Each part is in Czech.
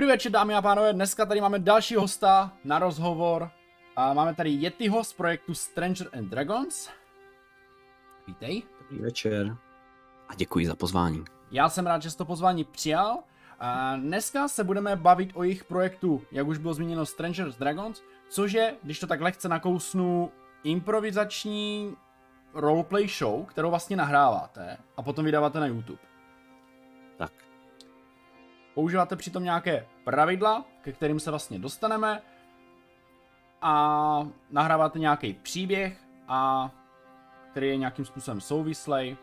Dobrý večer, dámy a pánové, dneska tady máme další hosta na rozhovor. A máme tady Yetiho z projektu Stranger and Dragons. Vítej. Dobrý večer a děkuji za pozvání. Já jsem rád, že jsi to pozvání přijal. A dneska se budeme bavit o jejich projektu, jak už bylo zmíněno, Stranger and Dragons, což je, když to tak lehce nakousnu, improvizační roleplay show, kterou vlastně nahráváte a potom vydáváte na YouTube. Tak. Používáte přitom nějaké pravidla, ke kterým se vlastně dostaneme, a nahráváte nějaký příběh, který je nějakým způsobem souvislej.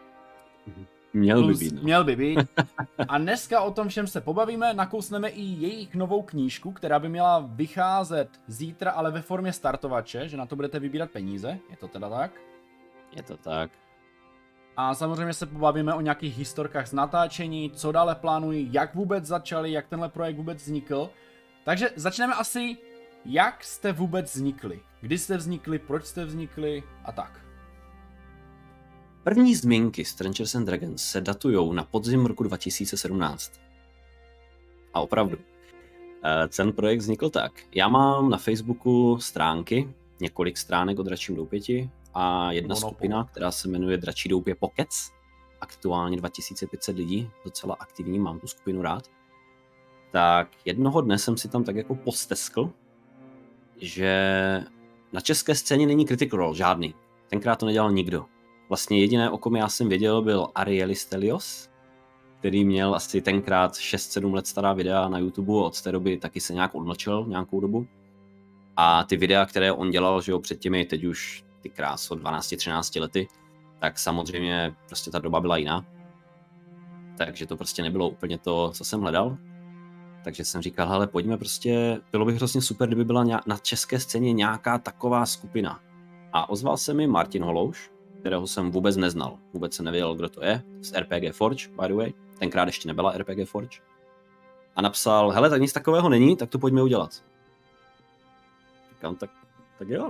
Měl by být. A dneska o tom všem se pobavíme, nakousneme i jejich novou knížku, která by měla vycházet zítra, ale ve formě startovače, že na to budete vybírat peníze, je to teda tak? Je to tak. A samozřejmě se pobavíme o nějakých historkách z natáčení, co dále plánují, jak vůbec začali, jak tenhle projekt vůbec vznikl. Takže začneme asi, jak jste vůbec vznikli, kdy jste vznikli, proč jste vznikli a tak. První zmínky Strangers and Dragons se datujou na podzim roku 2017. A opravdu. Ten projekt vznikl tak. Já mám na Facebooku stránky, několik stránek o Dračím doupěti a jedna skupina, která se jmenuje Dračí doupě Pokec. Aktuálně 2500 lidí, docela aktivní, mám tu skupinu rád. Tak jednoho dne jsem si tam tak jako posteskl, že na české scéně není Critical Role, žádný. Tenkrát to nedělal nikdo. Vlastně jediné, o kom já jsem věděl, byl Arielis Stelios, který měl asi tenkrát 6-7 let stará videa na YouTube, od té doby taky se nějak odmlčel nějakou dobu. A ty videa, které on dělal, že jo, před těmi, teď už ty kráso 12-13 lety, tak samozřejmě prostě ta doba byla jiná. Takže to prostě nebylo úplně to, co jsem hledal. Takže jsem říkal, hele, pojďme prostě, bylo by hrozně super, kdyby byla na české scéně nějaká taková skupina. A ozval se mi Martin Holouš, kterého jsem vůbec neznal. Vůbec jsem nevěděl, kdo to je. Z RPG Forge, by the way. Tenkrát ještě nebyla RPG Forge. A napsal, hele, tak nic takového není, tak to pojďme udělat. Říkám, tak jo.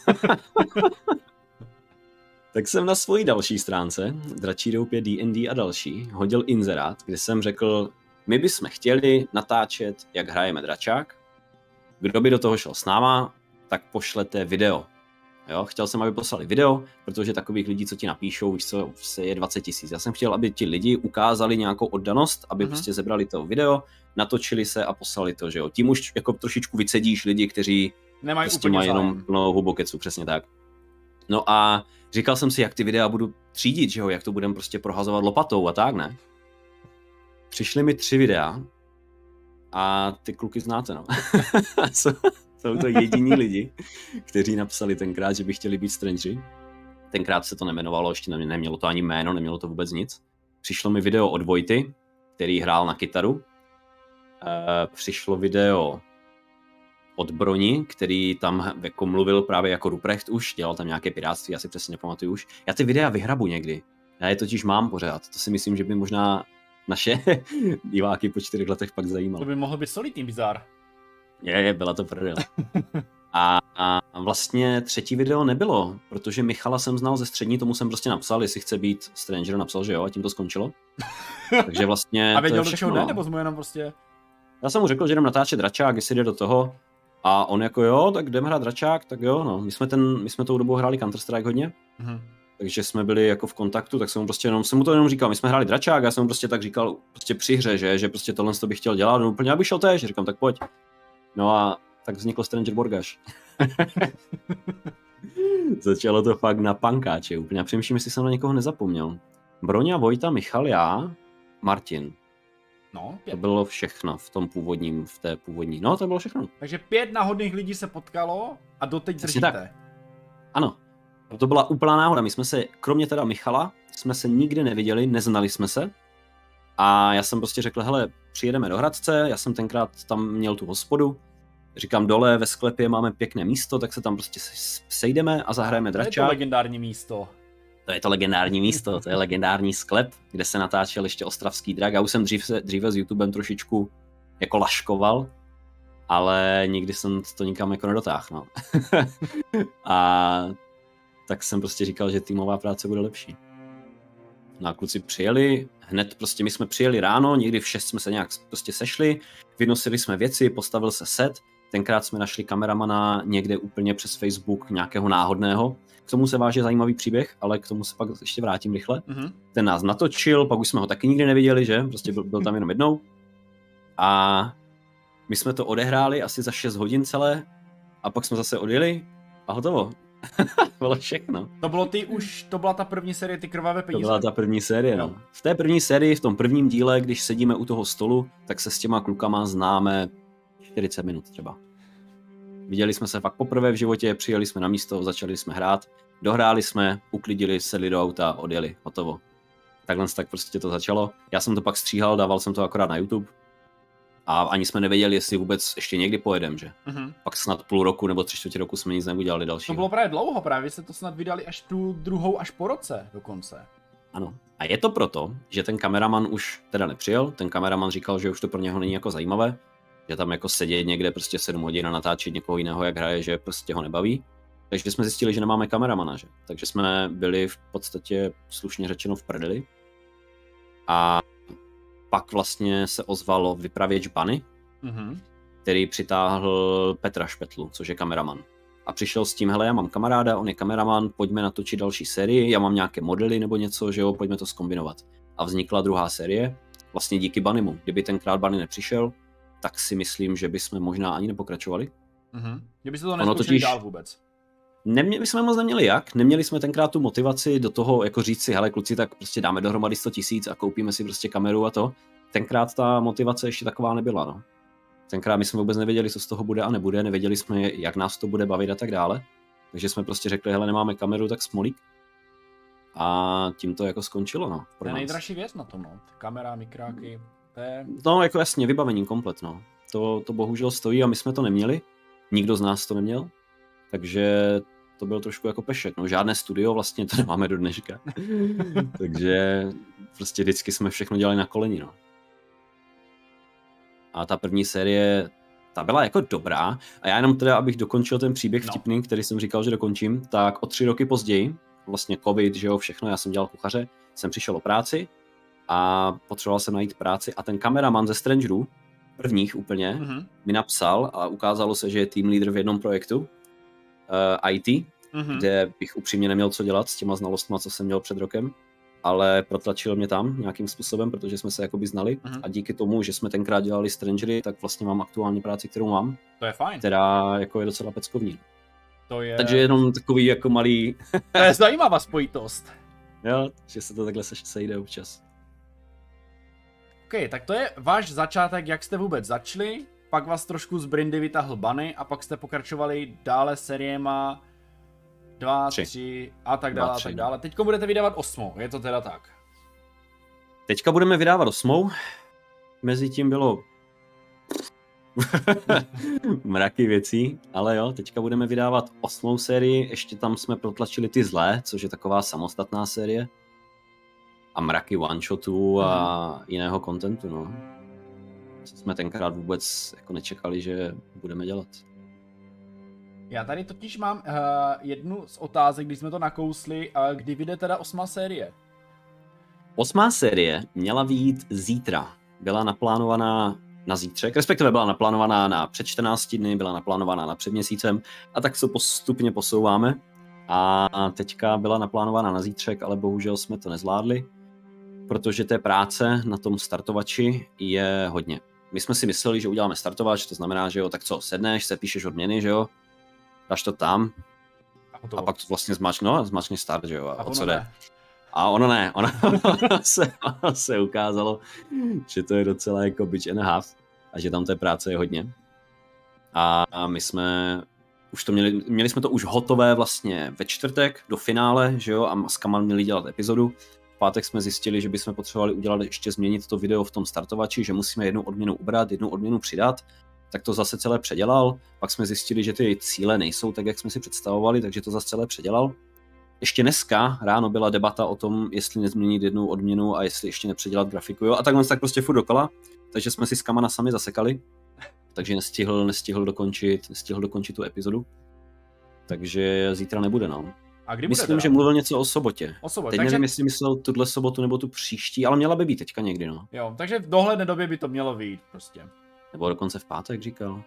Tak jsem na svojí další stránce, Dračí doupě D&D a další, hodil inzerát, kde jsem řekl, my bychom chtěli natáčet, jak hrajeme dračák. Kdo by do toho šel s náma, tak pošlete video. Jo, chtěl jsem, aby poslali video, protože takových lidí, co ti napíšou, víš co, se je 20 000. Já jsem chtěl, aby ti lidi ukázali nějakou oddanost, aby prostě zebrali to video, natočili se a poslali to, že jo. Tím už jako trošičku vycedíš lidi, kteří nemají prostě mají jenom plnou hubokecu, přesně tak. No a říkal jsem si, jak ty videa budu třídit, že jo, jak to budem prostě prohazovat lopatou a tak, ne? Přišly mi 3 videa a ty kluky znáte, no. Jsou to jediní lidi, kteří napsali tenkrát, že by chtěli být Strangeri. Tenkrát se to nemenovalo, ještě nemělo to ani jméno, nemělo to vůbec nic. Přišlo mi video od Vojty, který hrál na kytaru. Přišlo video od Broni, který tam jako mluvil právě jako Ruprecht už, dělal tam nějaké pirátství, já si přesně nepamatuju už. Já ty videa vyhrabu někdy, já je totiž mám pořád, to si myslím, že by možná naše diváky po 4 letech pak zajímalo. To by mohl být solidný bizár. Byla to prdel. A vlastně 3. video nebylo, protože Michala jsem znal ze střední, tomu jsem prostě napsal, jestli chce být Stranger, napsal, že jo, a tím to skončilo. Takže vlastně a věděl, to je do čeho jde, nebo jsme jenom prostě... Já jsem mu řekl, že jdem natáčet dračák, jestli jde do toho. A on jako jo, tak jdem hrát dračák, tak jo, no. My jsme tou dobou hráli Counter-Strike hodně. Takže jsme byli jako v kontaktu, tak jsem mu to jenom říkal, my jsme hráli dračák, já jsem mu prostě tak říkal, prostě při hře, že prostě tohle bych chtěl dělat, no úplně abych šel též, říkám, tak pojď. No a tak vzniklo Stranger Borgaš. Začalo to fakt na pankáče úplně. A přemýšlím, jestli jsem na někoho nezapomněl. Broňa, Vojta, Michal, já, Martin. No, 5. To bylo všechno v té původní. No, to bylo všechno. Takže 5 náhodných lidí se potkalo a doteď držíte. Tak. Ano. To byla úplná náhoda. My jsme se, kromě teda Michala, jsme se nikdy neviděli, neznali jsme se. A já jsem prostě řekl, hele, přijedeme do Hradce, já jsem tenkrát tam měl tu hospodu. Říkám, dole ve sklepě máme pěkné místo, tak se tam prostě sejdeme a zahrajeme dračák. To je to legendární místo. To je to legendární místo, to je legendární sklep, kde se natáčel ještě Ostravský drak. Já už jsem dříve s YouTubem trošičku jako laškoval, ale nikdy jsem to nikam jako nedotáhl, no. A tak jsem prostě říkal, že týmová práce bude lepší. No a kluci přijeli, hned prostě my jsme přijeli ráno, někdy v 6 jsme se nějak prostě sešli, vynosili jsme věci, postavil se set, tenkrát jsme našli kameramana někde úplně přes Facebook nějakého náhodného. K tomu se váže zajímavý příběh, ale k tomu se pak ještě vrátím rychle. Mm-hmm. Ten nás natočil, pak už jsme ho taky nikdy neviděli, že? Prostě byl tam jenom jednou. A my jsme to odehráli asi za 6 hodin celé a pak jsme zase odjeli a hotovo. Bylo všechno. To byla ta první série Ty krvavé peníze? To byla ta první série, no. V té první sérii, v tom prvním díle, když sedíme u toho stolu, tak se s těma klukama známe 40 minut třeba. Viděli jsme se fakt poprvé v životě, přijeli jsme na místo, začali jsme hrát, dohráli jsme, uklidili, sedli do auta, odjeli, hotovo. Takhle tak prostě to začalo. Já jsem to pak stříhal, dával jsem to akorát na YouTube. A ani jsme nevěděli, jestli vůbec ještě někdy pojedem, že? Mm-hmm. Pak snad půl roku nebo 3/4 roku jsme nic neudělali dalšího. To bylo právě dlouho, právě jste to snad vydali až tu druhou až po roce dokonce. Ano. A je to proto, že ten kameraman už teda nepřijel, ten kameraman říkal, že už to pro něho není jako zajímavé, že tam jako sedět někde prostě 7 hodin a natáčet někoho jiného, jak hraje, že prostě ho nebaví. Takže jsme zjistili, že nemáme kameramana, že? Takže jsme byli v podstatě slušně řečeno v prdeli. A pak vlastně se ozvalo vypravěč Bunny, který přitáhl Petra Špetlu, což je kameraman. A přišel s tím, hele, já mám kamaráda, on je kameraman, pojďme natočit další sérii, já mám nějaké modely nebo něco, že jo, pojďme to zkombinovat. A vznikla druhá série, vlastně díky Bunnymu. Kdyby tenkrát Bunny nepřišel, tak si myslím, že bychom možná ani nepokračovali. Kdybyste to neskoušeli dál vůbec. My jsme moc neměli jak, neměli jsme tenkrát tu motivaci do toho, jako říct si, hele kluci, tak prostě dáme dohromady 100 000 a koupíme si prostě kameru a to. Tenkrát ta motivace ještě taková nebyla, no. Tenkrát my jsme vůbec nevěděli, co z toho bude a nebude, nevěděli jsme, jak nás to bude bavit a tak dále. Takže jsme prostě řekli, hele, nemáme kameru, tak smolík. A tím to jako skončilo, no. To je nejdražší věc na tom, no. Kamera, mikráky, to je... No, jako jasně, vybavení komplet, no. To bohužel stojí a my jsme to neměli. Nikdo z nás to neměl. Takže to byl trošku jako pešek, no žádné studio vlastně to nemáme do dneška. Takže prostě vždycky jsme všechno dělali na koleni, no. A ta první série, ta byla jako dobrá a já jenom teda, abych dokončil ten příběh vtipný, který jsem říkal, že dokončím, tak o 3 roky později, vlastně covid, že jo, všechno, já jsem dělal kuchaře, jsem přišel o práci a potřeboval jsem najít práci a ten kameraman ze Strangerů, prvních úplně, mi napsal a ukázalo se, že je team leader v jednom projektu, IT, kde bych upřímně neměl co dělat s těma znalostma, co jsem měl před rokem, ale protlačil mě tam nějakým způsobem, protože jsme se jakoby znali a díky tomu, že jsme tenkrát dělali Strangery, tak vlastně mám aktuální práci, kterou mám. To je fajn. Která jako je docela peckovní. To je... Takže jenom takový jako malý... To je zajímavá spojitost. Jo, že se to takhle sejde občas. OK, tak to je váš začátek, jak jste vůbec začali, pak vás trošku z Brindy vytáhl Bunny a pak jste pokračovali dále sériema 2, 3 a tak dále, 2, 3, a tak dále. Teďko budete vydávat 8, je to teda tak? Teďka budeme vydávat 8. Mezitím bylo mraky věcí, ale jo, teďka budeme vydávat 8. sérii, ještě tam jsme protlačili ty zlé, což je taková samostatná série. A mraky one-shotů a jiného kontentu, no. Co jsme tenkrát vůbec jako nečekali, že budeme dělat. Já tady totiž mám jednu z otázek, když jsme to nakousli, kdy vyjde teda 8. série? 8. série měla vyjít zítra. Byla naplánovaná na zítřek, respektive byla naplánovaná na před 14 dny, byla naplánovaná na před měsícem a tak se postupně posouváme. A teďka byla naplánovaná na zítřek, ale bohužel jsme to nezvládli, protože té práce na tom startovači je hodně. My jsme si mysleli, že uděláme startovač, to znamená, že jo, tak co, sedneš, sepíšeš odměny, že jo, dáš to tam a pak to vlastně zmáčkne start, že jo, a o co jde. A ono ne, ono se ukázalo, že to je docela jako bitch and a half a že tam té práce je hodně. A my jsme už to měli jsme to už hotové vlastně ve čtvrtek do finále, že jo, a s Kaman měli dělat epizodu. V pátek jsme zjistili, že bychom potřebovali udělat ještě změnit to video v tom startovači, že musíme jednu odměnu ubrat, jednu odměnu přidat. Tak to zase celé předělal. Pak jsme zjistili, že ty cíle nejsou tak, jak jsme si představovali, takže to zase celé předělal. Ještě dneska ráno byla debata o tom, jestli nezměnit jednu odměnu a jestli ještě nepředělat grafiku, jo, a takhle tak prostě furt dokola. Takže jsme si s Kamana sami zasekali. Takže nestihl dokončit tu epizodu. Takže zítra nebude, no. A kdy bude Myslím, teda? že mluvil něco o sobotě. O sobotě. Teď Takže... nevím, jestli myslel tuhle sobotu nebo tu příští, ale měla by být teďka někdy, no. Jo, takže v dohledné době by to mělo vyjít prostě. Nebo dokonce v pátek říkal.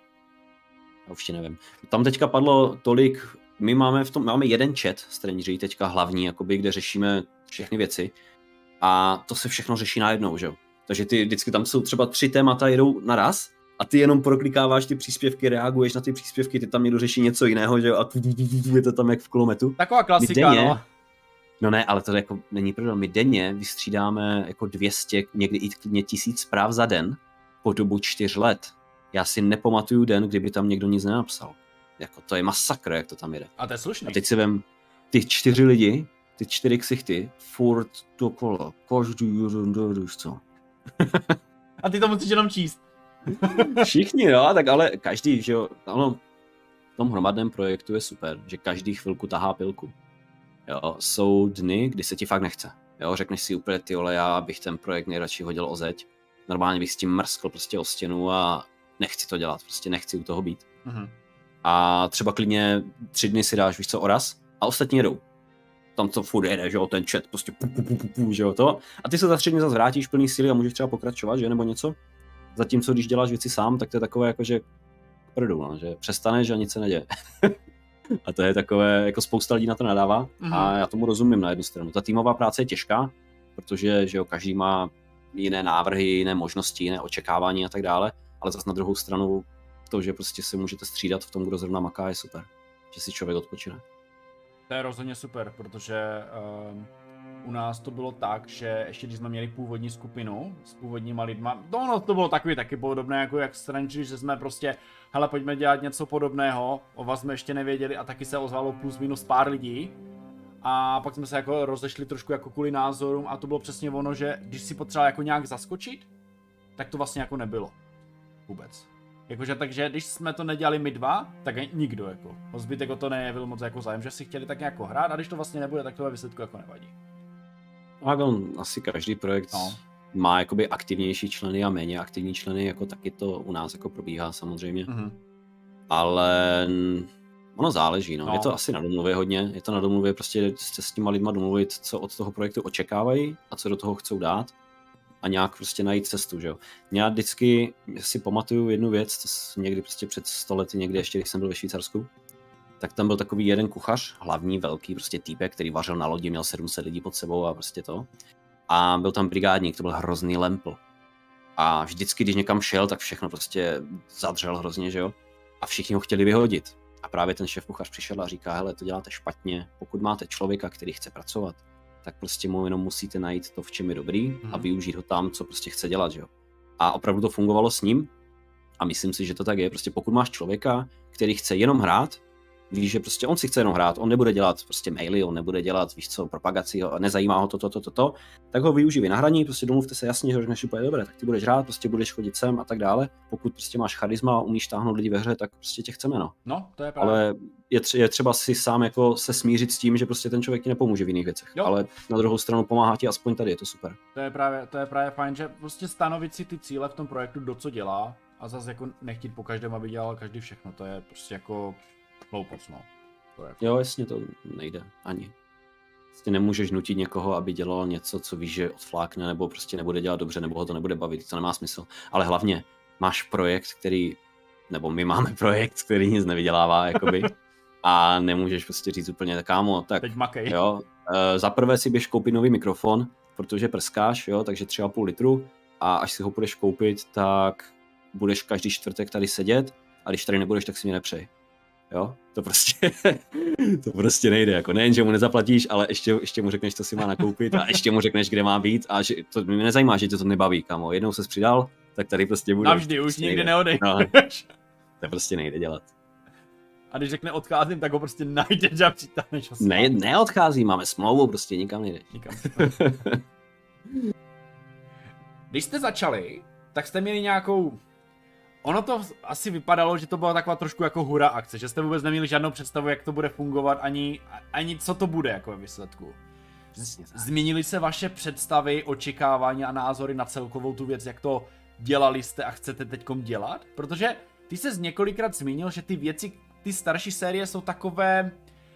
Já už nevím. Tam teďka padlo tolik, my máme jeden chat, Strangery teďka hlavní, jakoby, kde řešíme všechny věci. A to se všechno řeší najednou, že jo. Takže ty vždycky tam jsou třeba 3 témata jedou naraz a ty jenom proklikáváš ty příspěvky, reaguješ na ty příspěvky, ty tam někdo řeší něco jiného, že jo, a je to tam jak v kulometu. Taková klasika, no. No ne, ale to jako není problém. My denně vystřídáme jako 200, někdy i klidně 1000 zpráv za den po dobu 4 let. Já si nepamatuju den, kdyby tam někdo nic nenapsal. Jako to je masakr, jak to tam jede. A to je slušný. A teď si vem ty 4 lidi, ty 4 ksichty, furt dokola, každý jeden den, co? A ty to musíš jenom číst. Všichni, no, tak ale každý, že jo, ano, v tom hromadném projektu je super, že každý chvilku tahá pilku. Jo, jsou dny, kdy se ti fakt nechce. Jo, řekneš si úplně, tyhle, já bych ten projekt nejradši hodil o zeď. Normálně bych s tím mrskl prostě o stěnu a nechci to dělat, prostě nechci u toho být. Mhm. A třeba klidně 3 dny si dáš, víš co, oraz a ostatní jedou. Tam to furt jede, že jo, ten chat, prostě že jo, to. A ty se za 3 dny zase vrátíš plný síly a můžeš třeba pokračovat, že, nebo něco. Zatímco když děláš věci sám, tak to je takové jako, že prdu, no, že přestaneš a nic se neděje. A to je takové, jako spousta lidí na to nadává a já tomu rozumím na jednu stranu. Ta týmová práce je těžká, protože že jo, každý má jiné návrhy, jiné možnosti, jiné očekávání a tak dále, ale zase na druhou stranu to, že prostě se můžete střídat v tom, kdo zrovna maká, je super. Že si člověk odpočine. To je rozhodně super, protože u nás to bylo tak, že ještě když jsme měli původní skupinu s původníma lidma, no to bylo takový taky podobné jako jak Strangery, že jsme prostě, hele, pojďme dělat něco podobného, o vás jsme ještě nevěděli a taky se ozvalo plus minus pár lidí. A pak jsme se jako rozešli trošku jako kvůli názorům a to bylo přesně ono, že když si potřeboval jako nějak zaskočit, tak to vlastně jako nebylo. Vůbec. Jakože takže když jsme to nedělali my dva, tak nikdo jako. O zbytek o to nejevil moc jako zájem, že si chtěli tak nějak hrát a když to vlastně nebude, tak to ve výsledku jako nevadí. Tak on, asi každý projekt má jakoby aktivnější členy a méně aktivní členy, jako taky to u nás jako probíhá samozřejmě. Ale ono záleží, no. Je to asi na domluvě hodně, je to na domluvě prostě s těma lidma domluvit, co od toho projektu očekávají a co do toho chcou dát a nějak prostě najít cestu, že jo. Já vždycky si pamatuju jednu věc, to někdy prostě před 100 lety, někdy ještě, když jsem byl ve Švýcarsku, tak tam byl takový jeden kuchař, hlavní, velký prostě týpek, který vařil na lodi, měl 700 lidí pod sebou a prostě to. A byl tam brigádník, to byl hrozný lempl. A vždycky, když někam šel, tak všechno prostě zadřel hrozně, že jo. A všichni ho chtěli vyhodit. A právě ten šéf kuchař přišel a říká, hele, to děláte špatně, pokud máte člověka, který chce pracovat, tak prostě mu jenom musíte najít to, v čem je dobrý a využít ho tam, co prostě chce dělat, že jo. A opravdu to fungovalo s ním a myslím si, že to tak je. Prostě pokud máš člověka, který chce jenom hrát, víš, že prostě on si chce jenom hrát, on nebude dělat prostě maily, on nebude dělat, víš co, propagaci, nezajímá ho to, tak ho využij na hraní, prostě domluvte se jasně, že řekneš úplně dobré, tak ty budeš hrát, prostě budeš chodit sem a tak dále. Pokud prostě máš charisma a umíš táhnout lidi ve hře, tak prostě tě chceme, no. No, to je pravda. Ale je třeba si sám jako se smířit s tím, že prostě ten člověk ti nepomůže v jiných věcech, jo. Ale na druhou stranu pomáhá ti aspoň tady, je to super. To je právě fajn, že prostě stanovit si ty cíle v tom projektu, do co dělá a zase jako nechtít po každém, aby dělal každý všechno, to je prostě jako hloupost, no. Jo, jasně, to nejde ani. Prostě nemůžeš nutit někoho, aby dělal něco, co víš, že odflákne, nebo prostě nebude dělat dobře, nebo ho to nebude bavit, to nemá smysl. Ale hlavně máš projekt, nebo my máme projekt, který nic nevydělává, jakoby, a nemůžeš prostě říct úplně, tak kámo, tak teď makej. Jo, za prvé si běž koupit nový mikrofon, protože prskáš, jo, takže 3,5 litru a až si ho budeš koupit, tak budeš každý čtvrtek tady sedět a když tady nebudeš, tak si mě nepřej. Jo, to prostě nejde, jako nejen, že mu nezaplatíš, ale ještě mu řekneš, co si má nakoupit a ještě mu řekneš, kde má být a že to mě nezajímá, že tě to nebaví, kamo. Jednou ses přidal, tak tady prostě bude. Navždy, už nikdy neodejdeš. No, to prostě nejde dělat. A když řekne odcházím, tak ho prostě najdeš a přitáhneš ho. Neodchází, máme smlouvu, prostě nikam nejdeš. Nikam. Když jste začali, tak jste měli nějakou... Ono to asi vypadalo, že to byla taková trošku jako hura akce, že jste vůbec neměli žádnou představu, jak to bude fungovat, ani co to bude jako ve výsledku. Změnily se vaše představy, očekávání a názory na celkovou tu věc, jak to dělali jste a chcete teďkom dělat? Protože ty ses několikrát zmínil, že ty věci, ty starší série jsou takové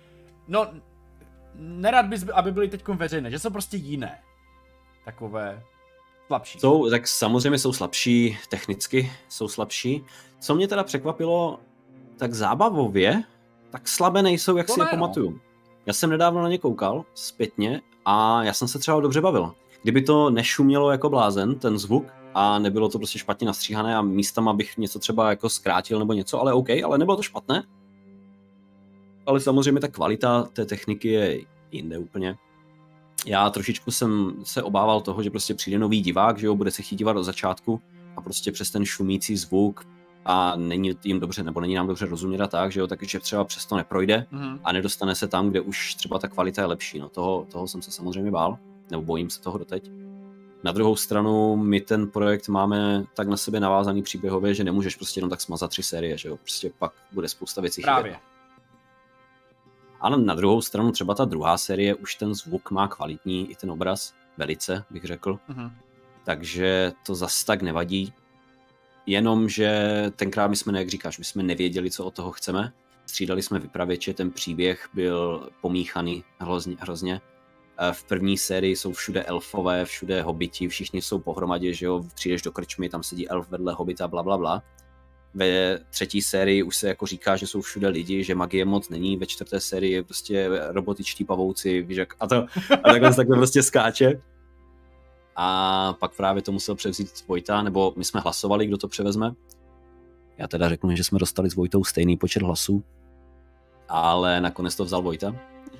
No, nerad bys, aby byly teď veřejné, že jsou prostě jiné. Takové slabší. Tak samozřejmě jsou slabší, technicky jsou slabší. Co mě teda překvapilo, tak zábavově, tak slabé nejsou, jak to si je pamatuju. Já jsem nedávno na ně koukal zpětně a já jsem se třeba dobře bavil. Kdyby to nešumělo jako blázen, ten zvuk, a nebylo to prostě špatně nastříhané a místama bych něco třeba jako zkrátil nebo něco, ale OK, ale nebylo to špatné. Ale samozřejmě ta kvalita té techniky je jinde úplně. Já trošičku jsem se obával toho, že prostě přijde nový divák, že jo, bude se chtít dívat od začátku a prostě přes ten šumící zvuk a není jim dobře, nebo není nám dobře rozumět a tak, že jo, takže třeba přes to neprojde a nedostane se tam, kde už třeba ta kvalita je lepší, no toho jsem se samozřejmě bál, nebo bojím se toho doteď. Na druhou stranu my ten projekt máme tak na sebe navázaný příběhově, že nemůžeš prostě jenom tak smazat 3 série, že jo, prostě pak bude spousta věcí chybět. Ale na druhou stranu třeba ta druhá série už ten zvuk má kvalitní, i ten obraz, velice bych řekl. Takže to zas tak nevadí. Jenomže tenkrát my jsme, jak říkáš, my jsme nevěděli, co od toho chceme. Střídali jsme vypravěče, ten příběh byl pomíchaný hrozně. V první sérii jsou všude elfové, všude hobiti, všichni jsou pohromadě, že jo, přijdeš do krčmy, tam sedí elf vedle hobita, blablabla. Ve třetí sérii už se jako říká, že jsou všude lidi, že magie moc není, ve čtvrté sérii je prostě robotičtí pavouci, víš jak, a takhle prostě skáče. A pak právě to musel převzít Vojta, nebo my jsme hlasovali, kdo to převezme. Já teda řeknu, že jsme dostali s Vojtou stejný počet hlasů, ale nakonec to vzal Vojta.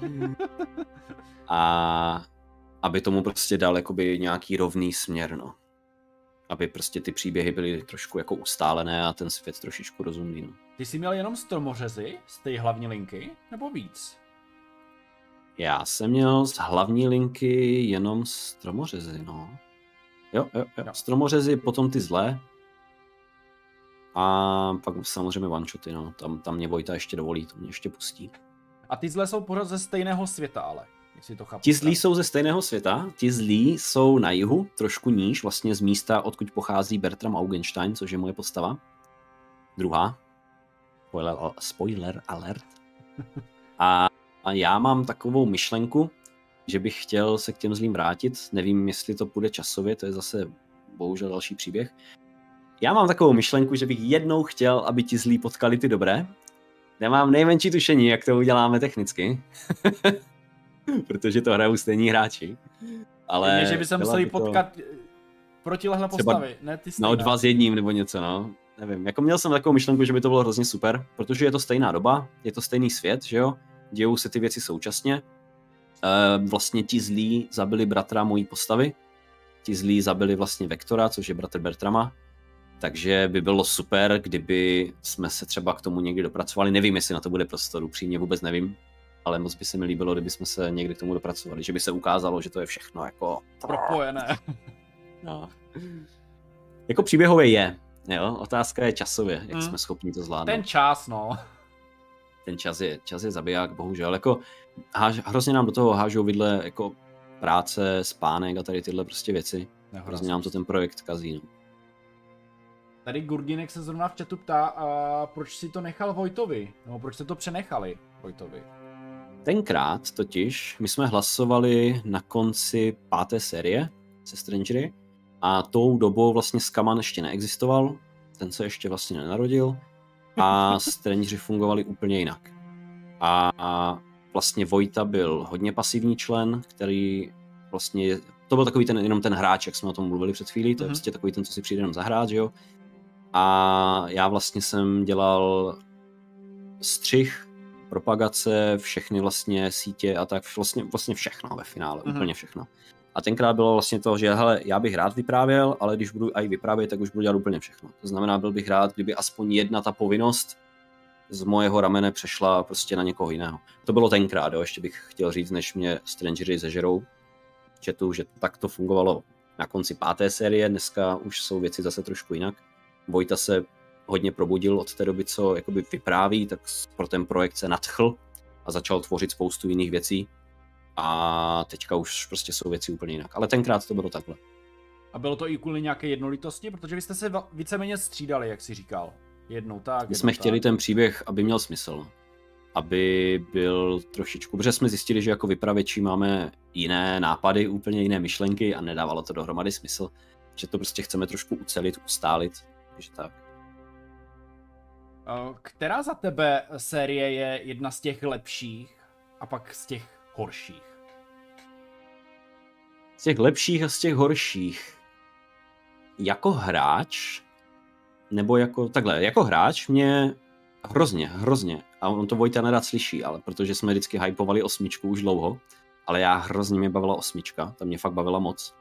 A aby tomu prostě dal jakoby nějaký rovný směr, no. Aby prostě ty příběhy byly trošku jako ustálené a ten svět trošičku rozumný, no. Ty jsi měl jenom stromořezy z té hlavní linky, nebo víc? Já jsem měl z hlavní linky jenom stromořezy, no. Jo. Stromořezy, potom ty zlé. A pak samozřejmě one-shoty, no. Tam mě Vojta ještě dovolí, to mě ještě pustí. A ty zlé jsou pořád ze stejného světa, ale. To chápu, ti zlí jsou ze stejného světa, ti zlí jsou na jihu, trošku níž, vlastně z místa, odkud pochází Bertram Augenstein, což je moje postava. Druhá. Spoiler alert. A já mám takovou myšlenku, že bych chtěl se k těm zlým vrátit. Nevím, jestli to půjde časově, to je zase bohužel další příběh. Já mám takovou myšlenku, že bych jednou chtěl, aby ti zlí potkali ty dobré. Nemám nejmenší tušení, jak to uděláme technicky. Protože to hrajou stejní hráči. Ale že by se museli potkat protilehlé postavy, ne ty stejné. No 2 s 1 nebo něco, no. Nevím, jako měl jsem takovou myšlenku, že by to bylo hrozně super, protože je to stejná doba, je to stejný svět, že jo, dějou se ty věci současně. Vlastně ti zlí zabili bratra mojí postavy, ti zlí zabili vlastně Vektora, což je bratr Bertrama, takže by bylo super, kdyby jsme se třeba k tomu někdy dopracovali, nevím, jestli na to bude prostor, upřímně vůbec nevím. Ale moc by se mi líbilo, kdyby jsme se někdy k tomu dopracovali, že by se ukázalo, že to je všechno jako propojené. No. Jako příběhově je, jo? Otázka je časově, jak jsme schopni to zvládnout. Ten čas, no. Ten čas je zabiják, bohužel. Jako hrozně nám do toho hážou vidle jako práce, spánek a tady tyhle prostě věci. Hrozně nám to ten projekt kazí, no. Tady Gurdinek se zrovna v chatu ptá, a proč si to nechal Vojtovi? No, proč jste to přenechali Vojtovi? Tenkrát totiž my jsme hlasovali na konci 5. série se Strangery a tou dobou vlastně Skaman ještě neexistoval, ten se ještě vlastně nenarodil a Strangery fungovali úplně jinak. A vlastně Vojta byl hodně pasivní člen, který vlastně, to byl takový jenom ten hráč, jak jsme o tom mluvili před chvílí, to je prostě takový ten, co si přijde jenom zahrát, že jo. A já vlastně jsem dělal střih, propagace, všechny vlastně sítě a tak, vlastně všechno ve finále, úplně všechno. A tenkrát bylo vlastně to, že hele, já bych rád vyprávěl, ale když budu i vyprávět, tak už budu dělat úplně všechno. To znamená, byl bych rád, kdyby aspoň jedna ta povinnost z mojeho ramene přešla prostě na někoho jiného. To bylo tenkrát, jo, ještě bych chtěl říct, než mě Strangery zežerou v chatu, že tak to fungovalo na konci 5. série, dneska už jsou věci zase trošku jinak. Vojta se hodně probudil od té doby, co jakoby vypráví, tak pro ten projekt se nadchl a začal tvořit spoustu jiných věcí. A teďka už prostě jsou věci úplně jinak. Ale tenkrát to bylo takhle. A bylo to i kvůli nějaké jednolitosti? Protože vy jste se víceméně střídali, jak jsi říkal. Jednou tak, My jsme chtěli ten příběh, aby měl smysl. aby byl trošičku, protože jsme zjistili, že jako vypravěči máme jiné nápady, úplně jiné myšlenky a nedávalo to dohromady smysl, že to prostě chceme trošku ucelit, ustálit, takže tak. Která za tebe série je jedna z těch lepších a pak z těch horších? Z těch lepších a z těch horších. Jako hráč, nebo jako takhle, jako hráč mě hrozně, a on to Vojta nerad slyší, ale protože jsme vždycky hypovali 8 už dlouho, ale já hrozně mě bavila 8, ta mě fakt bavila moc.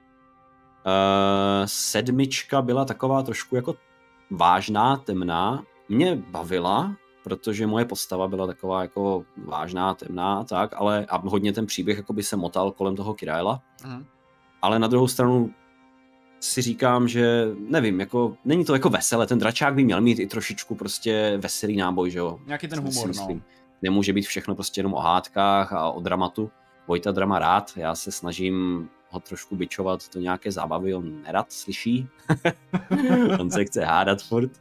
7 byla taková trošku jako vážná, temná, mě bavila, protože moje postava byla taková jako vážná, temná, tak, ale a hodně ten příběh jako by se motal kolem toho Kyraela. Ale na druhou stranu si říkám, že nevím, jako není to jako veselé, ten dračák by měl mít i trošičku prostě veselý náboj, že jo. Nějaký ten humor, no. Nemůže být všechno prostě jenom o hádkách a o dramatu. Vojta drama rád, já se snažím ho trošku bičovat do nějaké zábavy, on nerad slyší. On se chce hádat furt.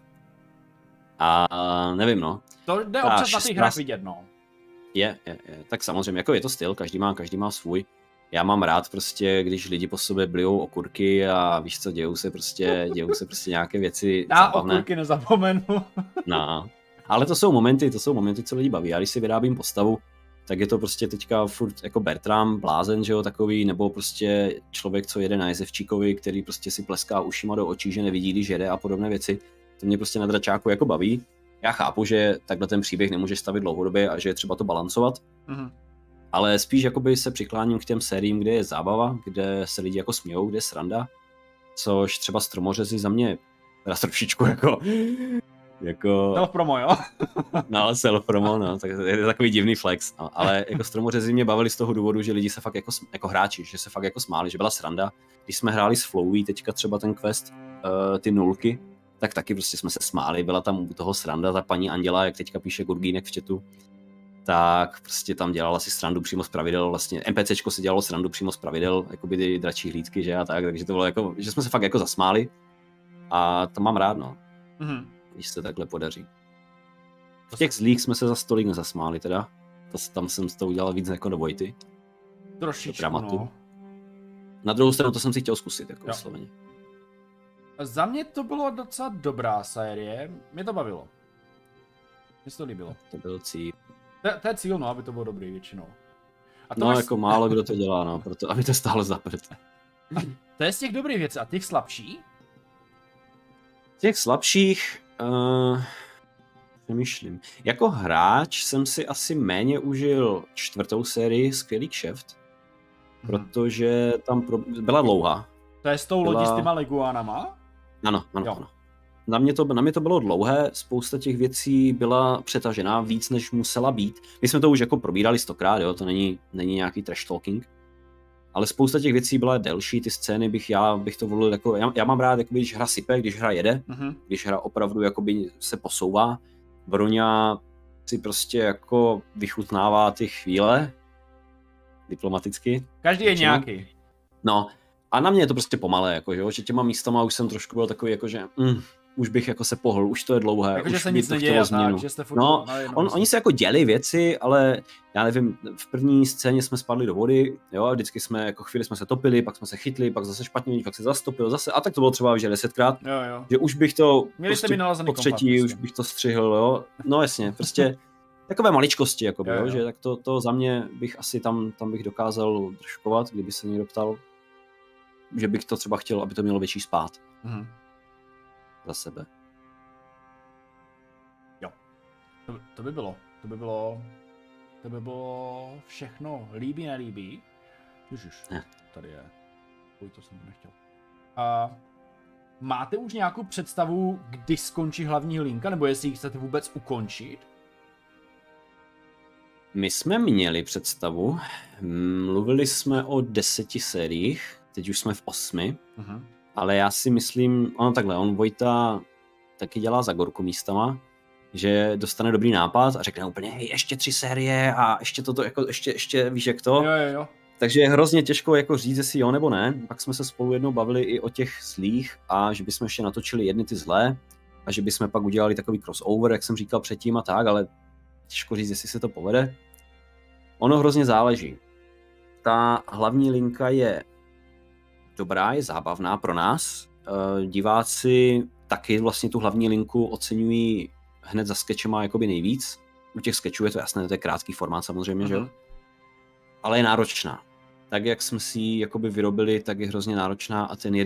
A nevím, no. To jde občas na těch hrách vidět, no. Je. Tak samozřejmě, jako je to styl, každý má svůj. Já mám rád prostě, když lidi po sobě blijou okurky a víš co, dějou se prostě nějaké věci zábavné. Okurky nezapomenu. No. Ale to jsou momenty, co lidi baví. Já když si vyrábím postavu, tak je to prostě teďka furt jako Bertram, blázen, že jo, takový, nebo prostě člověk, co jede na jezevčíkovi, který prostě si pleská ušima do očí, že nevidí, když jede a podobné věci. To mě prostě na dračáku jako baví. Já chápu, že takhle ten příběh nemůže stavit dlouhodobě a že je třeba to balancovat. Ale spíš jakoby se přikláním k těm sériím, kde je zábava, kde se lidi jako smějou, kde je sranda, což třeba Stromořezy za mě teda trošičku jako Self-promo, jo? No, self-promo, no, tak je to takový divný flex, no. Ale jako Stromořezy mě bavili z toho důvodu, že lidi se fakt jako hráči, že se fakt jako smáli, že byla sranda. Když jsme hráli s Flowey teďka třeba ten quest, ty nulky, tak taky prostě jsme se smáli, byla tam u toho sranda, ta paní Anděla, jak teďka píše Gurgínek v chatu, tak prostě tam dělala si srandu přímo z pravidel, vlastně NPCčko si dělalo srandu přímo z pravidel, jakoby ty dračí hlídky, že a tak, takže to bylo jako, že jsme se fakt jako zasmáli a to mám rád, no, když se takhle podaří. V těch zlých jsme se za stolik nezasmáli teda, tam jsem to udělal víc jako do Vojty. Trošičku, no. Na druhou stranu to jsem si chtěl zkusit, jako vysloveně. Za mě to bylo docela dobrá série, mě to bavilo. Mně se to líbilo. To byl cíl. To je cíl, no, aby to bylo dobrý většinou. A to no, jako málo kdo to dělá, no, proto, aby to stálo za prd. To je z těch dobrých věcí. A těch slabší? Těch slabších... Přemýšlím. Jako hráč jsem si asi méně užil 4. sérii Skvělý kšeft, protože tam byla dlouhá. To je s tou lodí s těma leguánama? Ano. Na mě to bylo dlouhé, spousta těch věcí byla přetažená víc, než musela být. My jsme to už jako probírali 100krát, jo, to není nějaký trash talking. Ale spousta těch věcí byla delší, ty scény bych to volil jako, já mám rád, jakoby, když hra sype, když hra jede, když hra opravdu jakoby se posouvá. Broňa si prostě jako vychutnává ty chvíle, diplomaticky. Každý je nějaký. No, a na mě je to prostě pomalé, jako, že těma místama už jsem trošku byl takový, jako, že už bych jako se pohl, už to je dlouhé, jako, už že se nic neděje, tak, že jste furt... No, oni se jako děli věci, ale já nevím, v první scéně jsme spadli do vody, jo, a vždycky jsme, jako chvíli jsme se topili, pak jsme se chytli, pak zase špatně, pak se zastopil, zase, a tak to bylo třeba že 10krát, jo. že už bych to měli prostě po třetí, kompas, už bych to střihl, jo, no jasně, prostě takové maličkosti, jakoby, jo, že tak to za mě bych asi tam bych dokázal držkovat, kdyby se někdo ptal, že bych to třeba chtěl, aby to mělo větší spát. Za sebe. Jo. To by bylo všechno. Líbí, nelíbí. Ježiš, tady je. To jsem nechtěl. Máte už nějakou představu, kdy skončí hlavní linka, nebo jestli ji chcete vůbec ukončit? My jsme měli představu. Mluvili jsme o 10 sériích. Teď už jsme v 8, ale já si myslím, on Vojta taky dělá za gorku místama, že dostane dobrý nápad a řekne úplně, hej, ještě 3 série a ještě toto, jako ještě víš jak to. Jo. Takže je hrozně těžko jako říct, jestli jo nebo ne. Pak jsme se spolu jednou bavili i o těch zlých a že bychom ještě natočili jedny ty zlé a že bychom pak udělali takový crossover, jak jsem říkal předtím a tak, ale těžko říct, jestli se to povede. Ono hrozně záleží. Ta hlavní linka je dobrá, je zábavná pro nás. Diváci taky vlastně tu hlavní linku oceňují hned za skečema jakoby nejvíc. U těch skečů je to jasné, to je krátký formát samozřejmě, že jo? Ale je náročná. Tak, jak jsme si ji jakoby vyrobili, tak je hrozně náročná a ten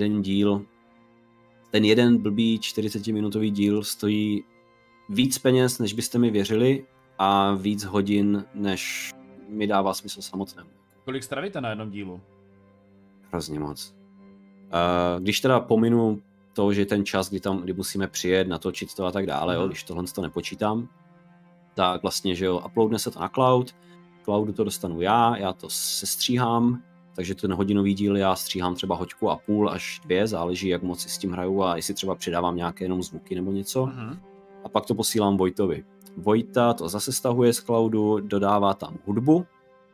jeden blbý 40-minutový díl stojí víc peněz, než byste mi věřili a víc hodin, než mi dává smysl samotnému. Kolik stravíte na jednom dílu? Hrozně moc. Když teda pominu to, že ten čas, kdy musíme přijet, natočit to a tak dále, jo, když tohle to nepočítám, tak vlastně, že jo, uploadne se to na cloudu to dostanu já to sestříhám, takže ten hodinový díl já stříhám třeba 1,5 hodiny až 2, záleží, jak moc si s tím hraju a jestli třeba přidávám nějaké jenom zvuky nebo něco. A pak to posílám Vojtovi. Vojta to zase stahuje z cloudu, dodává tam hudbu.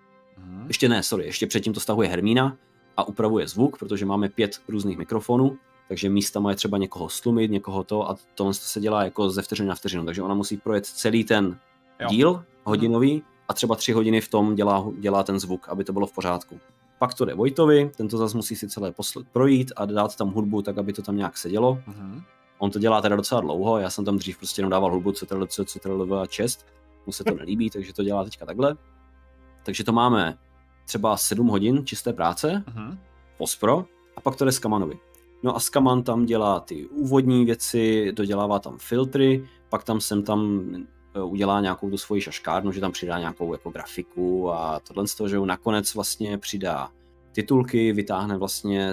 Ještě předtím to stahuje Hermína a upravuje zvuk, protože máme 5 různých mikrofonů, takže místama je třeba někoho stlumit, někoho to a tohle se dělá jako ze vteřiny na vteřinu, takže ona musí projet celý ten díl hodinový a třeba 3 hodiny v tom dělá ten zvuk, aby to bylo v pořádku. Pak to jde Vojtovi, ten to zase musí si celé projít a dát tam hudbu tak, aby to tam nějak sedělo. On to dělá teda docela dlouho, já jsem tam dřív prostě jenom dával hudbu, CTRL a čest, mu se to nelíbí, takže to dělá teďka takhle. Takže to máme třeba 7 hodin čisté práce, postpro, a pak to jde Skamanovi. No a Skaman tam dělá ty úvodní věci, dodělává tam filtry, pak tam udělá nějakou tu svoji šaškárnu, že tam přidá nějakou jako grafiku a tohle z toho, že nakonec vlastně přidá titulky, vytáhne vlastně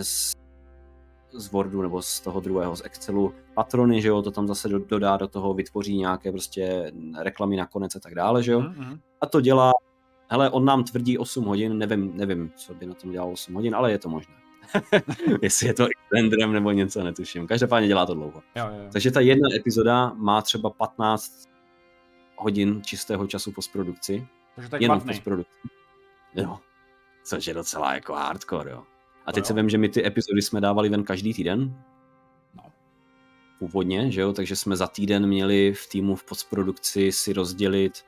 z Wordu nebo z toho druhého z Excelu patrony, že jo, to tam zase dodá do toho, vytvoří nějaké prostě reklamy nakonec a tak dále, že jo. A to dělá, hele, on nám tvrdí 8 hodin, nevím, co by na tom dělalo 8 hodin, ale je to možné. Jestli je to renderem nebo něco, netuším. Každopádně dělá to dlouho. Jo. Takže ta jedna epizoda má třeba 15 hodin čistého času postprodukci. Takže tak jenom v postprodukci. Jo. Což je docela jako hardcore, jo. A teď se vím, že my ty epizody jsme dávali ven každý týden. No. Původně, že jo, takže jsme za týden měli v týmu v postprodukci si rozdělit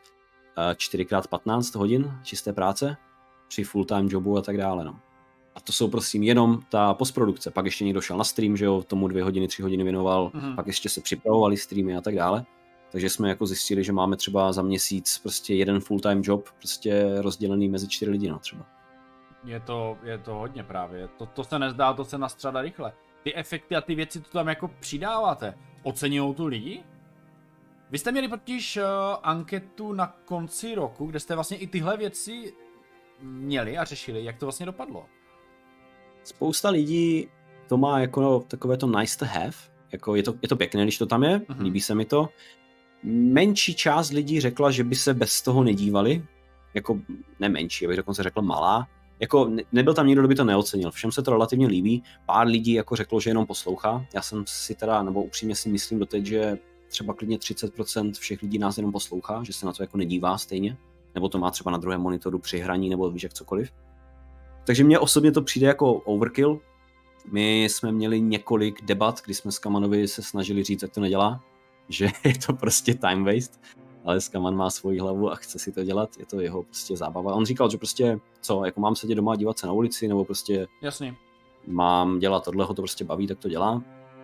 4x15 hodin čisté práce při full-time jobu a tak dále, no. A to jsou prosím jenom ta postprodukce. Pak ještě někdo šel na stream, že jo, tomu 2 hodiny, 3 hodiny věnoval, pak ještě se připravovali streamy a tak dále. Takže jsme jako zjistili, že máme třeba za měsíc prostě jeden full-time job prostě rozdělený mezi 4 lidi, no třeba. Je to hodně právě. To se nezdá, to se nastřádá rychle. Ty efekty a ty věci, to tam jako přidáváte. Oceňujou tu lidi? Vy jste měli totiž anketu na konci roku, kde jste vlastně i tyhle věci měli a řešili, jak to vlastně dopadlo. Spousta lidí to má jako takové to nice to have, jako je to pěkné, když to tam je, líbí se mi to. Menší část lidí řekla, že by se bez toho nedívali, jako ne menší, abych dokonce řekl malá, jako nebyl tam nikdo, kdo by to neocenil, všem se to relativně líbí, pár lidí jako řeklo, že jenom poslouchá, já jsem si teda, nebo upřímně si myslím doteď, že třeba klidně 30% všech lidí nás jenom poslouchá, že se na to jako nedívá stejně, nebo to má třeba na druhém monitoru při hraní, nebo víš jak cokoliv. Takže mně osobně to přijde jako overkill. My jsme měli několik debat, kdy jsme s Kamanovi se snažili říct, jak to nedělá, že je to prostě time waste, ale Skaman má svoji hlavu a chce si to dělat, je to jeho prostě zábava. On říkal, že prostě co, jako mám sedět doma a dívat se na ulici, nebo prostě jasně. Mám dělat tohle, ho to prostě baví, tak to dělá.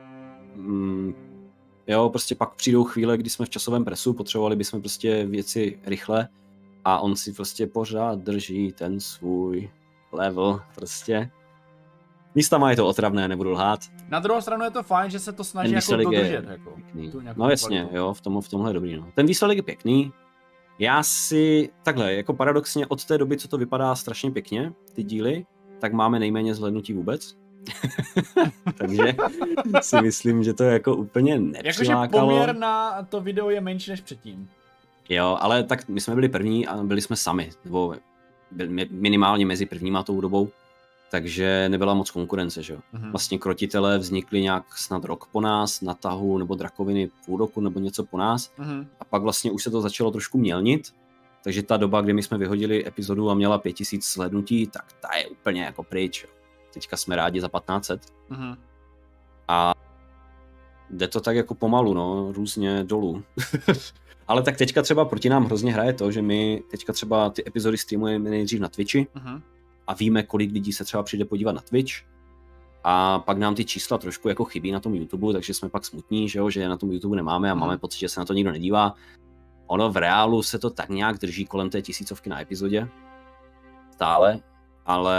Jo, prostě pak přijdou chvíle, kdy jsme v časovém presu, potřebovali bychom prostě věci rychle a on si prostě pořád drží ten svůj level prostě. Místama je to otravné, nebudu lhát. Na druhou stranu je to fajn, že se to snaží jako dodržet. Jako, no jasně, kvalitu. Jo, v tomhle je dobrý. No. Ten výsledek je pěkný. Já si, takhle, jako paradoxně od té doby, co to vypadá strašně pěkně, ty díly, tak máme nejméně zhlédnutí vůbec. Takže si myslím, že to jako úplně nepřilákalo. Jakože poměr na to video je menší než předtím. Jo, ale tak my jsme byli první a byli jsme sami, nebo minimálně mezi prvníma tou dobou, takže nebyla moc konkurence, že jo. Vlastně Krotitelé vznikly nějak snad rok po nás, na Tahu nebo Drakoviny půl roku nebo něco po nás a pak vlastně už se to začalo trošku mělnit, takže ta doba, kdy my jsme vyhodili epizodu a měla 5000 slednutí, tak ta je úplně jako pryč, jo. Teďka jsme rádi za 1500. A Jde to tak jako pomalu, no, různě dolů. Ale tak teďka třeba proti nám hrozně hraje to, že my teďka třeba ty epizody streamujeme nejdřív na Twitchi a víme, kolik lidí se třeba přijde podívat na Twitch a pak nám ty čísla trošku jako chybí na tom YouTube, takže jsme pak smutní, že jo, že na tom YouTube nemáme a máme pocit, že se na to nikdo nedívá. Ono v reálu se to tak nějak drží kolem té 1000 na epizodě. Stále, ale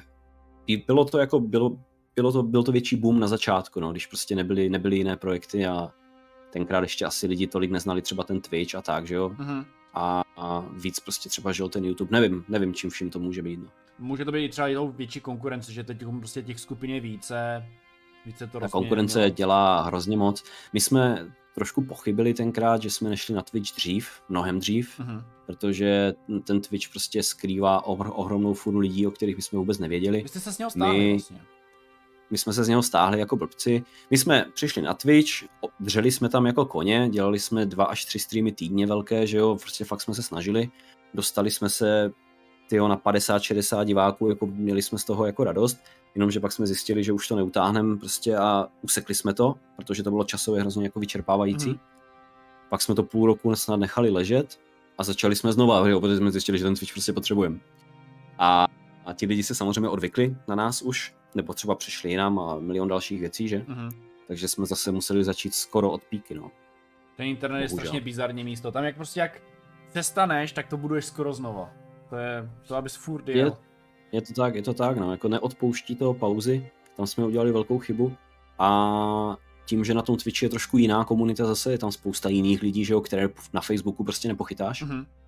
bylo to jako, byl to větší boom na začátku, no, když prostě nebyly jiné projekty a tenkrát ještě asi lidi tolik neznali třeba ten Twitch a tak, že jo. A víc prostě třeba žil ten YouTube, nevím čím vším to může být, no. Může to být třeba i větší konkurence, že teď prostě těch skupin je více to ta konkurence dělá hrozně moc. My jsme trošku pochybili tenkrát, že jsme nešli na Twitch mnohem dřív, protože ten Twitch prostě skrývá ohromnou furu lidí, o kterých bychom vůbec nevěděli. Vy jste se z něho stáhli vlastně. My jsme se z něho stáhli jako blbci. My jsme přišli na Twitch, dřeli jsme tam jako koně, dělali jsme 2 až 3 streamy týdně velké, že jo, prostě fakt jsme se snažili. Dostali jsme se na 50-60 diváků, jako měli jsme z toho jako radost, jenomže pak jsme zjistili, že už to neutáhneme prostě a usekli jsme to, protože to bylo časově hrozně jako vyčerpávající. Pak jsme to půl roku snad nechali ležet a začali jsme znova, jo, protože jsme zjistili, že ten Twitch prostě potřebujeme. A ti lidi se samozřejmě odvykli na nás už, nebo třeba přišli jinam a milion dalších věcí, že? Takže jsme zase museli začít skoro od píky, no. Ten internet je strašně bizarní místo, tam jak přestaneš, tak to buduješ skoro znova. To abys furt jel. Je to tak, no, jako neodpouští to pauzy, tam jsme udělali velkou chybu a tím, že na tom Twitchi je trošku jiná komunita zase, je tam spousta jiných lidí, že jo, které na Facebooku prostě nepochytáš,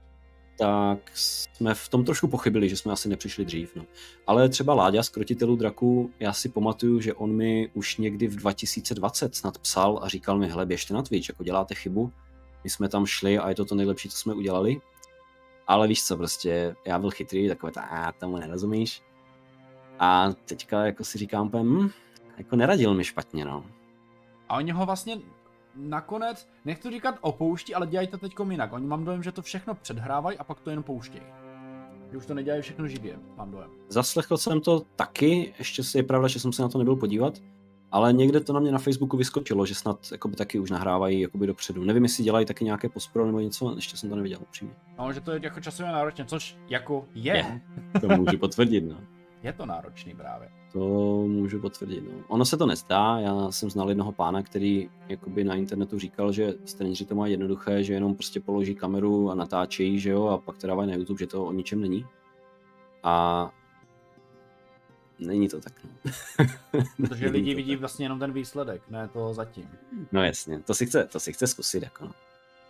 tak jsme v tom trošku pochybili, že jsme asi nepřišli dřív, no. Ale třeba Láďa z Krotitelů draků, já si pamatuju, že on mi už někdy v 2020 snad psal a říkal mi, hele, běžte na Twitch, jako děláte chybu, my jsme tam šli a je to nejlepší, co jsme udělali. Ale víš co, prostě já byl chytrý, takové tomu nerozumíš. A teďka jako si říkám, jako neradil mi špatně, no. A oni ho vlastně nakonec, nechci říkat opouští, ale dělají to teďkom jinak. Oni mám dojem, že to všechno předhrávají a pak to jen pouštějí. Že už to nedělají všechno živě, mám dojem. Zaslechl jsem to taky, ještě je pravda, že jsem se na to nebyl podívat, ale někde to na mě na Facebooku vyskočilo, že snad jakoby taky už nahrávají jakoby dopředu. Nevím, jestli dělají taky nějaké postpro nebo něco, ještě jsem to neviděl upřímně. No, že to je jako časově náročné, což jako je. To můžu potvrdit, no. Je to náročný právě. To můžu potvrdit, no. Ono se to nezdá, já jsem znal jednoho pána, který jakoby na internetu říkal, že strangeři to mají jednoduché, že jenom prostě položí kameru a natáčejí, že jo, a pak to dávají na YouTube, že to o ničem není. A není to tak, no. Protože lidi vidí vlastně jenom ten výsledek, ne to zatím. No jasně, to si chce zkusit, jako no.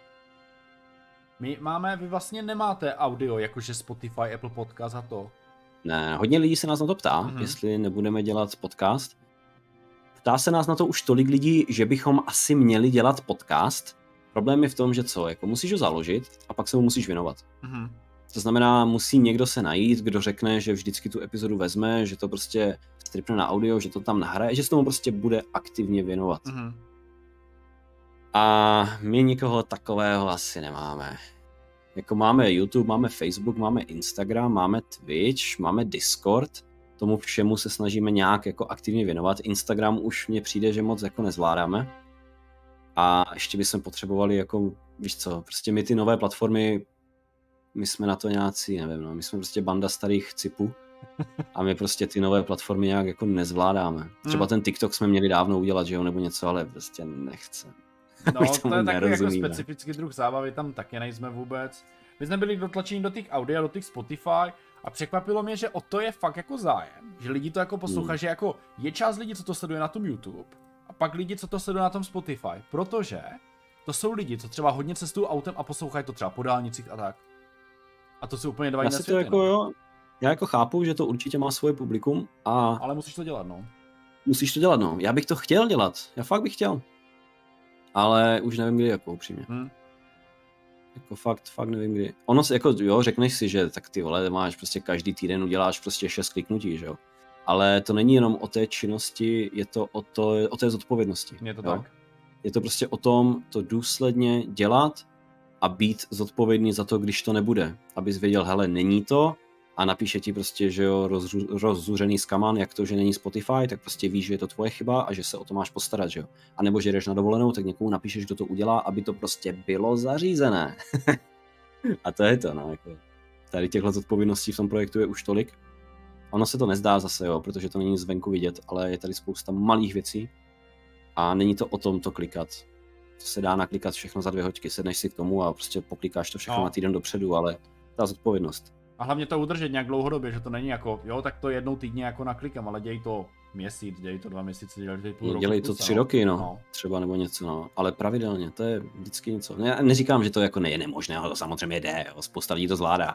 Vy vlastně nemáte audio, jakože Spotify, Apple Podcast a to. Ne, hodně lidí se nás na to ptá, jestli nebudeme dělat podcast. Ptá se nás na to už tolik lidí, že bychom asi měli dělat podcast. Problém je v tom, že jako musíš ho založit a pak se mu musíš věnovat. To znamená, musí někdo se najít, kdo řekne, že vždycky tu epizodu vezme, že to prostě stripne na audio, že to tam nahraje, že se tomu prostě bude aktivně věnovat. A my nikoho takového asi nemáme. Jako máme YouTube, máme Facebook, máme Instagram, máme Twitch, máme Discord. Tomu všemu se snažíme nějak jako aktivně věnovat. Instagram už mně přijde, že moc jako nezvládáme. A ještě bychom potřebovali jako, víš co, prostě my ty nové platformy, my jsme na to nějací, nevím, no, my jsme prostě banda starých cipů a my prostě ty nové platformy nějak jako nezvládáme. Třeba ten TikTok jsme měli dávno udělat, že jo, nebo něco, ale prostě nechce. No, to je takový jako specifický druh zábavy, tam taky nejsme vůbec. My jsme byli dotlačeni do těch audia, do těch Spotify a překvapilo mě, že o to je fakt jako zájem. Že lidi to jako poslouchají, že jako je část lidí, co to sleduje na tom YouTube a pak lidi, co to sleduje na tom Spotify, protože to jsou lidi, co třeba hodně cestují autem a poslouchají to třeba po dálnicích a tak. A to jsou úplně dva jiné světy. To jako, jo, já jako chápu, že to určitě má svoje publikum a... Ale musíš to dělat, no. Musíš to dělat, no. Já bych to chtěl dělat, já fakt bych chtěl. Ale už nevím kdy, jako upřímně. Jako fakt nevím kdy. Ono se jako, jo, řekneš si, že tak ty vole, máš prostě každý týden uděláš prostě 6 kliknutí, že jo. Ale to není jenom o té činnosti, je to o té zodpovědnosti. Je to jo? tak. Je to prostě o tom to důsledně dělat a být zodpovědný za to, když to nebude. Abys věděl, hele, není to a napíše ti prostě, že jo, rozzuřený skaman, jak to, že není Spotify, tak prostě víš, že je to tvoje chyba a že se o to máš postarat, že jo. A nebo že jdeš na dovolenou, tak někomu napíšeš, kdo to udělá, aby to prostě bylo zařízené. A to je to, no, jako. Tady těchto zodpovědností v tom projektu je už tolik. Ono se to nezdá zase, jo, protože to není zvenku vidět, ale je tady spousta malých věcí a není to o tom to klikat. To se dá naklikat všechno za 2 hodiny, sedneš si k tomu a prostě poklikáš to všechno na týden dopředu, ale ta zodpovědnost. A hlavně to udržet nějak dlouhodobě, že to není jako, jo, tak to jednou týdně jako naklikám, ale děj to měsíc, děj to 2 měsíce, děj to půl roku. Dělej to 3 roky, no, třeba nebo něco, no, ale pravidelně, to je vždycky něco. Já neříkám, že to jako je nemožné, ale to samozřejmě jde, jo, spousta lidí to zvládá.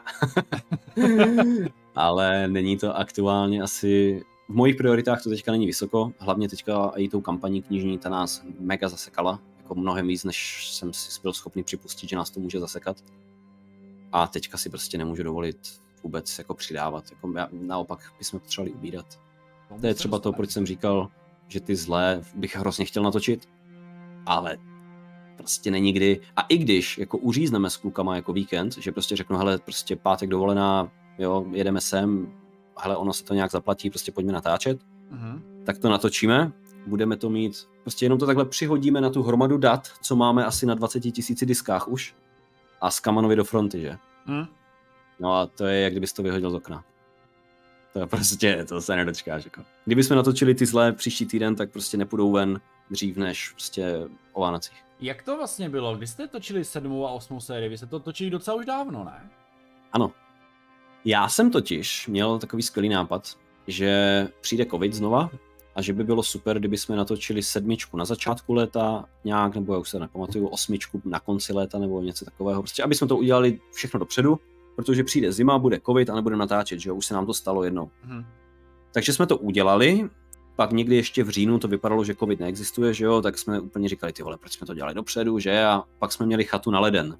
Ale není to aktuálně asi, v mojich prioritách to teďka není vysoko, hlavně teďka i tou kampaní knižní, ta nás mega zasekala, jako mnohem víc, než jsem si byl schopný připustit, že nás to může zasekat. A teďka si prostě nemůžu dovolit vůbec jako přidávat, jako naopak bychom potřebovali ubírat. To je třeba to, proč jsem říkal, že ty zlé bych hrozně chtěl natočit, ale prostě není kdy. A i když jako uřízneme s klukama jako víkend, že prostě řeknu, hele, prostě pátek dovolená, jo, jedeme sem, hele, ono se to nějak zaplatí, prostě pojďme natáčet, tak to natočíme, budeme to mít, prostě jenom to takhle přihodíme na tu hromadu dat, co máme asi na 20 000 diskách už a z Kamanovi do fronty, že? No a to je, jak kdybys to vyhodil z okna. To je prostě, to se nedočkáš. Jako. Kdybychom natočili ty zlé příští týden, tak prostě nepůjdou ven dřív než prostě o Vánocích. Jak to vlastně bylo? Když jste točili 7. a 8. sérii? Vy jste to točili docela už dávno, ne? Ano. Já jsem totiž měl takový skvělý nápad, že přijde covid znova a že by bylo super, kdyby jsme natočili 7 na začátku léta nějak, nebo já už se nepamatuju, 8 na konci léta nebo něco takového. Prostě aby jsme to udělali všechno dopředu, protože přijde zima, bude covid a nebudeme natáčet, že jo, už se nám to stalo jednou. Takže jsme to udělali, pak někdy ještě v říjnu to vypadalo, že covid neexistuje, že jo, tak jsme úplně říkali, ty vole, proč jsme to dělali dopředu, že, a pak jsme měli chatu na leden.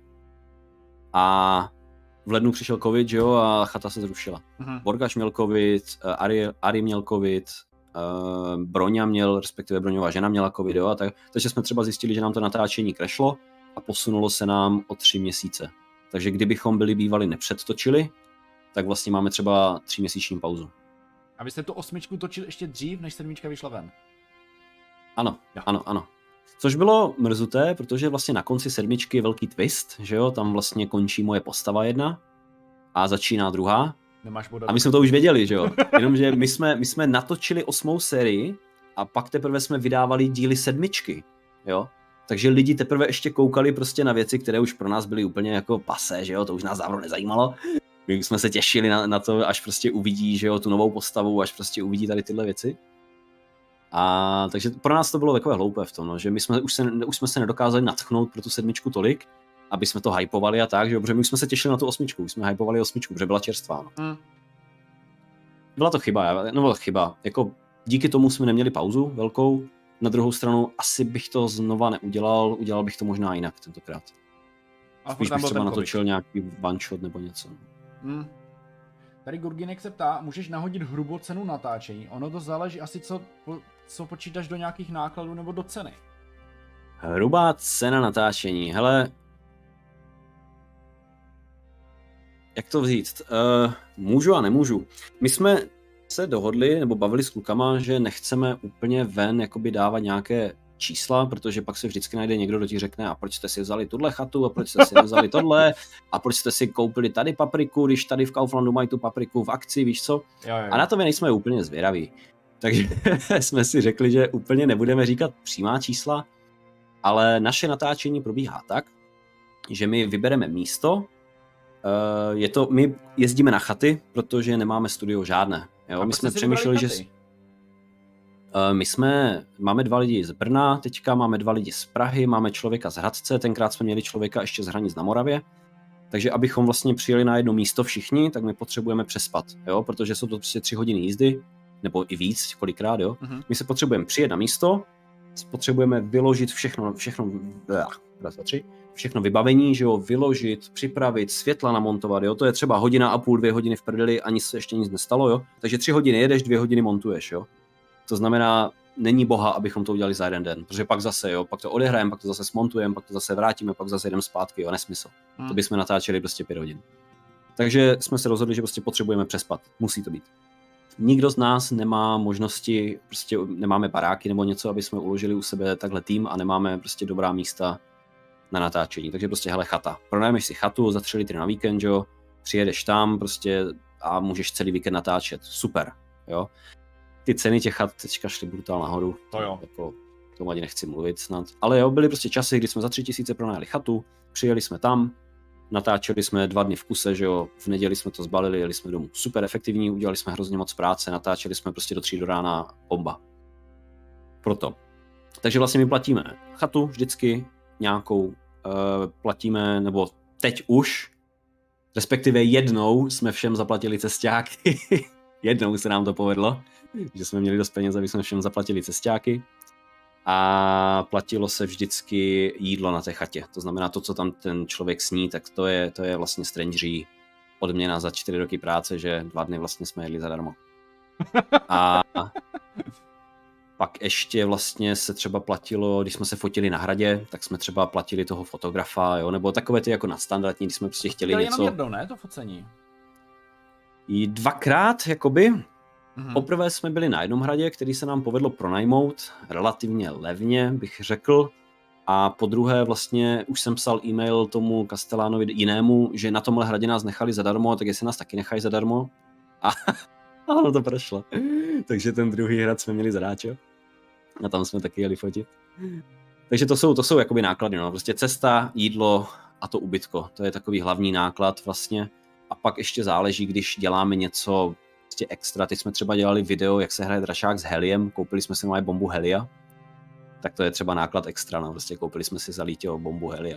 A v lednu přišel covid, že jo, a chata se zrušila. Borgaš měl covid, Ari měl covid, Broňa měl, respektive Broňová žena měla covid, jo, a takže jsme třeba zjistili, že nám to natáčení crashlo a posunulo se nám o 3 měsíce. Takže kdybychom byli bývali nepředtočili, tak vlastně máme třeba 3měsíční pauzu. A vy jste tu 8 točili ještě dřív, než 7 vyšla ven? Ano, ano. Což bylo mrzuté, protože vlastně na konci 7 je velký twist, že jo, tam vlastně končí moje postava 1 a začíná 2. A my jsme to už věděli, že jo, jenomže my jsme natočili 8. sérii a pak teprve jsme vydávali díly 7, jo. Takže lidi teprve ještě koukali prostě na věci, které už pro nás byly úplně jako pasé, že jo, to už nás dávno nezajímalo. My jsme se těšili na to, až prostě uvidí, že jo, tu novou postavu, až prostě uvidí tady tyhle věci. A takže pro nás to bylo takové hloupé v tom, no, že my jsme už jsme se nedokázali nadchnout pro tu 7 tolik, aby jsme to hypovali a tak, že jo, protože my už jsme se těšili na tu 8, už jsme hypovali 8, protože byla čerstvá. No. Byla to chyba, jako díky tomu jsme neměli pauzu velkou. Na druhou stranu asi bych to znova neudělal, udělal bych to možná jinak tentokrát. Spíš bych třeba natočil nějaký one shot nebo něco. Tady Gurginek se ptá, můžeš nahodit hrubou cenu natáčení? Ono to záleží asi, co počítáš do nějakých nákladů nebo do ceny. Hrubá cena natáčení, hele... Jak to říct? Můžu a nemůžu. My jsme se dohodli nebo bavili s klukama, že nechceme úplně ven jakoby dávat nějaké čísla, protože pak se vždycky najde někdo, kdo ti řekne, a proč jste si vzali tuhle chatu, a proč jste si nevzali tohle, a proč jste si koupili tady papriku, když tady v Kauflandu mají tu papriku v akci, víš co? Jo. A na to my nejsme úplně zvědaví. Takže jsme si řekli, že úplně nebudeme říkat přímá čísla, ale naše natáčení probíhá tak, že my vybereme místo, my jezdíme na chaty, protože nemáme studio žádné. Jo? My jsme přemýšleli, že máme 2 lidi z Brna, teďka máme 2 lidi z Prahy, máme člověka z Hradce, tenkrát jsme měli člověka ještě z Hranic na Moravě, takže abychom vlastně přijeli na jedno místo všichni, tak my potřebujeme přespat, jo? Protože jsou to prostě 3 hodiny jízdy, nebo i víc, kolikrát, jo. My se potřebujeme přijet na místo, potřebujeme vyložit všechno vybavení, že jo, vyložit, připravit, světla namontovat, jo, to je třeba 1,5 hodiny, 2 hodiny v prdeli, ani se ještě nic nestalo, jo, takže 3 hodiny jedeš, 2 hodiny montuješ, jo. To znamená, není boha, abychom to udělali za jeden den, protože pak zase, jo, pak to odehrajeme, pak to zase smontujeme, pak to zase vrátíme, pak zase jedeme zpátky, jo, nesmysl. To bychom natáčeli prostě 5 hodin. Takže jsme se rozhodli, že prostě potřebujeme přespat. Musí to být. Nikdo z nás nemá možnosti, prostě nemáme baráky nebo něco, aby jsme uložili u sebe takhle tým a nemáme prostě dobrá místa na natáčení. Takže prostě hele, chata. Pronajmeš si chatu za 3 litry na víkend, jo, přijedeš tam prostě a můžeš celý víkend natáčet. Super, jo. Ty ceny těch chat teďka šly brutál nahoru. To jo. Jako, tomu ani nechci mluvit snad. Ale jo, byly prostě časy, kdy jsme za 3 000 pronajali chatu, přijeli jsme tam, natáčeli jsme 2 dny v kuse, že jo, v neděli jsme to zbalili, jeli jsme domů. Super efektivní, udělali jsme hrozně moc práce, natáčeli jsme prostě do 3 do rána, bomba. Proto. Takže vlastně my platíme chatu vždycky nějakou, platíme, nebo teď už, respektive jednou jsme všem zaplatili cesťáky. Jednou se nám to povedlo, že jsme měli dost peněz, aby jsme všem zaplatili cesťáky. A platilo se vždycky jídlo na té chatě. To znamená to, co tam ten člověk sní, tak to je vlastně Strangeří odměna za 4 roky práce, že 2 dny vlastně jsme jedli zadarmo. A pak ještě vlastně se třeba platilo, když jsme se fotili na hradě, tak jsme třeba platili toho fotografa, jo, nebo takové ty jako nadstandardní, když jsme prostě chtěli něco. Jenom jednou, ne, to focení? I 2krát, jakoby. Poprvé jsme byli na jednom hradě, který se nám povedlo pronajmout relativně levně, bych řekl. A po druhé vlastně už jsem psal e-mail tomu Castellánovi jinému, že na tomhle hradě nás nechali zadarmo, tak jestli nás taky nechají zadarmo. A ono to prošlo. Takže ten druhý hrad jsme měli zadáčo. A tam jsme taky jeli fotit. Takže to jsou jakoby náklady, no. Prostě cesta, jídlo a to ubytko. To je takový hlavní náklad vlastně. A pak ještě záleží, když děláme něco prostě extra. Teď jsme třeba dělali video, jak se hraje drašák s heliem. Koupili jsme si novou bombu helia. Tak to je třeba náklad extra, no. Prostě koupili jsme si za Lítěho bombu helia.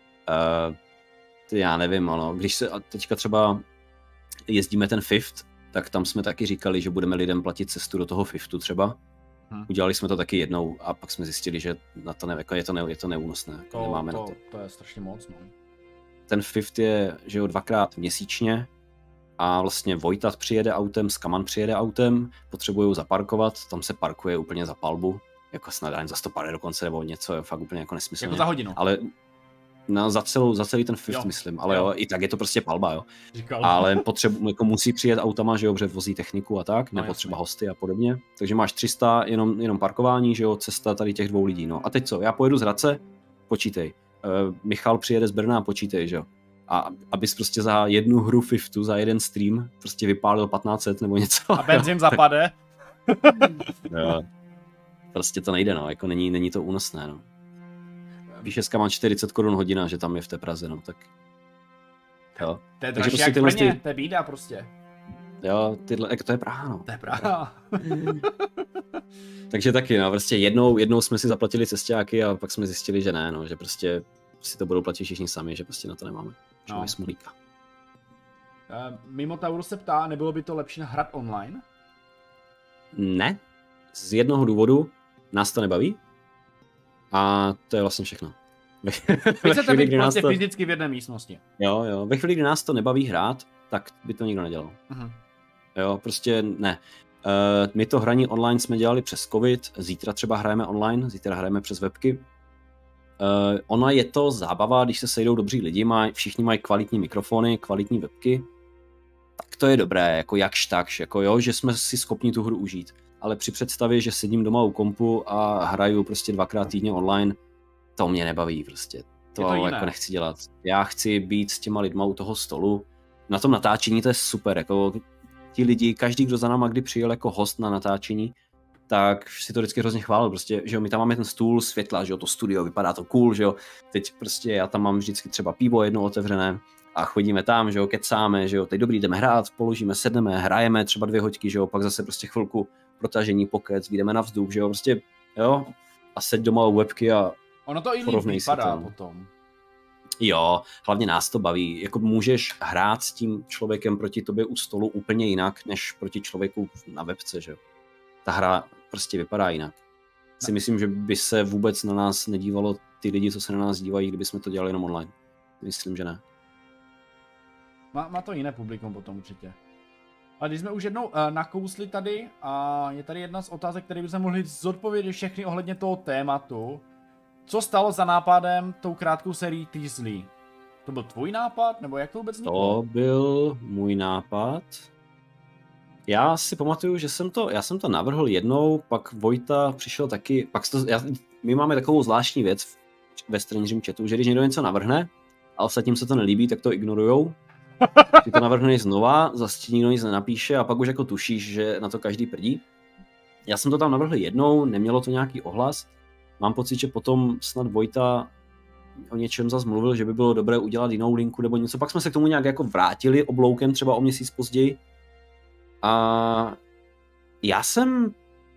Já nevím, ano. Když se teďka třeba jezdíme ten Fifth, tak tam jsme taky říkali, že budeme lidem platit cestu do toho Fiftu třeba. Udělali jsme to taky jednou a pak jsme zjistili, že na to jako je to neúnosné. Jako nemáme na to. To je strašně moc, no. Ten Fifth je, že jo, 2krát měsíčně a vlastně Vojtat přijede autem, Skaman přijede autem, potřebujou zaparkovat, tam se parkuje úplně za palbu, jako snad ani za 100 dokonce nebo něco, je fakt úplně jako nesmyslně. Jako za hodinu. Ale za celý ten Fifth, myslím, ale jo, i tak je to prostě palba, jo. Říkal. Ale jako musí přijet autama, že jo, protože vozí techniku a tak, No, nebo třeba hosty a podobně. Takže máš 300 jenom parkování, že jo, cesta tady těch 2 lidí, no. A teď co, já pojedu z Hradce, počítej. Michal přijede z Brna, počítej, že jo. A abys prostě za jednu hru Fiftu, za jeden stream, prostě vypálil 1500 nebo něco. A benzín zapade. Jo. Prostě to nejde, no, jako není to únosné, no. Výšeska má 40 Kč hodina, že tam je v té Praze, no, tak jo. To je Takže dražší prostě jak v Brně, to je bída prostě. Jo, to je Praha, no. To je Praha. Takže taky, no, prostě jednou jsme si zaplatili cestáky a pak jsme zjistili, že ne, no, že prostě si to budou platit všichni sami, že prostě na to nemáme. Že máme smolíka. Mimo Taurus se ptá, nebylo by to lepší hrát online? Ne, z jednoho důvodu nás to nebaví a to je vlastně všechno. Chcete být prostě fyzicky v jedné místnosti. Jo, ve chvíli, kdy nás to nebaví hrát, tak by to nikdo nedělal. Jo, prostě ne. My to hraní online jsme dělali přes covid, zítra třeba hrajeme online, zítra hrajeme přes webky. Ona je to zábava, když se sejdou dobří lidi, všichni mají kvalitní mikrofony, kvalitní webky, tak to je dobré, jako jakž takž, jako jo, že jsme si schopni tu hru užít. Ale při představě, že sedím doma u kompu a hraju prostě 2krát týdně online, to mě nebaví prostě. To jako nechci dělat. Já chci být s těma lidma u toho stolu. Na tom natáčení to je super, jako ti lidi, každý, kdo za náma kdy přijel jako host na natáčení, tak si to vždycky hrozně chválil, prostě, že jo, my tam máme ten stůl, světla, že jo, to studio, vypadá to cool, že jo, teď prostě já tam mám vždycky třeba pivo jedno otevřené a chodíme tam, že jo, kecáme, že jo, teď dobrý, jdeme hrát, položíme, sedneme, hrajeme třeba 2 hodiny, že jo, pak zase prostě chvilku protažení, pokec, vyjdeme na vzduch, že jo, prostě, jo, a seď doma u webky a ono to i líp vypadá potom. Jo, hlavně nás to baví. Jako můžeš hrát s tím člověkem proti tobě u stolu úplně jinak, než proti člověku na webce, že jo. Ta hra prostě vypadá jinak. Si myslím, že by se vůbec na nás nedívalo ty lidi, co se na nás dívají, kdyby jsme to dělali jenom online. Myslím, že ne. Má to jiné publikum potom určitě. A když jsme už jednou nakousli tady, a je tady jedna z otázek, které bychom mohli zodpovědět všechny ohledně toho tématu. Co stalo za nápadem tou krátkou sérií Teasley? To byl tvůj nápad, nebo jak to vůbec vzniklo? To byl můj nápad. Já si pamatuju, že já jsem to navrhl jednou, pak Vojta přišel taky, my máme takovou zvláštní věc ve Strangerem chatu, že když někdo něco navrhne a ostatním se to nelíbí, tak to ignorujou. Ty to navrhneš znova, zase nikdo nic nenapíše a pak už jako tušíš, že na to každý prdí. Já jsem to tam navrhl jednou, nemělo to nějaký ohlas. Mám pocit, že potom snad Vojta o něčem zase mluvil, že by bylo dobré udělat jinou linku nebo něco. Pak jsme se k tomu nějak jako vrátili obloukem třeba o měsíc později. A já jsem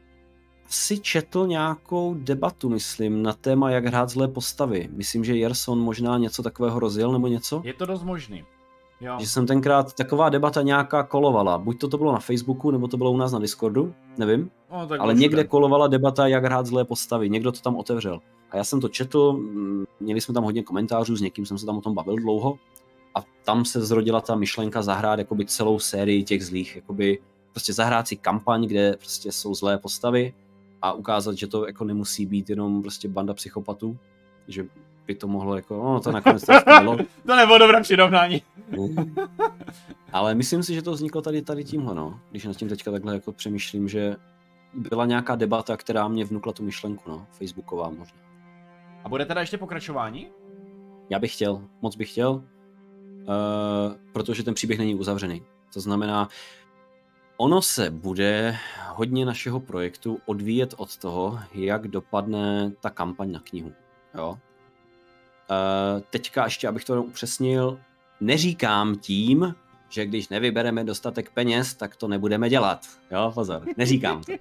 si četl nějakou debatu, myslím, na téma, jak hrát zlé postavy. Myslím, že Jerson možná něco takového rozjel nebo něco. Je to dost možný. Jo. Že jsem tenkrát taková debata nějaká kolovala. Buď to bylo na Facebooku, nebo to bylo u nás na Discordu, nevím. No, ale někde kolovala debata, jak hrát zlé postavy. Někdo to tam otevřel. A já jsem to četl, měli jsme tam hodně komentářů, s někým jsem se tam o tom bavil dlouho. A tam se zrodila ta myšlenka zahrát jakoby celou sérii těch zlých, jakoby prostě zahrát si kampaň, kde prostě jsou zlé postavy a ukázat, že to jako nemusí být jenom prostě banda psychopatů, že by to mohlo jako, no to nakonec to bylo. To nebylo dobré přirovnání. Ale myslím si, že to vzniklo tady tímhle, no. Když nad tím teďka takhle jako přemýšlím, že byla nějaká debata, která mě vnukla tu myšlenku, no, facebooková možná. A bude teda ještě pokračování? Já bych chtěl, moc bych chtěl, protože ten příběh není uzavřený. To znamená, ono se bude hodně našeho projektu odvíjet od toho, jak dopadne ta kampaň na knihu. Jo? Teďka ještě, abych to upřesnil, neříkám tím, že když nevybereme dostatek peněz, tak to nebudeme dělat. Jo, pozor, neříkám to.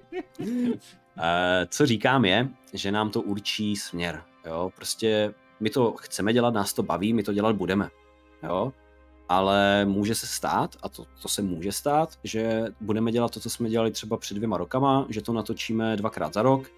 Co říkám je, že nám to určí směr. Jo? Prostě my to chceme dělat, nás to baví, my to dělat budeme. Jo? Ale může se stát, a to se může stát, že budeme dělat to, co jsme dělali třeba před 2 rokama, že to natočíme 2krát za rok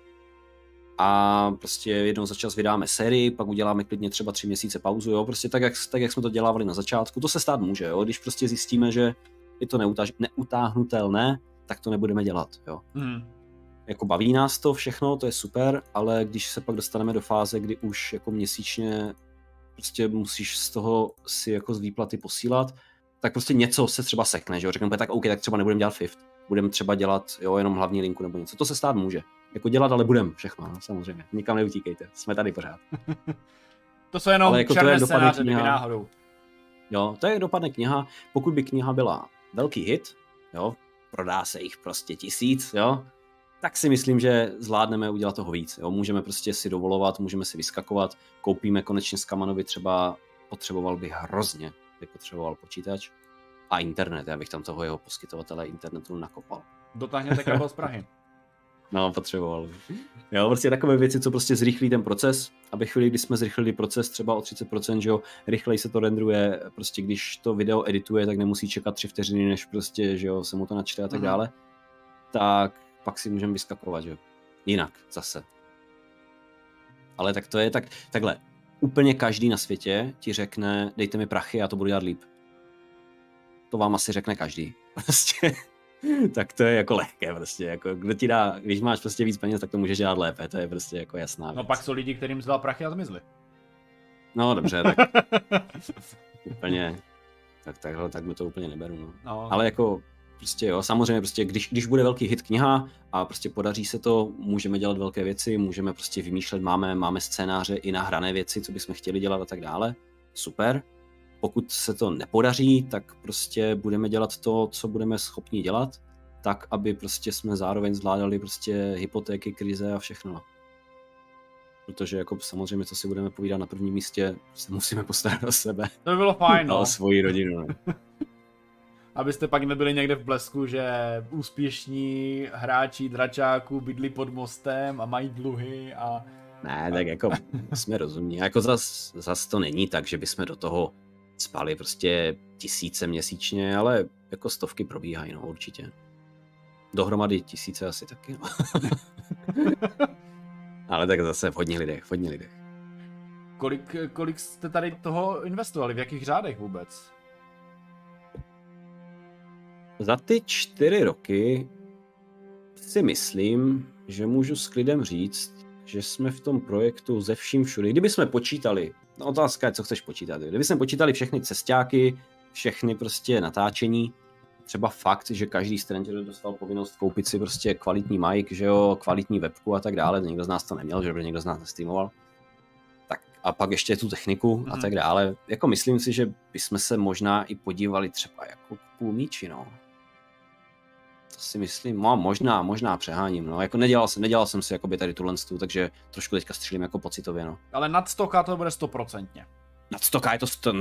a prostě jednou za čas vydáme sérii, pak uděláme klidně třeba 3 měsíce pauzu, jo? Prostě tak, jak jsme to dělávali na začátku. To se stát může, jo? Když prostě zjistíme, že je to neutáhnutelné, tak to nebudeme dělat. Jo? Jako baví nás to všechno, to je super, ale když se pak dostaneme do fáze, kdy už jako měsíčně prostě musíš z toho si jako z výplaty posílat, tak prostě něco se třeba sekne, že jo, řekneme tak OK, tak třeba nebudeme dělat Fifth, budeme třeba dělat jenom hlavní linku nebo něco, to se stát může. Jako dělat, ale budeme všechno, no, samozřejmě, nikam neutíkejte, jsme tady pořád. To jsou jenom jako černé scénáře, kdyby náhodou. Jo, to je jak dopadne kniha, pokud by kniha byla velký hit, jo, prodá se jich prostě 1000, jo, tak si myslím, že zvládneme udělat toho víc. Jo? Můžeme prostě si dovolovat, můžeme si vyskakovat, koupíme konečně z Kamanovi třeba, potřeboval bych hrozně, potřeboval počítač a internet, já bych tam toho jeho poskytovatele internetu nakopal. Dotáhněte kabel z Prahy. No, potřeboval. Jo, prostě takové věci, co prostě zrychlí ten proces, aby chvíli, kdy jsme zrychlili proces třeba o 30%, že jo, rychleji se to renderuje, prostě když to video edituje, tak nemusí čekat 3 vteřiny, než prostě, že jo, se mu to načte a tak dále, tak pak si můžeme vyskakovat, že jo. Jinak zase. Ale tak to je takhle. Úplně každý na světě ti řekne, dejte mi prachy a to budu dělat líp. To vám asi řekne každý. Prostě. Tak to je jako lehké prostě. Jako, kdo ti dá, když máš prostě víc peněz, tak to můžeš dělat lépe. To je prostě jako jasná věc. No pak jsou lidi, kterým zdal prachy a zmizli. No dobře, tak úplně. Tak by to úplně neberu. No. Ale jako prostě jo, samozřejmě prostě, když bude velký hit kniha a prostě podaří se to, můžeme dělat velké věci, můžeme prostě vymýšlet, máme scénáře i na hrané věci, co bychom chtěli dělat a tak dále. Super. Pokud se to nepodaří, tak prostě budeme dělat to, co budeme schopni dělat, tak, aby prostě jsme zároveň zvládali prostě hypotéky, krize a všechno. Protože jako samozřejmě, co si budeme povídat na prvním místě, se musíme postarat o sebe. To by bylo fajn, no. O svoji rodinu, no. Abyste pak nebyli někde v blesku, že úspěšní hráči dračáků bydlí pod mostem a mají dluhy a... Ne, tak jako jsme rozumní. Jako zas to není tak, že bychom do toho spali prostě 1000 měsíčně, ale jako 100 probíhají, no určitě. Dohromady 1000 asi taky, no. Ale tak zase v hodně lidech. Kolik jste tady toho investovali? V jakých řádech vůbec? Za ty 4 roky si myslím, že můžu s klidem říct, že jsme v tom projektu ze vším všude. Kdyby jsme počítali No, otázka je, co chceš počítat. Kdyby jsme počítali všechny cestáky, všechny prostě natáčení, třeba fakt, že každý Stranger dostal povinnost koupit si prostě kvalitní mic, že jo, kvalitní webku a tak dále, nikdo z nás to neměl, že někdo z nás nestreamoval. Tak a pak ještě tu techniku a tak dále. Jako myslím si, že bychom se možná i podívali třeba jako k půlmíči, no. To si myslím, no, možná přeháním, no. Jako nedělal jsem si jakoby tady tuhle stůl, takže trošku teďka střílím jako pocitově, no. Ale nad 100k to bude 100%. Nad 100k je to 100...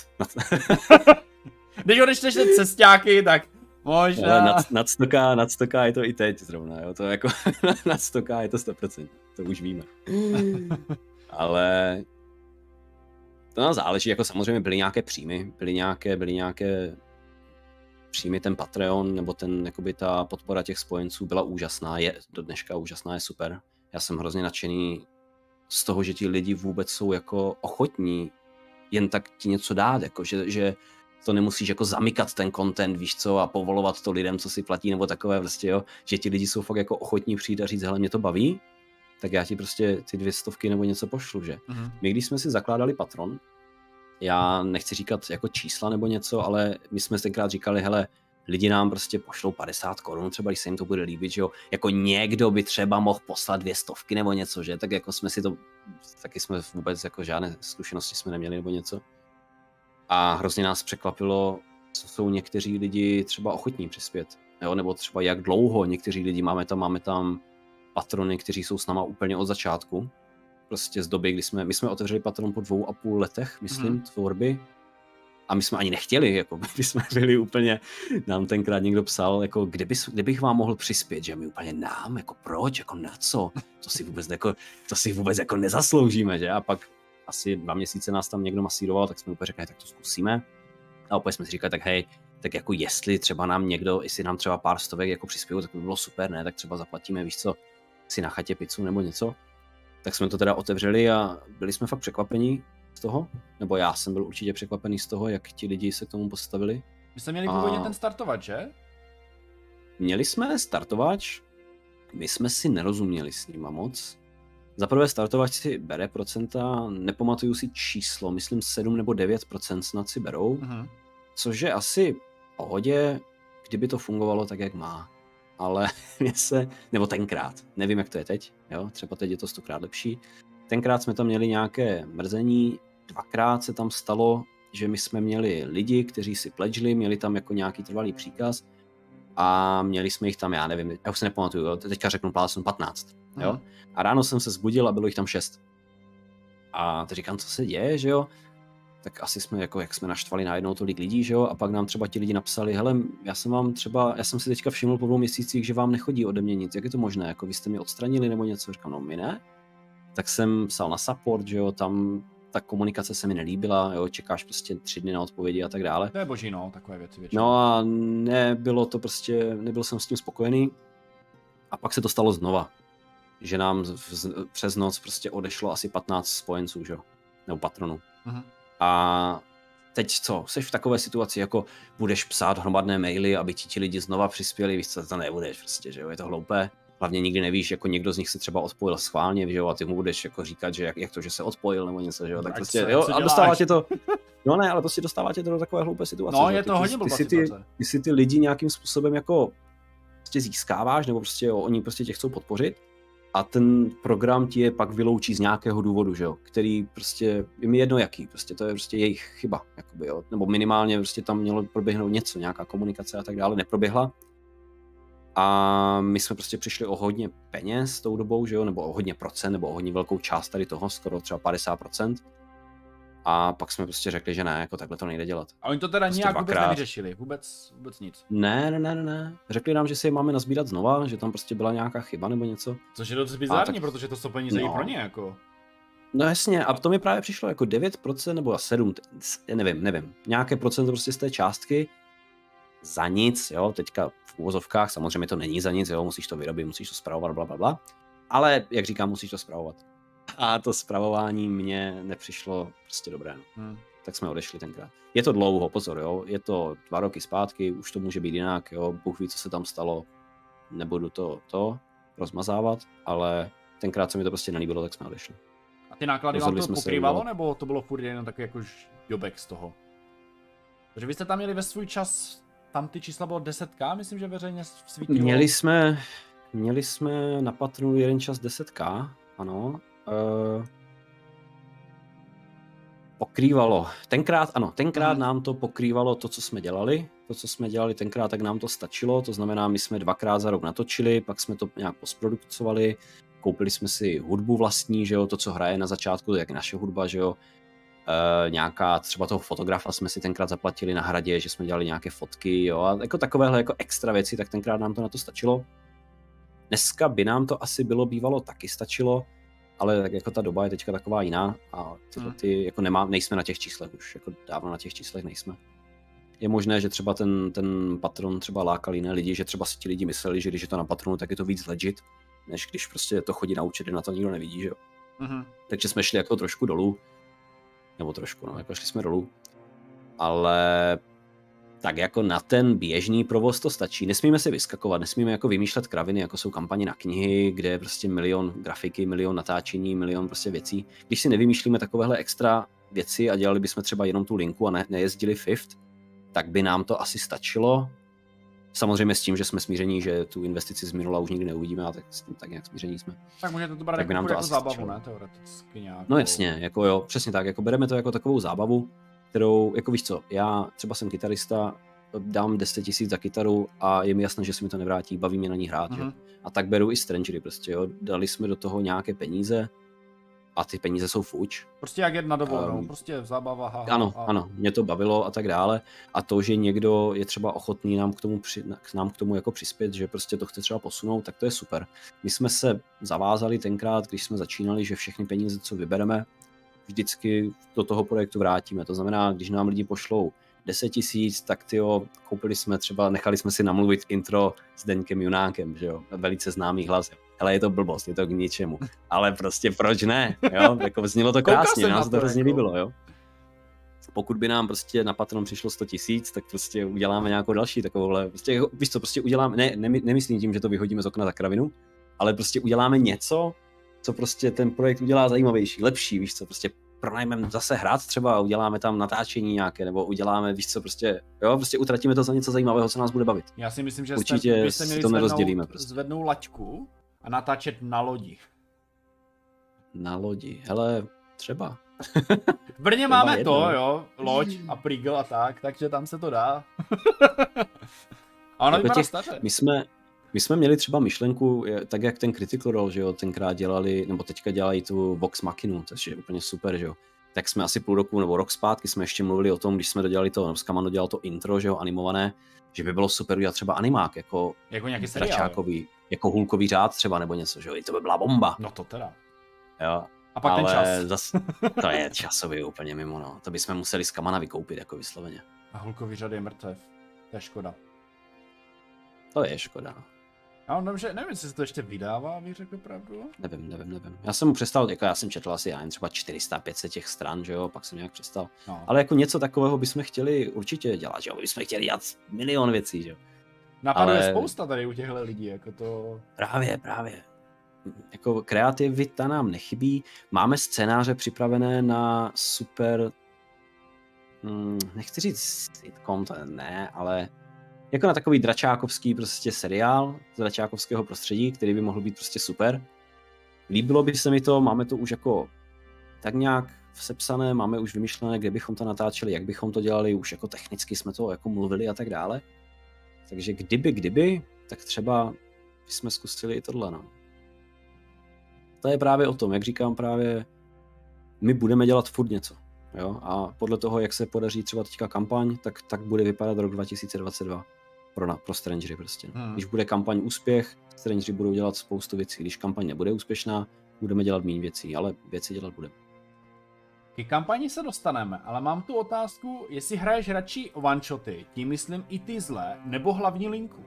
Když odečteš cestáky, tak možná... Nad 100k je to i teď zrovna, jo. To jako nad 100k je to 100%, to už víme. Ale to záleží, jako samozřejmě byly nějaké příjmy, byly nějaké příjmy, ten Patreon, nebo jakoby ta podpora těch spojenců byla úžasná, je do dneška úžasná, je super. Já jsem hrozně nadšený z toho, že ti lidi vůbec jsou jako ochotní jen tak ti něco dát, jako že to nemusíš jako zamykat ten content, víš co, a povolovat to lidem, co si platí, nebo takové vlastně, jo, že ti lidi jsou fakt jako ochotní přijít a říct, hele, mě to baví, tak já ti prostě ty 200 nebo něco pošlu, že? My, když jsme si zakládali Patron, já nechci říkat jako čísla nebo něco, ale my jsme tenkrát říkali, hele, lidi nám prostě pošlou 50 korun, třeba když se jim to bude líbit, že jo, jako někdo by třeba mohl poslat 200 nebo něco, že, tak jako jsme si to, taky jsme vůbec jako žádné zkušenosti jsme neměli nebo něco. A hrozně nás překvapilo, co jsou někteří lidi třeba ochotní přispět, jo, nebo třeba jak dlouho někteří lidi, máme tam patrony, kteří jsou s náma úplně od začátku, prostě z doby, kdy my jsme otevřeli Patron po 2,5 letech, myslím, tvorby, a my jsme ani nechtěli, jako my jsme byli úplně, nám tenkrát někdo psal, jako kdybych vám mohl přispět, že my úplně nám, jako proč, jako na co, to si vůbec jako nezasloužíme, že, a pak asi 2 měsíce nás tam někdo masíroval, tak jsme úplně řekli, tak to zkusíme, a opět jsme si říkali, tak hej, tak jako jestli nám třeba pár stovek jako přispějou, tak by bylo super, ne, tak třeba zaplatíme, víš co, si na chatě pizzu nebo něco, tak jsme to teda otevřeli a byli jsme fakt překvapení z toho, nebo já jsem byl určitě překvapený z toho, jak ti lidi se k tomu postavili. My jsme měli původně ten startovač, že? Měli jsme startovač, my jsme si nerozuměli s nima moc. Za prvé startovač si bere procenta, nepamatuju si číslo, myslím 7 nebo 9% snad si berou, což je asi v pohodě, kdyby to fungovalo tak, jak má. Ale nebo tenkrát, nevím, jak to je teď, jo, třeba teď je to 100krát lepší. Tenkrát jsme tam měli nějaké mrzení, 2krát se tam stalo, že my jsme měli lidi, kteří si pledžili, měli tam jako nějaký trvalý příkaz a měli jsme jich tam, já nevím, já už se nepamatuju, jo, teďka řeknu plásnu 15, jo. A ráno jsem se zbudil a bylo jich tam 6. A teď říkám, co se děje, že jo. Tak asi jsme jako, jak jsme naštvali najednou tolik lidí, že jo, a pak nám třeba ti lidi napsali, hele, já jsem si teďka všiml po 2 měsících, že vám nechodí ode mě nic, jak je to možné, jako vy jste mě odstranili nebo něco, říkám, no my ne. Tak jsem psal na support, že jo, tam ta komunikace se mi nelíbila, jo, čekáš prostě 3 dny na odpovědi a tak dále. To je boží, no, takové věci většinou. No a nebyl jsem s tím spokojený a pak se to stalo znova, že nám přes noc prostě odešlo asi 15 spojenců, že jo, nebo patronů. A teď co, jsi v takové situaci, jako budeš psát hromadné maily, aby ti lidi znova přispěli, víš co, to nebudeš prostě, že jo, je to hloupé. Hlavně nikdy nevíš, jako někdo z nich se třeba odpojil schválně, že jo, a ty mu budeš jako říkat, že jak to, že se odpojil nebo něco, že jo, tak prostě, jo, a dostává tě to, no ne, ale prostě dostává tě to do takové hloupé situace. No, je to hodně blbá situace. Ty si ty lidi nějakým způsobem jako prostě získáváš, nebo prostě jo, oni prostě tě chcou podpořit a ten program ti je pak vyloučí z nějakého důvodu, že jo, který prostě, je mi jedno jaký, prostě to je prostě jejich chyba, jakoby, jo, nebo minimálně prostě tam mělo proběhnout něco, nějaká komunikace a tak dále, neproběhla. A my jsme prostě přišli o hodně peněz tou dobou, že jo, nebo o hodně procent, nebo o hodně velkou část tady toho, skoro třeba 50%. A pak jsme prostě řekli, že ne, jako takhle to nejde dělat. A oni to teda prostě nějak vůbec nevyřešili, vůbec nic. Ne. Řekli nám, že si je máme nazbírat znova, že tam prostě byla nějaká chyba nebo něco. Což je docela bizarní, protože to jsou peníze i pro ně, jako. No jasně, a to mi právě přišlo jako 9% nebo 7%, nevím, nějaké procento prostě z té částky za nic, jo, teďka v uvozovkách, samozřejmě to není za nic, jo, musíš to vyrobit, musíš to spravovat, blablabla, ale jak říkám, musíš to spravovat. A to spravování mně nepřišlo prostě dobré, no. Tak jsme odešli tenkrát. Je to dlouho, pozor, jo, je to 2 roky zpátky, už to může být jinak, jo, Bůh ví, co se tam stalo, nebudu to rozmazávat, ale tenkrát se mi to prostě nelíbilo, tak jsme odešli. A ty náklady vám to pokrývalo, nebo to bylo furt jen takový jako jobek z toho? Protože vy jste tam měli ve svůj čas, tam ty čísla bylo 10k, myslím, že veřejně svítilo. Měli jsme na patronu jeden čas 10k, ano. Pokrývalo. Tenkrát nám to pokrývalo to, co jsme dělali. To, co jsme dělali tenkrát, tak nám to stačilo. To znamená, my jsme 2krát za rok natočili, pak jsme to nějak postprodukovali. Koupili jsme si hudbu vlastní, že jo, to, co hraje na začátku, jak naše hudba, že jo. Nějaká, třeba toho fotografa jsme si tenkrát zaplatili na Hradě, že jsme dělali nějaké fotky, jo, a jako takovéhle jako extra věci, tak tenkrát nám to na to stačilo. Dneska by nám to asi bývalo taky stačilo, ale tak jako ta doba je teďka taková jiná a ty jako nejsme na těch číslech už, jako dávno na těch číslech nejsme. Je možné, že třeba ten patron třeba lákal jiné lidi, že třeba si ti lidi mysleli, že když je to na patronu, tak je to víc legit, než když prostě to chodí na účet, na to nikdo nevidí, že jo. Takže jsme šli jako trošku dolů, nebo trošku, no, jako šli jsme dolů, ale tak jako na ten běžný provoz to stačí. Nesmíme se vyskakovat, nesmíme jako vymýšlet kraviny, jako jsou kampaně na knihy, kde je prostě milion grafiky, milion natáčení, milion prostě věcí. Když si nevymýšlíme takovéhle extra věci a dělali bychom třeba jenom tu linku a nejezdili Fifth, tak by nám to asi stačilo. Samozřejmě s tím, že jsme smíření, že tu investici z minula už nikdy neuvidíme, a tak s tím tak nějak smíření jsme. Tak můžete to brát jako zábavu, ne? Teoreticky nějakou... No jasně, jako jo, přesně tak, jako bereme to jako takovou zábavu, kterou, jako víš co, já třeba jsem kytarista, dám 10 000 za kytaru a je mi jasné, že se mi to nevrátí, baví mě na ní hrát, že? A tak beru i Strangery prostě, jo, dali jsme do toho nějaké peníze a ty peníze jsou fuč. Prostě jak jedna dovolenou, prostě zábava. Ano, mě to bavilo a tak dále a to, že někdo je třeba ochotný nám k tomu jako přispět, že prostě to chce třeba posunout, tak to je super. My jsme se zavázali tenkrát, když jsme začínali, že všechny peníze, co vybereme, vždycky do toho projektu vrátíme. To znamená, když nám lidi pošlou 10 000, tak nechali jsme si namluvit intro s Deňkem Junákem, že jo, velice známý hlas. Hele, je to blbost, je to k ničemu. Ale prostě proč ne, jo, jako znělo to krásně, nám se to hrozně líbilo, jo. Pokud by nám prostě na Patreon přišlo 100 000, tak prostě uděláme nějakou další takovouhle, prostě, víš co, prostě uděláme, nemyslím tím, že to vyhodíme z okna za kravinu, ale prostě uděláme něco, co prostě ten projekt udělá zajímavější, lepší, víš co, prostě pronajmeme zase hrát třeba, uděláme tam natáčení nějaké, nebo uděláme, víš co, prostě, jo, prostě utratíme to za něco zajímavého, co nás bude bavit. Já si myslím, že určitě byste měli zvednout laťku a natáčet na lodi. Na lodi, hele, třeba. V Brně máme to, jo, loď a prigl a tak, takže tam se to dá. A ono vypadá staře. My jsme měli třeba myšlenku, tak jak ten Critical Role, že jo, tenkrát dělali, nebo teďka dělají tu Vox Machinu, což je úplně super, že jo. Tak jsme asi půl roku nebo rok zpátky jsme ještě mluvili o tom, když jsme dodělali to, Skamano dělal to intro, že jo, animované, že by bylo super udělat třeba animák, jako nějaký seriál, jako Hulkový řád třeba, nebo něco, že jo, to by byla bomba. No to teda. Jo. A pak ten čas. Zas, to je časový úplně mimo, no. To bychom museli Skamana vykoupit, jako vysloveně. A Hulkový řád je mrtev. To je škoda. To je škoda, no. Já nevím, jestli se to ještě vydává, bych řekl pravdu. Nevím. Já jsem mu přestal, jako já jsem četl asi jen třeba 400-500 těch stran, že jo, pak jsem nějak přestal. No. Ale jako něco takového bychom chtěli určitě dělat, že jo, bychom chtěli dělat milion věcí, že jo. Napaduje spousta tady u těchto lidí, jako to... Právě. Jako kreativita nám nechybí, máme scénáře připravené na super, nechci říct sitcom, to ne, ale jako na takový dračákovský prostě seriál z dračákovského prostředí, který by mohl být prostě super. Líbilo by se mi to, máme to už jako tak nějak sepsané, máme už vymyšlené, kde bychom to natáčeli, jak bychom to dělali, už jako technicky jsme to jako mluvili a tak dále. Takže kdyby, tak třeba bychom zkusili i tohle, no. To je právě o tom, jak říkám právě, my budeme dělat furt něco, jo, a podle toho, jak se podaří třeba teďka kampaň, tak bude vypadat rok 2022 pro Strangery prostě. Když bude kampaň úspěch, Strangery budou dělat spoustu věcí, když kampaň nebude úspěšná, budeme dělat méně věcí, ale věci dělat budeme. K kampani se dostaneme, ale mám tu otázku, jestli hraješ radši one-shoty, tím myslím i ty zlé, nebo hlavní linku?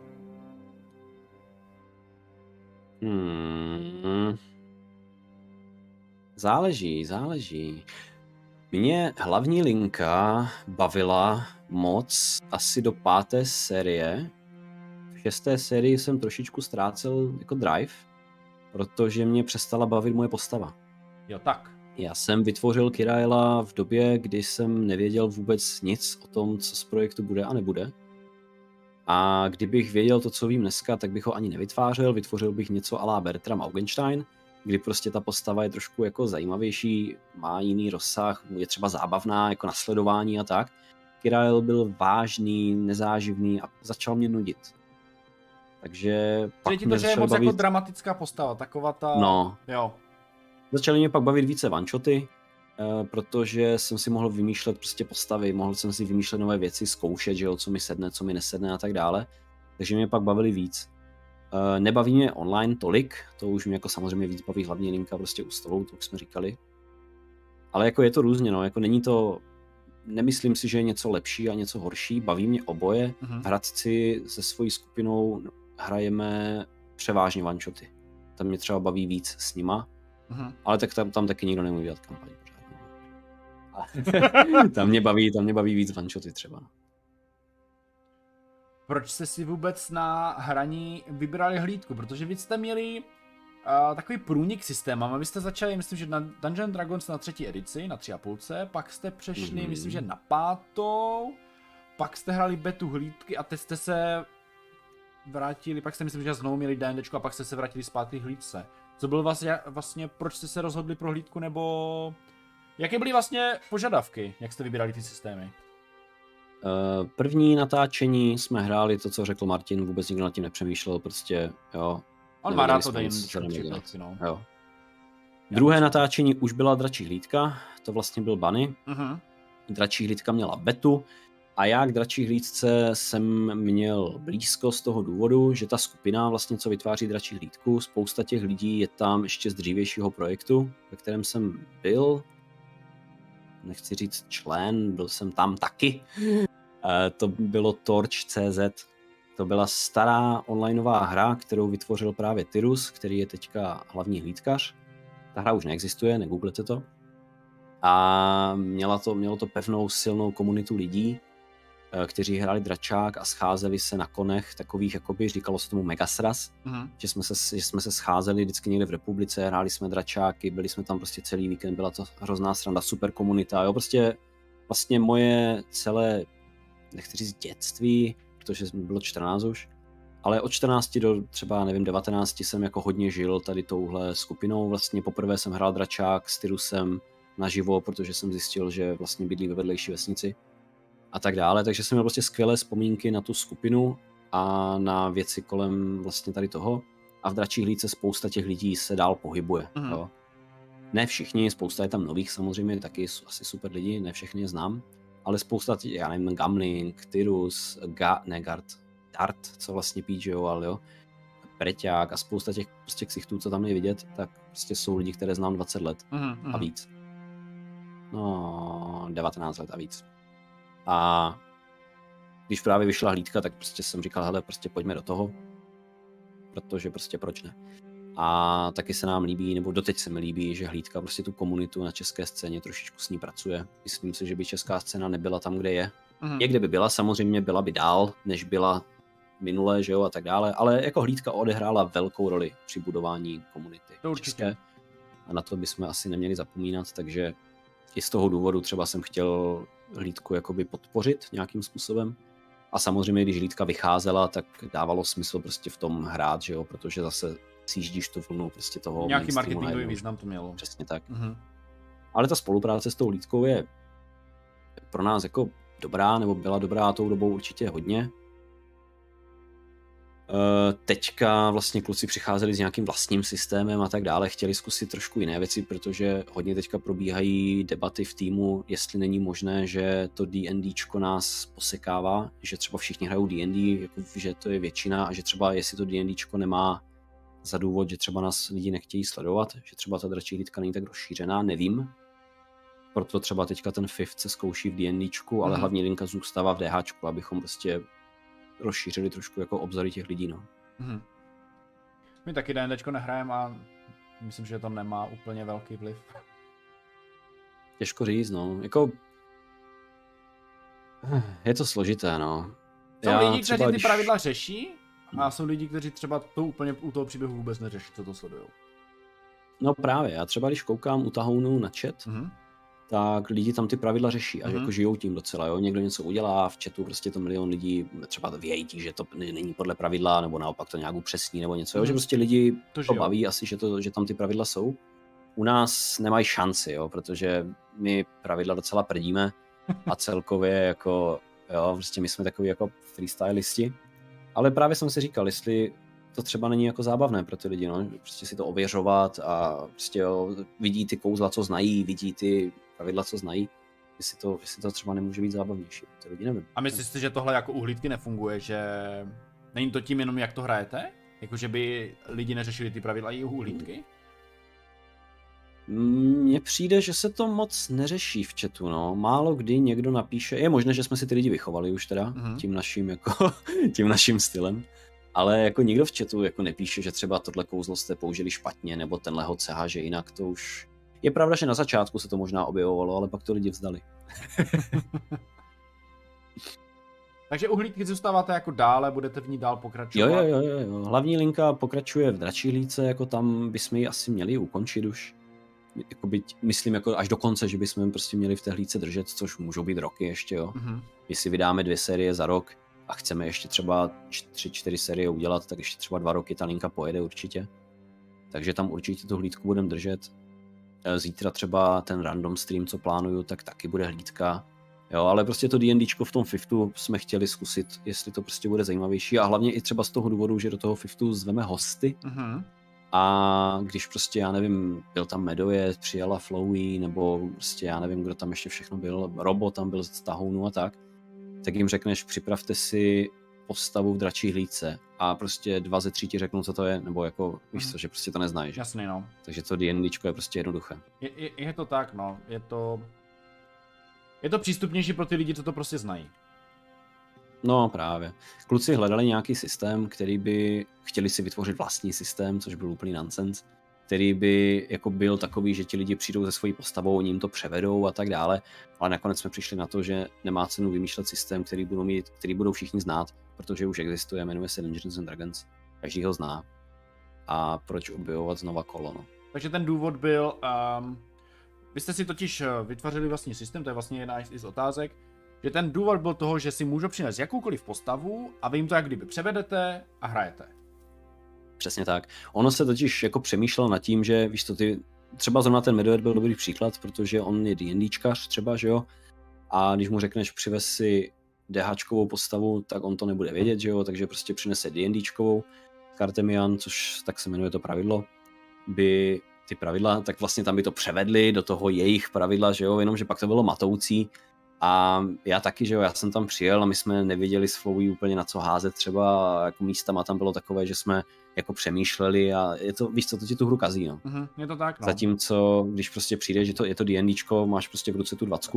Záleží. Mě hlavní linka bavila moc asi do 5. série. V 6. sérii jsem trošičku ztrácel jako drive, protože mě přestala bavit moje postava. Jo tak. Já jsem vytvořil Kyraela v době, kdy jsem nevěděl vůbec nic o tom, co z projektu bude a nebude. A kdybych věděl to, co vím dneska, tak bych ho ani nevytvářel, vytvořil bych něco à la Bertram Augenstein, kdy prostě ta postava je trošku jako zajímavější, má jiný rozsah, je třeba zábavná, jako nasledování a tak. Kyrael byl vážný, nezáživný a začal mě nudit. Takže pak mě začaly bavit... jako dramatická postava, taková ta... No. Jo. Začaly mě pak bavit více one-shoty, protože jsem si mohl vymýšlet prostě postavy, mohl jsem si vymýšlet nové věci, zkoušet, že jo, co mi sedne, co mi nesedne a tak dále. Takže mě pak bavili víc. Nebaví mě online tolik, to už mě jako samozřejmě víc baví hlavně linka prostě u stolu, to už jsme říkali. Ale jako je to různě, no, jako není to, nemyslím si, že je něco lepší a něco horší, baví mě oboje. Hradci se svojí skupinou hrajeme převážně one-shoty. Tam mě třeba baví víc s nima, ale tak tam taky nikdo nemůže dělat kampaň. tam mě baví víc one-shoty třeba. Proč jste si vůbec na hraní vybrali hlídku? Protože vy jste měli takový průnik systémem, a vy jste začali, myslím, že na Dungeons Dragons na 3. edici, na 3,5, pak jste přešli, myslím, že na 5, pak jste hráli betu hlídky a teď jste se vrátili, pak jste myslím, že znovu měli D&Dčko a pak jste se vrátili zpátky k hlídce. Co bylo vlastně, proč jste se rozhodli pro hlídku, nebo jaké byly vlastně požadavky, jak jste vybírali ty systémy? První natáčení jsme hráli to, co řekl Martin, vůbec nikdo nad tím nepřemýšlel, prostě jo. On má rád to D&Dčko, no. Jo. Druhé natáčení už byla Dračí hlídka, to vlastně byl Bunny. Dračí hlídka měla betu a já k Dračí hlídce jsem měl blízko z toho důvodu, že ta skupina vlastně, co vytváří Dračí hlídku, spousta těch lidí je tam ještě z dřívějšího projektu, ve kterém jsem byl. Nechci říct člen, byl jsem tam taky. To bylo Torch.cz. To byla stará onlineová hra, kterou vytvořil právě Tyrus, který je teďka hlavní hlídkař. Ta hra už neexistuje, negooglete to. A mělo to pevnou, silnou komunitu lidí, kteří hráli dračák a scházeli se na konech takových, jakoby říkalo se tomu megasraz, že jsme se scházeli vždycky někde v republice, hráli jsme dračáky, byli jsme tam prostě celý víkend, byla to hrozná sranda, super komunita, jo, prostě vlastně moje celé, nechci říct dětství, protože mi bylo 14 už, ale od 14 do třeba, nevím, 19 jsem jako hodně žil tady touhle skupinou, vlastně poprvé jsem hrál dračák s Tyrusem naživo, protože jsem zjistil, že vlastně bydlí ve vedlejší vesnici a tak dále, takže jsem měl prostě skvělé vzpomínky na tu skupinu a na věci kolem vlastně tady toho a v Dračí hlídce spousta těch lidí se dál pohybuje. Jo. Ne všichni, spousta je tam nových samozřejmě, taky asi super lidi, ne všechny je znám, ale spousta, já nevím, Gamling, Tyrus, Dart, co vlastně PGO, jo, Preťák a spousta těch prostě ksichtů, co tam je vidět, tak prostě jsou lidi, které znám 20 let a víc. No, 19 let a víc. A když právě vyšla hlídka, tak prostě jsem říkal, hele, prostě pojďme do toho, protože prostě proč ne. A taky se nám líbí, nebo doteď se mi líbí, že hlídka prostě tu komunitu na české scéně trošičku s ní pracuje. Myslím si, že by česká scéna nebyla tam, kde je. Je, kde by byla, samozřejmě byla by dál, než byla minule, že jo, a tak dále, ale jako hlídka odehrála velkou roli při budování komunity české. A na to bychom asi neměli zapomínat, takže i z toho důvodu třeba jsem chtěl hlídku jakoby podpořit nějakým způsobem. A samozřejmě, když hlídka vycházela, tak dávalo smysl prostě v tom hrát, že jo, protože zase sjíždíš tu vlnu prostě toho nějaký marketingový význam to mělo. Přesně tak. Ale ta spolupráce s tou hlídkou je pro nás jako dobrá, nebo byla dobrá tou dobou určitě hodně. Teďka vlastně kluci přicházeli s nějakým vlastním systémem a tak dále, chtěli zkusit trošku jiné věci, protože hodně teďka probíhají debaty v týmu, jestli není možné, že to D&Dčko nás posekává, že třeba všichni hrajou D&D, jako, že to je většina a že třeba jestli to D&Dčko nemá za důvod, že třeba nás lidi nechtějí sledovat, že třeba ta dračí hlídka není tak rozšířená, nevím. Proto třeba teďka ten Fifth se zkouší v D&Dčku, ale hlavně linka zůstává v DHčku, abychom prostě rozšířili trošku jako obzory těch lidí, no. My taky D&Dčko nehrajeme a myslím, že to nemá úplně velký vliv. Těžko říct, no. Jako je to složité, no. Jsou lidi, kteří ty pravidla řeší a jsou lidi, kteří třeba to úplně u toho příběhu vůbec neřeší, co to sledujou. No právě, já třeba když koukám u tahounů na chat, tak lidi tam ty pravidla řeší a jako žijou tím docela, jo. Někdo něco udělá, v chatu prostě to milion lidí třeba vědí, že to není podle pravidla, nebo naopak to nějak upřesní nebo něco, jo. Že prostě lidi to baví asi, že tam ty pravidla jsou. U nás nemají šanci, jo, protože my pravidla docela prdíme a celkově jako, jo, prostě my jsme takový jako freestylisti, ale právě jsem si říkal, jestli to třeba není jako zábavné pro ty lidi, no, prostě si to ověřovat a prostě jo, vidí ty kouzla, co znají, vidí ty pravidla, co znají, jestli to třeba nemůže být zábavnější, to lidi nevím. A myslíš si, že tohle jako u hlídky nefunguje, že není to tím jenom, jak to hrajete? Jako, že by lidi neřešili ty pravidla i u hlídky? Mně přijde, že se to moc neřeší v chatu, no. Málo kdy někdo napíše, je možné, že jsme si ty lidi vychovali už teda, tím naším stylem, ale jako nikdo v chatu jako nepíše, že třeba tohle kouzlo jste použili špatně, nebo tenhle ho že jinak, to už... Je pravda, že na začátku se to možná objevovalo, ale pak to lidi vzdali. Takže u hlídky zůstáváte jako dále, budete v ní dál pokračovat? Jo. Hlavní linka pokračuje v dračí hlídce, jako tam bychom ji asi měli ukončit už. Jakoby, myslím jako až do konce, že bychom prostě měli v té hlídce držet, což můžou být roky ještě, jo. Jestli vydáme 2 série za rok a chceme ještě třeba 3-4 série udělat, tak ještě třeba 2 roky ta linka pojede určitě. Takže tam určitě tu hlídku budeme držet. Zítra třeba ten random stream, co plánuju, tak taky bude hlídka. Jo, ale prostě to D&Dčko v tom Fiftu jsme chtěli zkusit, jestli to prostě bude zajímavější a hlavně i třeba z toho důvodu, že do toho Fiftu zveme hosty. A když prostě, já nevím, byl tam Medoje, přijela Flowey, nebo prostě já nevím, kdo tam ještě všechno byl, Robo tam byl z tahounu a tak jim řekneš, připravte si postavu v dračí hlídce a prostě 2 ze 3 ti řeknou, co to je, nebo jako, víš co, že prostě to neznají. Jasný, no. Takže to D&Dčko je prostě jednoduché. Je to tak, no. Je to přístupnější pro ty lidi, co to prostě znají. No právě. Kluci hledali nějaký systém, který by chtěli si vytvořit vlastní systém, což byl úplný nonsense, který by jako byl takový, že ti lidi přijdou se svojí postavou, oni jim to převedou a tak dále, ale nakonec jsme přišli na to, že nemá cenu vymýšlet systém, který budou všichni znát, protože už existuje, jmenuje se Dungeons and Dragons, každý ho zná. A proč objevovat znova kolo, no. Takže ten důvod byl, vy jste si totiž vytvořili vlastní systém, to je vlastně jedna z otázek, že ten důvod byl toho, že si můžu přinést jakoukoliv postavu a vy jim to jak kdyby převedete a hrajete. Přesně tak. Ono se totiž jako přemýšlel nad tím, že víš co, třeba zrovna ten Medvěd byl dobrý příklad, protože on je D&Dčkař třeba, že jo, a když mu řekneš přivez si DHčkovou postavu, tak on to nebude vědět, že jo, takže prostě přinese D&Dčkovou Kartemian, což tak se jmenuje to pravidlo, by ty pravidla, tak vlastně tam by to převedli do toho jejich pravidla, že jo, jenomže pak to bylo matoucí. A já taky, že jo, já jsem tam přijel a my jsme nevěděli s Flowey úplně na co házet třeba, jako místama tam bylo takové, že jsme jako přemýšleli a je to, víš co, to ti tu hru kazí, no. Je to tak, no. Zatímco, když prostě přijde, že je to D&Dčko, máš prostě v ruce tu 20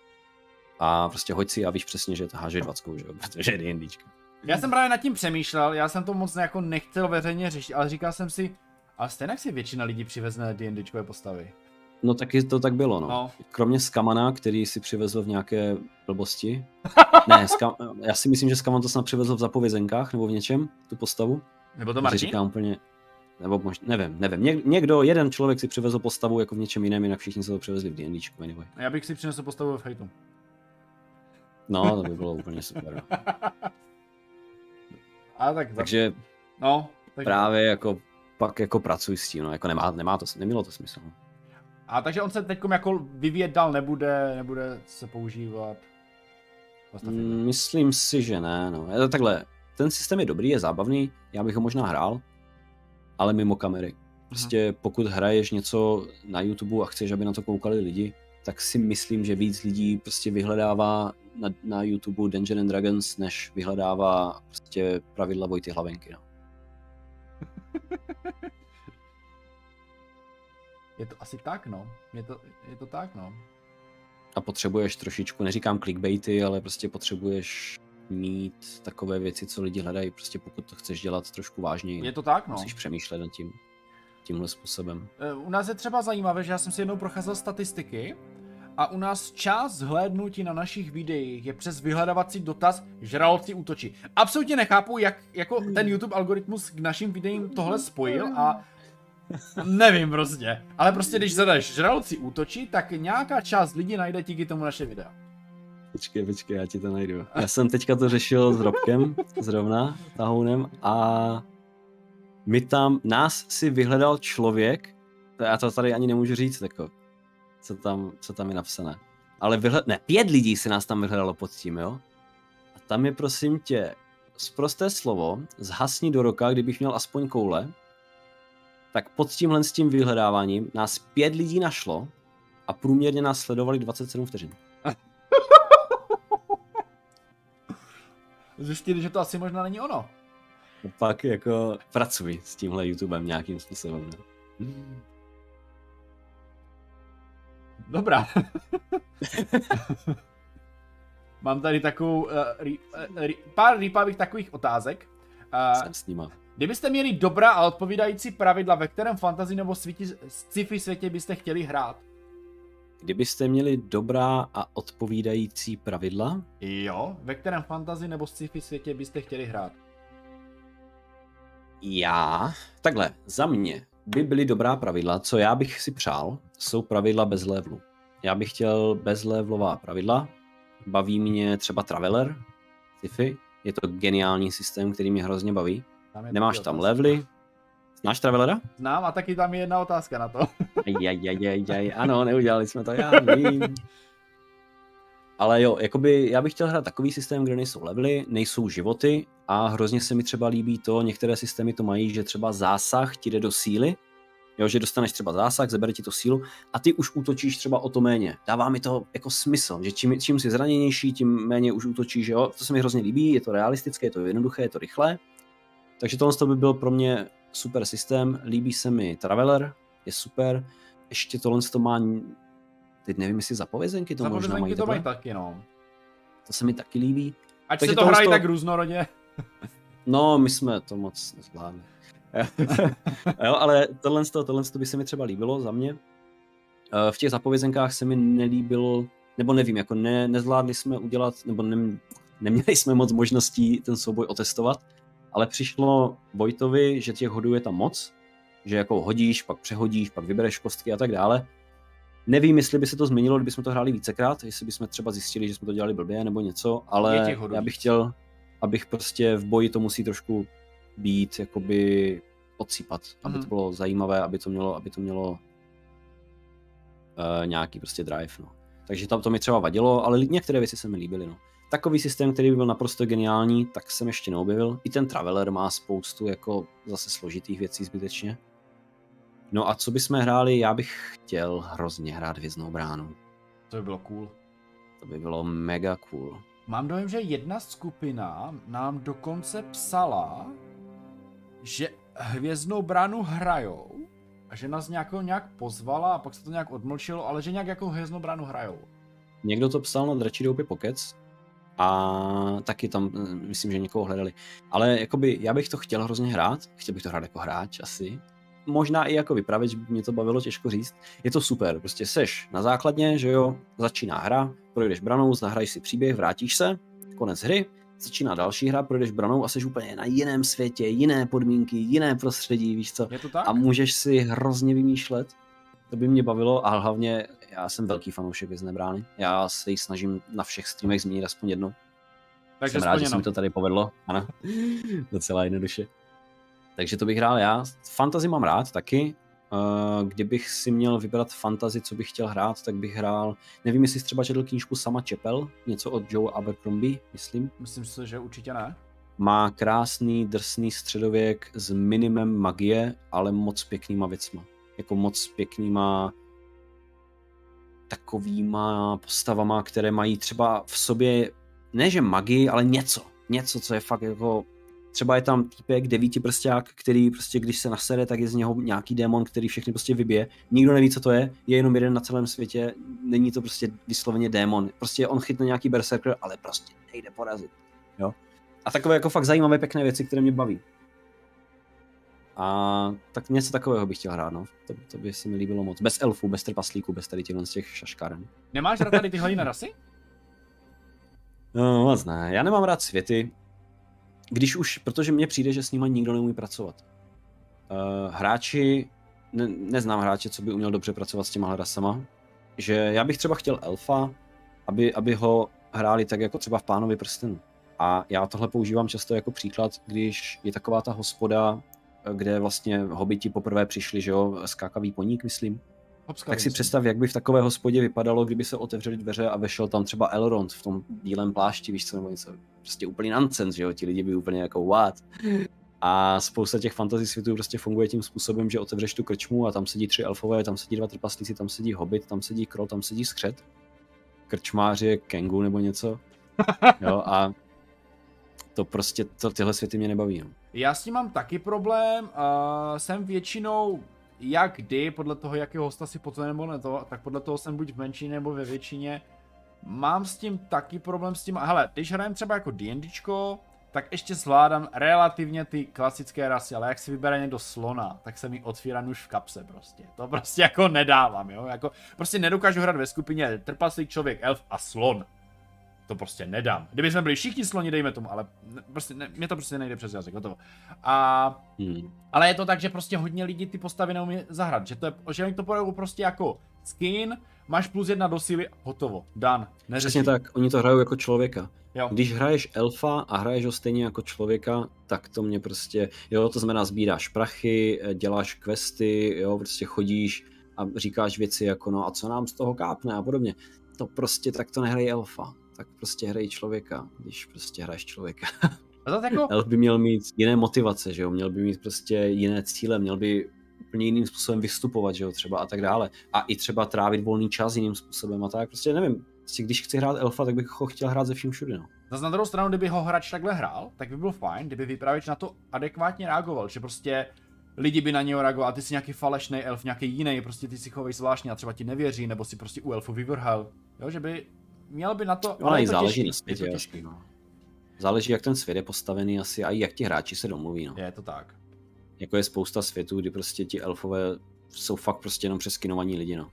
a prostě hoď si a víš přesně, že to háže 20, že jo, protože je D&Dčko. Já jsem právě nad tím přemýšlel, já jsem to moc jako nechtěl veřejně řešit, ale říkal jsem si, ale stejně si většina lidí přivezne D&Dčkové postavy. No taky to tak bylo, no. Kromě Skamana, který si přivezl v nějaké blbosti. Ne, já si myslím, že Skaman to snad přivezl v zapovězenkách nebo v něčem, tu postavu. Nebo to Martin? Říkám úplně, nebo možná, nevím. Někdo, jeden člověk si přivezl postavu jako v něčem jiném, jinak všichni se to přivezli v D&Dčku, anyway. Já bych si přinesl postavu v Hateu. No, to by bylo úplně super. A tak. Takže právě jako pak jako pracuj s tím, no, jako nemělo to smysl. A takže on se teď jako vyvíjet dál nebude se používat? Myslím si, že ne, no. Takhle, ten systém je dobrý, je zábavný, já bych ho možná hrál, ale mimo kamery. Prostě pokud hraješ něco na YouTube a chceš, aby na to koukali lidi, tak si myslím, že víc lidí prostě vyhledává na YouTube Dungeons and Dragons, než vyhledává prostě pravidla Vojty Hlavenky, no. Je to asi tak, no. Je to tak, no. A potřebuješ trošičku, neříkám clickbaity, ale prostě potřebuješ mít takové věci, co lidi hledají, prostě pokud to chceš dělat trošku vážněji. Je to tak, no. Musíš přemýšlet nad tímhle způsobem. U nás je třeba zajímavé, že já jsem si jednou procházel statistiky a u nás část zhlédnutí na našich videích je přes vyhledávací dotaz žraloci útočí. Absolutně nechápu, jak jako ten YouTube algoritmus k našim videím tohle spojil a Nevím prostě. Ale prostě když zadáš žraloci útočí, tak nějaká část lidí najde díky tomu naše videa. Počkej, já ti to najdu. Já jsem teďka to řešil s Robkem, zrovna, tahounem, a nás si vyhledal člověk, já to tady ani nemůžu říct, jako, co tam je napsané. Ale 5 lidí si nás tam vyhledalo pod tím, jo? A tam je, prosím tě, sprosté slovo, zhasni do roka, kdybych měl aspoň koule, tak pod tímhle s tím vyhledáváním nás 5 lidí našlo a průměrně nás sledovali 27 vteřin. Zjistili, že to asi možná není ono. A pak jako pracuji s tímhle YouTubem nějakým způsobem. Ne? Dobrá. Mám tady takovou pár rýpavých takových otázek. Jsem s nima. Kdybyste měli dobrá a odpovídající pravidla, ve kterém fantasy nebo sci-fi světě byste chtěli hrát? Kdybyste měli dobrá a odpovídající pravidla? Jo, ve kterém fantasy nebo sci-fi světě byste chtěli hrát? Takhle, za mě by byly dobrá pravidla, co já bych si přál, jsou pravidla bez levelu. Já bych chtěl bezlevelová pravidla, baví mě třeba Traveler, sci-fi, je to geniální systém, který mě hrozně baví. Nemáš tam levely. Znáš Travelera? Znám a taky tam je jedna otázka na to. Ano, neudělali jsme to, já vím. Ale jo, jakoby já bych chtěl hrát takový systém, kde nejsou levely, nejsou životy a hrozně se mi třeba líbí to, některé systémy to mají, že třeba zásah ti jde do síly, jo, že dostaneš třeba zásah, zabere ti to sílu a ty už útočíš třeba o to méně. Dává mi to jako smysl, že čím jsi zraněnější, tím méně už útočíš, jo. To se mi hrozně líbí, je to realistické, je to jednoduché, je to rychlé. Takže tohle by byl pro mě super systém, líbí se mi Traveler, je super, ještě tohle to má, teď nevím, jestli zapovězenky to možná mají. To mají taky, no. To se mi taky líbí. Ať se to hrají tak různorodě. No, my jsme to moc nezvládli. Jo, ale tohle by se mi třeba líbilo za mě. V těch zapovězenkách se mi nelíbilo, nebo nevím, jako nezvládli jsme udělat, nebo neměli jsme moc možností ten souboj otestovat, ale přišlo Vojtovi, že těch hodů je tam moc, že jako hodíš, pak přehodíš, pak vybereš kostky a tak dále. Nevím, jestli by se to změnilo, kdybychom to hráli vícekrát, jestli bychom třeba zjistili, že jsme to dělali blbě nebo něco, ale já bych chtěl, abych prostě v boji to musí trošku být, jakoby odsýpat, aby to bylo zajímavé, aby to mělo nějaký prostě drive, no. Takže tam to mi třeba vadilo, ale některé věci se mi líbily, no. Takový systém, který by byl naprosto geniální, tak jsem ještě neobjevil. I ten Traveler má spoustu jako zase složitých věcí zbytečně. No a co bychom hráli, já bych chtěl hrozně hrát Hvězdnou bránu. To by bylo cool. To by bylo mega cool. Mám dojem, že jedna skupina nám dokonce psala, že Hvězdnou bránu hrajou a že nás nějak pozvala a pak se to nějak odmlčilo, ale že nějak jako Hvězdnou bránu hrajou. Někdo to psal na Dračí doupě Pockets a taky tam, myslím, že někoho hledali. Ale jakoby já bych to chtěl hrozně hrát, chtěl bych to hrát jako hráč asi. Možná i jako vypravěč, by mě to bavilo, těžko říct. Je to super, prostě seš na základně, že jo, začíná hra, projdeš branou, zahraješ si příběh, vrátíš se, konec hry, začíná další hra, projdeš branou a seš úplně na jiném světě, jiné podmínky, jiné prostředí, víš co. Je to tak? A můžeš si hrozně vymýšlet. To by mě bavilo a hlavně já jsem velký fanoušek Hvězdné brány. Já se ji snažím na všech streamech zmínit aspoň jednou. Takže jsem rád, že se mi to tady povedlo. Ano, docela jednoduše. Takže to bych hrál já. Fantasy mám rád taky. Kdybych si měl vybrat fantasy, co bych chtěl hrát, tak bych hrál, nevím, jestli jsi třeba četl knížku Sama Čepel, něco od Joe Abercrombie, myslím. Myslím si, že určitě ne. Má krásný, drsný středověk s minimem magie, ale moc pěknýma věcma. Jako moc pěknýma takovýma postavama, které mají třeba v sobě, ne že magii, ale něco, co je fakt jako, třeba je tam týpek devítiprsták, který prostě když se nasere, tak je z něho nějaký démon, který všechny prostě vybije. Nikdo neví, co to je jenom jeden na celém světě, není to prostě vysloveně démon. Prostě on chytne nějaký berserker, ale prostě nejde porazit. Jo? A takové jako fakt zajímavé, pěkné věci, které mě baví. A tak něco takového bych chtěl hrát, no. To by se mi líbilo moc. Bez elfů, bez trpaslíků, bez tady z těch šaškáren. Nemáš rád tady tyhle jiné rasy? No moc ne, já nemám rád světy. Když už, protože mně přijde, že s nimi nikdo neumí pracovat. Hráči neznám hráče, co by uměl dobře pracovat s těma rasama, že já bych třeba chtěl elfa, aby ho hráli tak jako třeba v Pánovi prstenů. A já tohle používám často jako příklad, když je taková ta hospoda, kde vlastně hobiti poprvé přišli, že jo, skákavý poník, myslím. Tak si představ, jak by v takové hospodě vypadalo, kdyby se otevřely dveře a vešel tam třeba Elrond v tom bílém plášti, víš co, nebo něco. Prostě úplně nonsense, že jo, ti lidi by úplně jako what? A spousta těch fantasy světů prostě funguje tím způsobem, že otevřeš tu krčmu a tam sedí 3 elfové, tam sedí 2 trpaslíci, tam sedí hobit, tam sedí krol, tam sedí skřet. Krčmář je Kengu nebo něco. Jo, a to prostě, tyhle světy mě nebaví. No. Já s tím mám taky problém, jsem většinou jak kdy, podle toho, jakého hosta si pozve nebo ne to, tak podle toho jsem buď v menšině nebo ve většině. Mám s tím taky problém s tím, hele, když hrajem třeba jako D&Dčko, tak ještě zvládám relativně ty klasické rasy, ale jak si vybere někdo slona, tak se mi otvírá nůž v kapse prostě. To prostě jako nedávám, jo, jako prostě nedokážu hrát ve skupině trpaslík, člověk, elf a slon. To prostě nedám. Kdyby jsme byli všichni sloni, dejme tomu, ale prostě mě to prostě nejde přes jazyk, gotovo. Ale je to tak, že prostě hodně lidí ty postavy neumí zahrát, že to je, že oni to pojedou prostě jako skin, máš +1 do síly, hotovo, done. Přesně tak, oni to hrajou jako člověka. Jo. Když hraješ elfa a hraješ ho stejně jako člověka, tak to mě prostě, jo, to znamená sbíráš prachy, děláš questy, jo, prostě chodíš a říkáš věci jako no a co nám z toho kápne a podobně. To prostě tak to nehrají elfa. Tak prostě hrají člověka, když prostě hraješ člověka. Jako... Elf by měl mít jiné motivace, že jo, měl by mít prostě jiné cíle, měl by úplně jiným způsobem vystupovat, že jo, třeba a tak dále. A i třeba trávit volný čas jiným způsobem a tak, prostě nevím. Prostě když chci hrát elfa, tak bych ho chtěl hrát ze vším všude, no. Zase na druhou stranu, kdyby ho hráč takhle hrál, tak by byl fajn, kdyby vypravěč na to adekvátně reagoval, že prostě lidi by na něho reagovali a ty si nějaký falešný elf, nějaký jiný, prostě ty si chovej zvláštně a třeba ti nevěří, nebo si prostě u elfu vyvrhal, jo, že by měl by na to, no, ale záleží na světě, no. Záleží, jak ten svět je postavený asi a jak ti hráči se domluví, no. Je to tak. Jako je spousta světů, kdy prostě ti elfové jsou fakt prostě jenom přeskinovaní lidi, no.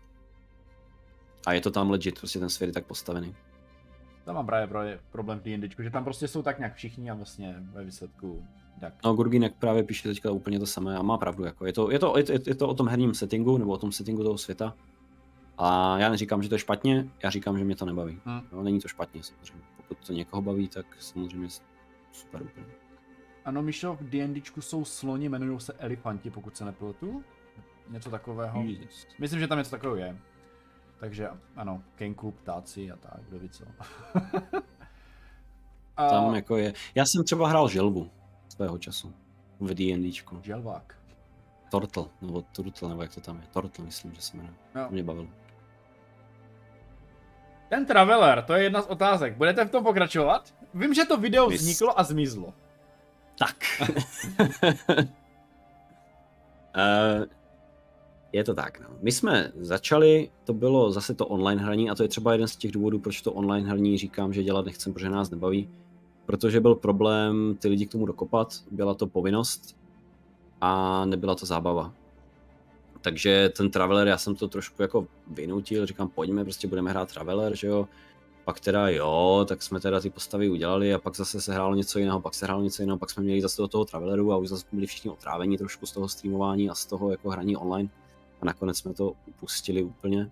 A je to tam legit, prostě ten svět je tak postavený. Tam mám právě problém v D&Dčku, že tam prostě jsou tak nějak všichni a vlastně ve výsledku tak. No Gurginek právě píše teďka úplně to samé a má pravdu, jako je to o tom herním settingu, nebo o tom settingu toho světa. A já neříkám, že to je špatně, já říkám, že mě to nebaví. No, není to špatně samozřejmě. Pokud to někoho baví, tak samozřejmě super úplně. Ano, Míšo, v D&Dčku jsou sloni, jmenují se elefanti, pokud se nepletu. Něco takového. Yes. Myslím, že tam něco takového je. Takže ano, kenku, ptáci a tak, kdo ví co. Tam jako je. Já jsem třeba hrál želvu svého času v D&Dčku. Želvák. Turtle, nebo jak to tam je. Turtle, myslím, že se jmenuje. To mě bavilo. Ten Traveler, to je jedna z otázek. Budete v tom pokračovat? Vím, že to video vzniklo a zmizlo. Tak. Je to tak, no. My jsme začali, to bylo zase to online hraní a to je třeba jeden z těch důvodů, proč to online hraní říkám, že dělat nechcem, protože nás nebaví. Protože byl problém ty lidi k tomu dokopat, byla to povinnost a nebyla to zábava. Takže ten Traveler, já jsem to trošku jako vynutil, říkám pojďme, prostě budeme hrát Traveler, že jo. Pak teda jo, tak jsme teda ty postavy udělali a pak zase se hrálo něco jiného, pak jsme měli zase do toho Traveleru a už zase byli všichni otrávení trošku z toho streamování a z toho jako hraní online. A nakonec jsme to upustili úplně.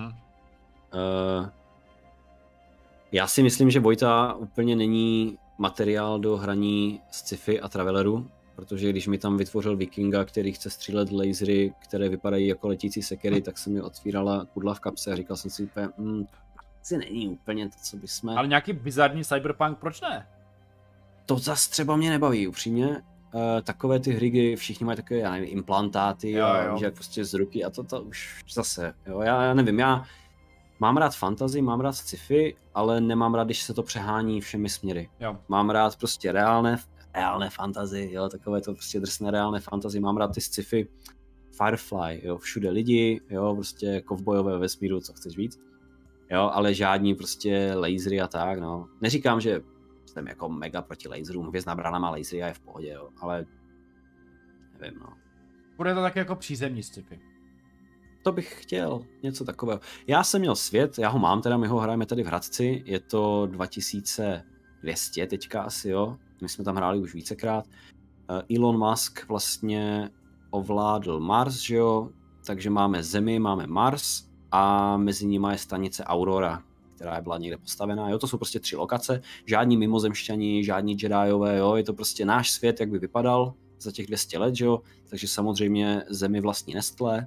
Já si myslím, že Vojta úplně není materiál do hraní sci-fi a Traveleru, protože když mi tam vytvořil Vikinga, který chce střílet lasery, které vypadají jako letící sekery, tak se mi otvírala kudla v kapse a říkal jsem si úplně, asi není úplně to, co bychom... Ale nějaký bizarní cyberpunk, proč ne? To zase třeba mě nebaví, upřímně. Takové ty hry, kdy všichni mají takové, já nevím, implantáty, jo. Jak prostě z ruky a to už zase, jo, já nevím, já mám rád fantasy, mám rád sci-fi, ale nemám rád, když se to přehání všemi směry. Jo. Mám rád prostě reálné fantasy, jo, takové to prostě drsné reálné fantasy, mám rád ty sci-fi, Firefly, jo, všude lidi, jo, prostě kovbojové vesmíru, co chceš víc, jo, ale žádní prostě lasery a tak, no. Neříkám, že jsem jako mega proti laserům, Hvězdná brána má lasery a je v pohodě, jo, ale nevím, no. Bude to tak jako přízemní sci-fi. To bych chtěl, něco takového. Já jsem měl svět, já ho mám teda, my ho hrajeme tady v Hradci, je to 2200 teďka asi, jo, my jsme tam hráli už vícekrát. Elon Musk vlastně ovládl Mars, že jo, takže máme Zemi, máme Mars a mezi nimi je stanice Aurora, která byla někde postavená, jo, to jsou prostě 3 lokace, žádní mimozemšťani, žádní Jediové, jo, je to prostě náš svět, jak by vypadal za těch 200 let, že jo, takže samozřejmě Zemi vlastní Nestlé.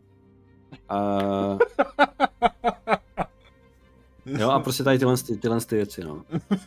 Jo, a prostě tady tyhle věci, no.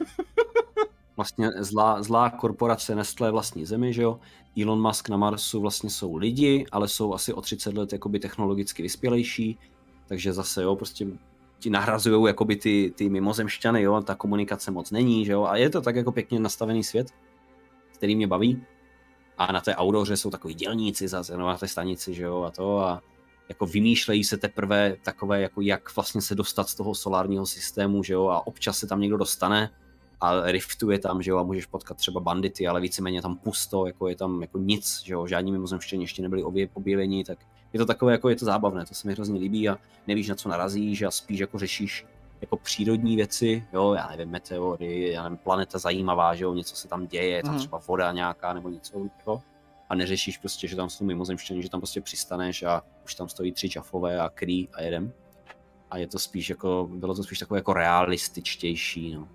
Vlastně zlá korporace Nestlé vlastní Zemi, že jo. Elon Musk na Marsu vlastně jsou lidi, ale jsou asi o 30 let jakoby technologicky vyspělejší, takže zase, jo, prostě ti nahrazujou jakoby ty mimozemšťany, jo, ta komunikace moc není, že jo, a je to tak jako pěkně nastavený svět, který mě baví. A na té Auroře jsou takový dělníci zase, no, na té stanici, že jo, a jako vymýšlejí se teprve takové, jako jak vlastně se dostat z toho solárního systému, že jo, a občas se tam někdo dostane a riftuje tam, že jo, a můžeš potkat třeba bandity, ale víceméně tam pusto, jako je tam jako nic, že jo, žádní mimozemštění ještě nebyli objeveni, tak je to takové, jako je to zábavné, to se mi hrozně líbí a nevíš, na co narazíš a spíš jako řešíš jako přírodní věci, jo, já nevím, meteory, já nevím, planeta zajímavá, že jo, něco se tam děje, tam třeba voda nějaká nebo něco, jo, a neřešíš prostě, že tam jsou mimozemštění, že tam prostě přistaneš a už tam stojí 3 čafové a krý a jedem. A je to spíš jako, bylo to spíš takové jako realističtější, no.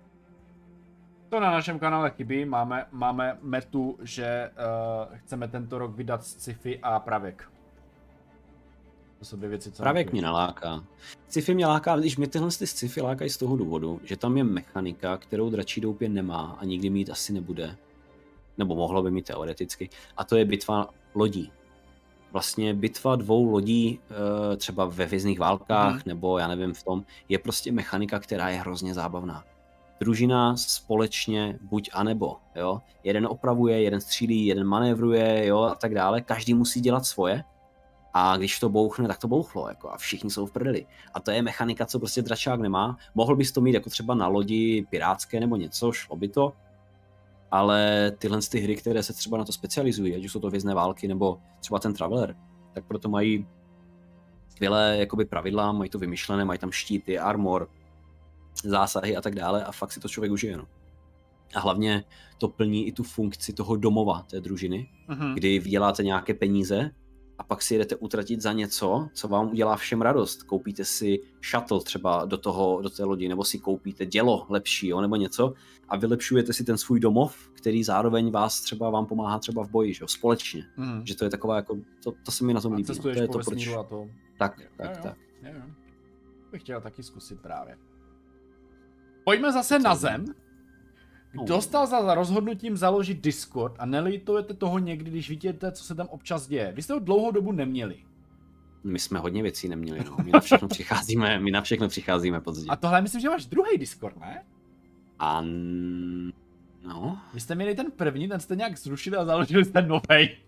To na našem kanále chybí, máme metu, že chceme tento rok vydat sci-fi a pravěk. To jsou 2 věci, co pravěk mě naláká. Sci-fi mě láká, když mě tyhle sci-fi lákají z toho důvodu, že tam je mechanika, kterou Dračí doupě nemá a nikdy mít asi nebude. Nebo mohlo by mít teoreticky. A to je bitva lodí. Vlastně bitva 2 lodí, třeba ve Hvězdných válkách, nebo já nevím v tom, je prostě mechanika, která je hrozně zábavná. Družina společně buď a nebo, jo. Jeden opravuje, jeden střílí, jeden manévruje, jo, a tak dále. Každý musí dělat svoje. A když to bouchne, tak to bouchlo, jako, a všichni jsou v prdeli. A to je mechanika, co prostě dračák nemá. Mohl bys to mít jako třeba na lodi pirátské nebo něco, šlo by to. Ale tyhle ty hry, které se třeba na to specializují, ať už jsou to Hvězdné války nebo třeba ten Traveler, tak proto mají skvělé jakoby pravidla, mají to vymyšlené, mají tam štíty, armor, zásahy a tak dále a fakt si to člověk užije. No. A hlavně to plní i tu funkci toho domova té družiny, kdy vyděláte nějaké peníze a pak si jedete utratit za něco, co vám udělá všem radost. Koupíte si shuttle třeba do té lodi, nebo si koupíte dělo lepší, jo, nebo něco a vylepšujete si ten svůj domov, který zároveň vám pomáhá třeba v boji, že jo, společně. Že to je taková jako, to se mi na tom líbí. To je to, proč. A to... Tak. Bych chtěl taky zkusit právě. Pojďme zase na Zem. Dostal za rozhodnutím založit Discord a nelitujete toho někdy, když vidíte, co se tam občas děje. Vy jste ho dlouhou dobu neměli. My jsme hodně věcí neměli, no. My na všechno přicházíme pozdě. A tohle myslím, že máš druhý Discord, ne? No. Vy jste měli ten první, ten jste nějak zrušili a založili jste novej.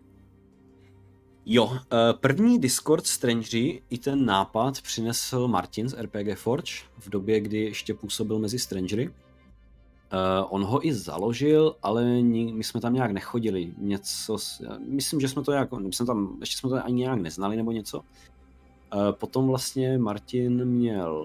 Jo, první Discord Strangery i ten nápad přinesl Martin z RPG Forge v době, kdy ještě působil mezi Strangery. On ho i založil, ale my jsme tam nějak nechodili. Myslím, že jsme to ještě jsme to ani nějak neznali nebo něco. Potom vlastně Martin měl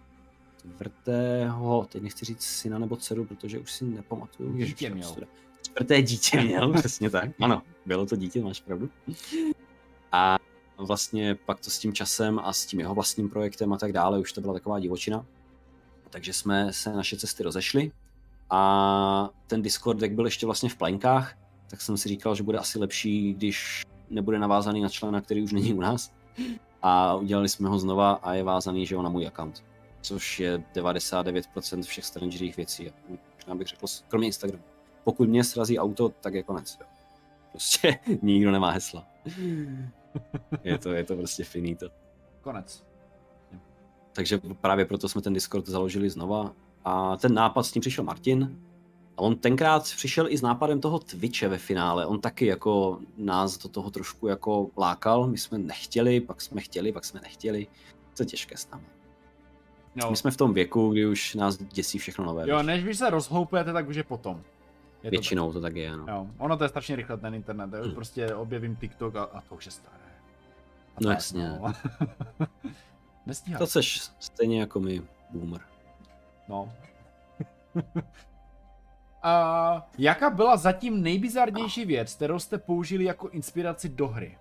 teď nechci říct syna nebo dceru, protože už si nepamatuju. Dítě měl. Čtvrté dítě měl, přesně tak. Ano, bylo to dítě, máš pravdu. A vlastně pak to s tím časem a s tím jeho vlastním projektem a tak dále, už to byla taková divočina. Takže jsme se naše cesty rozešly. A ten Discord, jak byl ještě vlastně v plenkách, tak jsem si říkal, že bude asi lepší, když nebude navázaný na člena, který už není u nás. A udělali jsme ho znova a je vázaný, že jo, na můj account. Což je 99% všech strangerých věcí. Možná bych řekl, kromě Instagramu. Pokud mě srazí auto, tak je konec. Jo. Prostě nikdo nemá hesla. Je to prostě finito. Konec. Takže právě proto jsme ten Discord založili znova. A ten nápad s tím přišel Martin. A on tenkrát přišel i s nápadem toho Twitche ve finále. On taky jako nás do toho trošku jako lákal. My jsme nechtěli, pak jsme chtěli, pak jsme nechtěli. To je těžké s námi. No. My jsme v tom věku, kdy už nás děsí všechno nové. Jo, než když se rozhoupujete, tak už je potom. Většinou to tak je, no. Jo, ono to je strašně rychle ten internet. Prostě objevím TikTok a to už je staré. No jasně. No. Nestíhá. To seš stejně jako my, boomer. No. Jaká byla zatím nejbizarnější věc, kterou jste použili jako inspiraci do hry?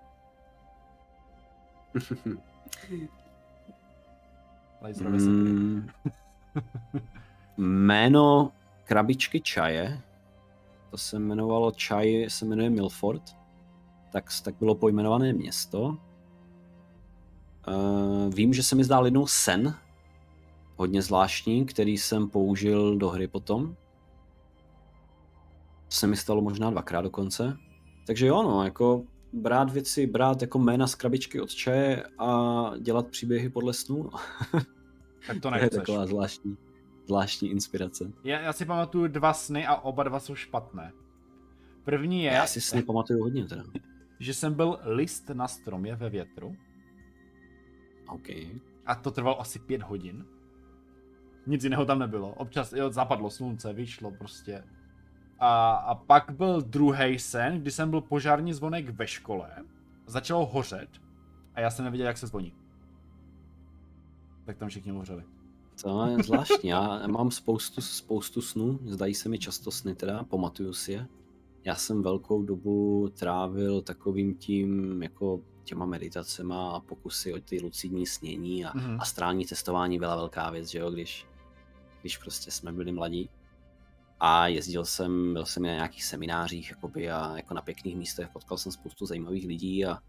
Jméno krabičky čaje, to se jmenovalo čaj, se jmenuje Milford, tak bylo pojmenované město. Vím, že se mi zdál jednou sen, hodně zvláštní, který jsem použil do hry potom. To se mi stalo možná 2krát dokonce. Takže jo, no, jako brát věci, brát jako jména z krabičky od čaje a dělat příběhy podle snů, no. Tak to nechceš. To je taková zvláštní inspirace. Já si pamatuju 2 sny a oba 2 jsou špatné. První je... Já si sny pamatuju hodně teda. Že jsem byl list na stromě ve větru. OK. A to trvalo asi 5 hodin. Nic jiného tam nebylo. Občas zapadlo slunce, vyšlo prostě. A pak byl druhý sen, kdy jsem byl požární zvonek ve škole. Začalo hořet. A já jsem nevěděl, jak se zvoní. Tak tam všichni hořeli. To je zvláštní. Já mám spoustu snů. Zdají se mi často sny teda, pamatuju si je. Já jsem velkou dobu trávil takovým tím, jako těma meditacema a pokusy o ty lucidní snění a astrální testování byla velká věc, že jo, když prostě jsme byli mladí. A byl jsem na nějakých seminářích jakoby, a jako na pěkných místech, potkal jsem spoustu zajímavých lidí a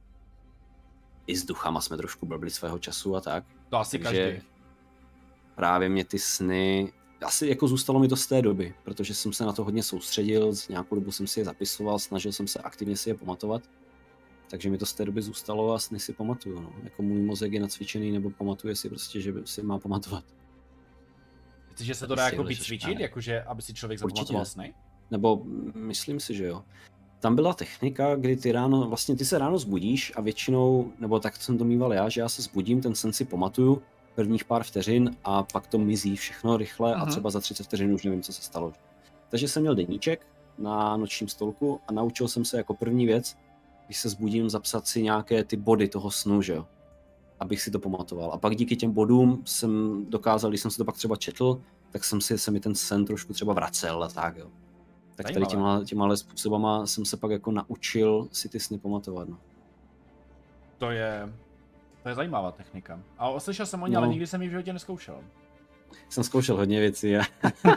i s duchama jsme trošku blbli svého času a tak. To asi každý. Právě mě ty sny, asi jako zůstalo mi to z té doby, protože jsem se na to hodně soustředil, nějakou dobu jsem si je zapisoval, snažil jsem se aktivně si je pamatovat. Takže mi to z té doby zůstalo a sny si pamatuju. No. Jako můj mozek je nacvičený, nebo pamatuje si prostě, že si má pamatovat. Myslíš, že se to dá jako vycvičit, jakože aby si člověk zapamatoval sny? Nebo myslím si, že jo. Tam byla technika, kdy ty se ráno zbudíš a většinou, nebo tak jsem to mýval já, že já se zbudím, ten sen si pamatuju prvních pár vteřin a pak to mizí všechno rychle a třeba za 30 vteřin už nevím, co se stalo. Takže jsem měl deníček na nočním stolku a naučil jsem se jako první věc, když se zbudím, zapsat si nějaké ty body toho snu, že jo, abych si to pamatoval. A pak díky těm bodům jsem dokázal, když jsem si to pak třeba četl, tak se mi ten sen trošku třeba vracel a tak, jo. Tak tady těma způsobama jsem se pak jako naučil si ty sny pamatovat, no. To je zajímavá technika. A slyšel jsem o ní, ale nikdy jsem ji v životě neskoušel. Jsem zkoušel hodně věcí a...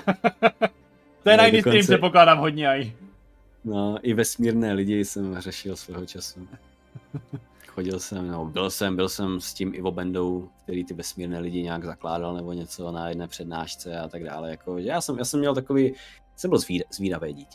To je na jiný stream, se pokládám hodně aj. No, i vesmírné lidi jsem řešil svého času. Chodil jsem, byl jsem s tím Ivo Bendou, který ty vesmírné lidi nějak zakládal nebo něco na jedné přednášce a tak dále. Jako, já jsem měl takový, jsem byl zvídavé dítě.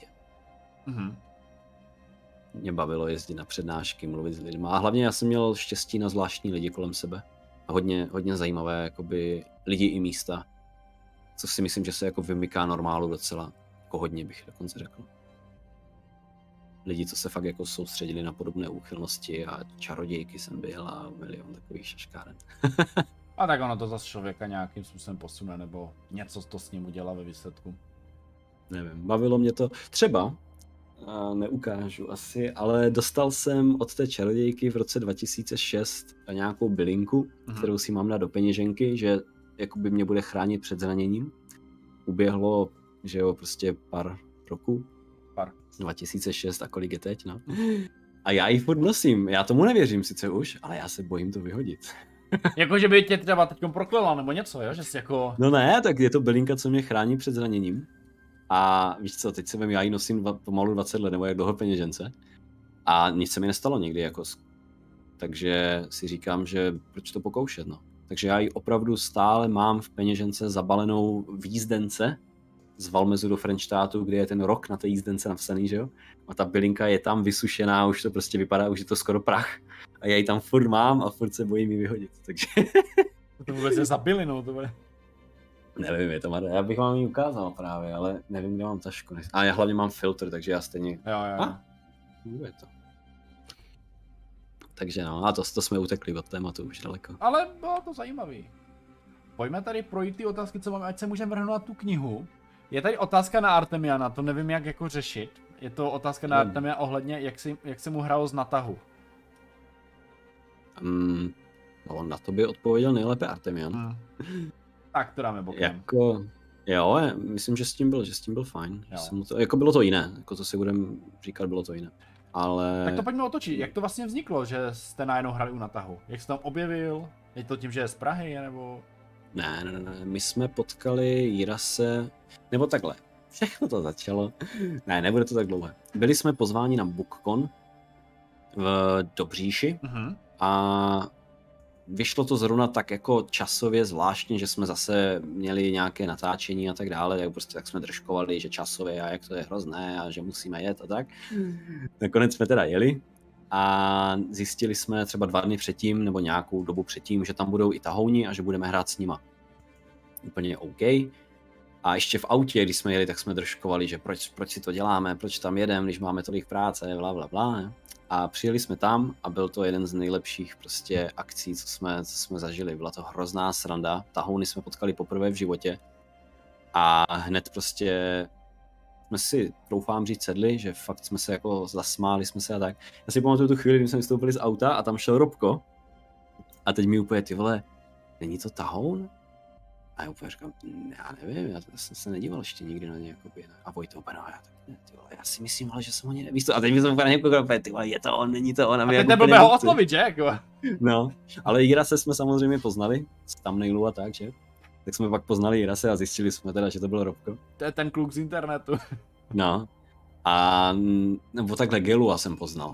Mě bavilo jezdit na přednášky, mluvit s lidmi a hlavně já jsem měl štěstí na zvláštní lidi kolem sebe. A hodně zajímavé jakoby, lidi i místa, co si myslím, že se jako vymyká normálu docela, jako hodně bych dokonce řekl. Lidi, co se fakt jako soustředili na podobné úchylnosti a čarodějky jsem byl a milion takových šaškáren. A tak ono to zase člověka nějakým způsobem posune, nebo něco to s ním udělá ve výsledku. Nevím, bavilo mě to. Třeba, neukážu asi, ale dostal jsem od té čarodějky v roce 2006 nějakou bylinku, kterou si mám dát do peněženky, že jakoby mě bude chránit před zraněním. Uběhlo, že jo, prostě pár roků. 2006 a kolik je teď, no. A já ji furt nosím, já tomu nevěřím sice už, ale já se bojím to vyhodit. Jako, že by tě třeba teďkom proklela nebo něco, jo? Že jsi jako... No ne, tak je to bylinka, co mě chrání před zraněním. A víš co, teď já ji nosím pomalu 20 let, nebo jak dlouho peněžence. A nic se mi nestalo nikdy, jako. Takže si říkám, že proč to pokoušet, no. Takže já ji opravdu stále mám v peněžence zabalenou v jízdence z Valmezu do Frenštátu, kde je ten rok na té jízdence napsaný, že jo? A ta bylinka je tam vysušená, už to prostě vypadá, už je to skoro prach. A já ji tam furt mám a furt se bojím ji vyhodit, takže... To vůbec je za bylinu, to bude... Nevím, je to marné, já bych vám ji ukázal právě, ale nevím, kde mám tašku. A já hlavně mám filtr, takže já stejně... Jo. Je to. Takže no, a to jsme utekli od tématu už daleko. Ale bylo to zajímavý. Pojďme tady projít ty otázky, co máme, ať se můžeme vrhnout na tu knihu. Je tady otázka na Artemiana, to nevím, jak jako řešit. Je to otázka na Artemiana ohledně, jak se mu hrálo z natahu. No, na to by odpověděl nejlépe Artemian. Tak to dáme bokem. Jako, Jo, myslím, že s tím byl fajn. Že jsem to, jako bylo to jiné, jako to si budem říkat, bylo to jiné. Ale... Tak to pojďme otočit, jak to vlastně vzniklo, že jste najednou hrali u Natahu? Jak jsi tam objevil? Je to tím, že je z Prahy, nebo... Ne, my jsme potkali Jirase, nebo takhle, všechno to začalo, ne, nebude to tak dlouhé. Byli jsme pozváni na BookCon v Dobříši a vyšlo to zrovna tak jako časově zvláštně, že jsme zase měli nějaké natáčení a tak dále, tak prostě tak jsme držkovali, že časově a jak to je hrozné a že musíme jet a tak. Nakonec jsme teda jeli a zjistili jsme třeba 2 dny předtím nebo nějakou dobu předtím, že tam budou i tahouni a že budeme hrát s nima. Úplně OK. A ještě v autě, když jsme jeli, tak jsme držkovali, že proč si to děláme, proč tam jedeme, když máme tolik práce, bla. A přijeli jsme tam a byl to jeden z nejlepších prostě akcí, co jsme zažili. Byla to hrozná sranda. Tahouny jsme potkali poprvé v životě a hned prostě jsme si, doufám říct, sedli, že fakt jsme se jako zasmáli jsme se a tak. Já si pamatuju tu chvíli, kdy jsme vystoupili z auta a tam šel Robko a teď mi úplně, ty vole, není to tahoun? A já úplně říkám, já nevím, já jsem se nedíval ještě nikdy na ně, jakoby, a Vojto úplně, no, já si myslím, ale že jsem ho nevíš to, a teď mi to úplně nekoukal, ty vole, je to on, není to on. A teď nebyl ho oslovit, že? Jako? No, ale Jirase jsme samozřejmě poznali, z thumbnailu a tak, že? Tak jsme pak poznali Jirase a zjistili jsme teda, že to byl Robko. To je ten kluk z internetu. No, a nebo takhle Gelua jsem poznal.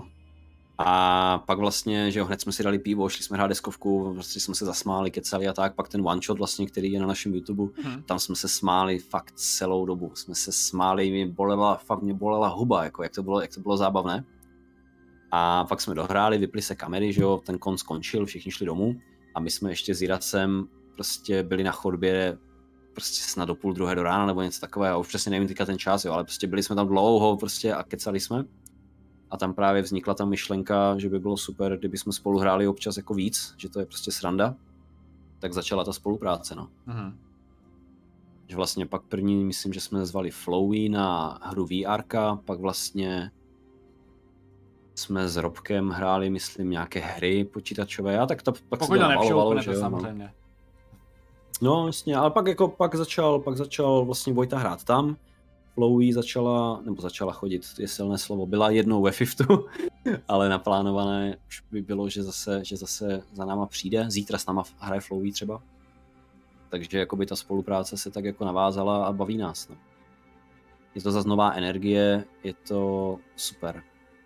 A pak vlastně, že jo, hned jsme si dali pivo, šli jsme hrát deskovku, prostě jsme se zasmáli, kecali a tak, pak ten one shot vlastně, který je na našem YouTube, tam jsme se smáli fakt celou dobu, jsme se smáli, mě bolela huba, jako jak to bylo zábavné. A pak jsme dohráli, vyply se kamery, že jo, ten kon skončil, všichni šli domů a my jsme ještě s Jiracem prostě byli na chodbě prostě snad do 1:30 do rána nebo něco takového, už přesně nevím teďka ten čas, jo, ale prostě byli jsme tam dlouho prostě a kecali jsme. A tam právě vznikla ta myšlenka, že by bylo super, kdyby jsme spolu hráli občas jako víc, že to je prostě sranda. Tak začala ta spolupráce, no. Že vlastně pak první, myslím, že jsme zvali Flowey na hru VRka, pak vlastně jsme s Robkem hráli, myslím, nějaké hry počítačové, a tak to pak pokud se to navalovalo, že jo. Samozřejmě. No, jasně, ale pak začal vlastně Vojta hrát tam. Flowey začala chodit, je silné slovo, byla jednou ve Fiftu, ale naplánované už by bylo, že zase za náma přijde, zítra s náma hraje Flowey třeba. Takže jakoby ta spolupráce se tak jako navázala a baví nás. No. Je to zase nová energie, je to super.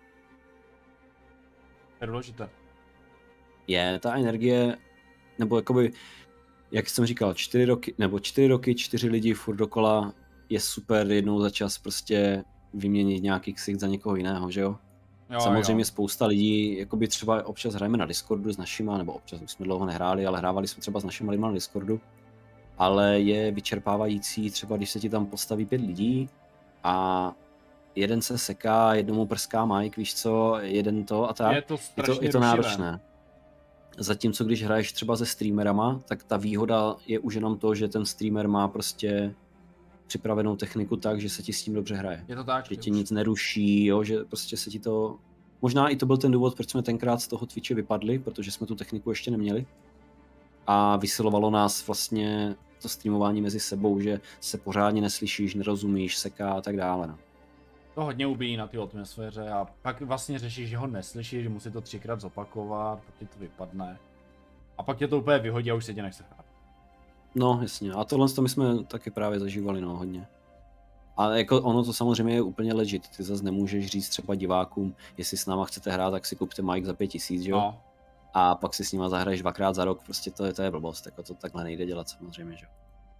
Je důležité. Je ta energie, nebo jakoby, jak jsem říkal, 4 roky, 4 lidi furt dokola, je super jednou za čas prostě vyměnit nějaký ksicht za někoho jiného, že jo? Samozřejmě spousta lidí, jakoby třeba občas hrajeme na Discordu s našima, nebo občas už jsme dlouho nehráli, ale hrávali jsme třeba s našima lidma na Discordu, ale je vyčerpávající třeba, když se ti tam postaví 5 lidí a jeden se seká, jednomu prská Mike, víš co, jeden to a tak. Je to náročné. Zatímco když hraješ třeba se streamerama, tak ta výhoda je už jenom to, že ten streamer má prostě připravenou techniku tak, že se ti s tím dobře hraje. Je to tak. Že ti nic neruší, jo, že prostě se ti to... Možná i to byl ten důvod, proč jsme tenkrát z toho Twitche vypadli, protože jsme tu techniku ještě neměli. A vysilovalo nás vlastně to streamování mezi sebou, že se pořádně neslyšíš, nerozumíš, seká a tak dále. No. To hodně ubíjí na té atmosféře a pak vlastně řešíš, že ho neslyšíš, že musí to 3krát zopakovat, pak ti to vypadne. A pak tě to úplně vyhodí a už se tě nechce hrát. No, jasně. A tohle my jsme taky právě zažívali, no, hodně. A jako ono to samozřejmě je úplně legit. Ty zase nemůžeš říct třeba divákům, jestli s náma chcete hrát, tak si kupte mic za 5000, jo? No. A pak si s nima zahraješ 2krát za rok, prostě to je blbost, jako to takhle nejde dělat samozřejmě, že jo.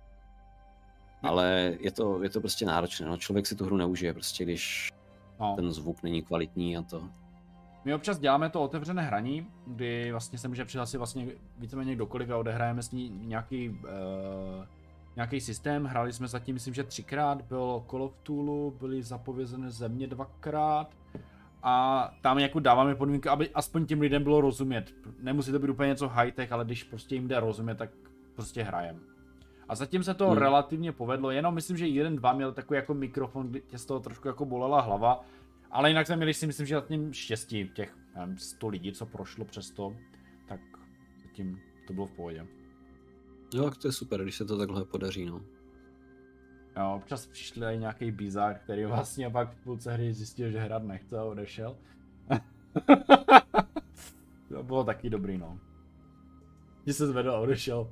Ale je to prostě náročné, no, člověk si tu hru neužije, prostě když ten zvuk není kvalitní a to. My občas děláme to otevřené hraní, kdy vlastně se může přihlásit vlastně víceméně kdokoliv a odehrajeme s ní nějaký systém. Hráli jsme zatím, myslím, že 3krát, bylo Call of Cthulhu, byly zapovězené země 2krát a tam jako dáváme podmínky, aby aspoň těm lidem bylo rozumět. Nemusí to být úplně něco high-tech, ale když prostě jim jde rozumět, tak prostě hrajem. A zatím se to relativně povedlo, jenom myslím, že 1-2 měl takový jako mikrofon, kdy tě z toho trošku jako bolela hlava. Ale jinak jsme měli si myslím, že zatím štěstí těch 100 lidí, co prošlo přes to, tak zatím to bylo v pohodě. Jo, to je super, když se to takhle podaří, no. Jo, občas přišli i nějaký bizár, který vlastně pak v půlce hry zjistil, že hrát nechce a odešel. To bylo taky dobrý, no. Když se zvedl a odešel.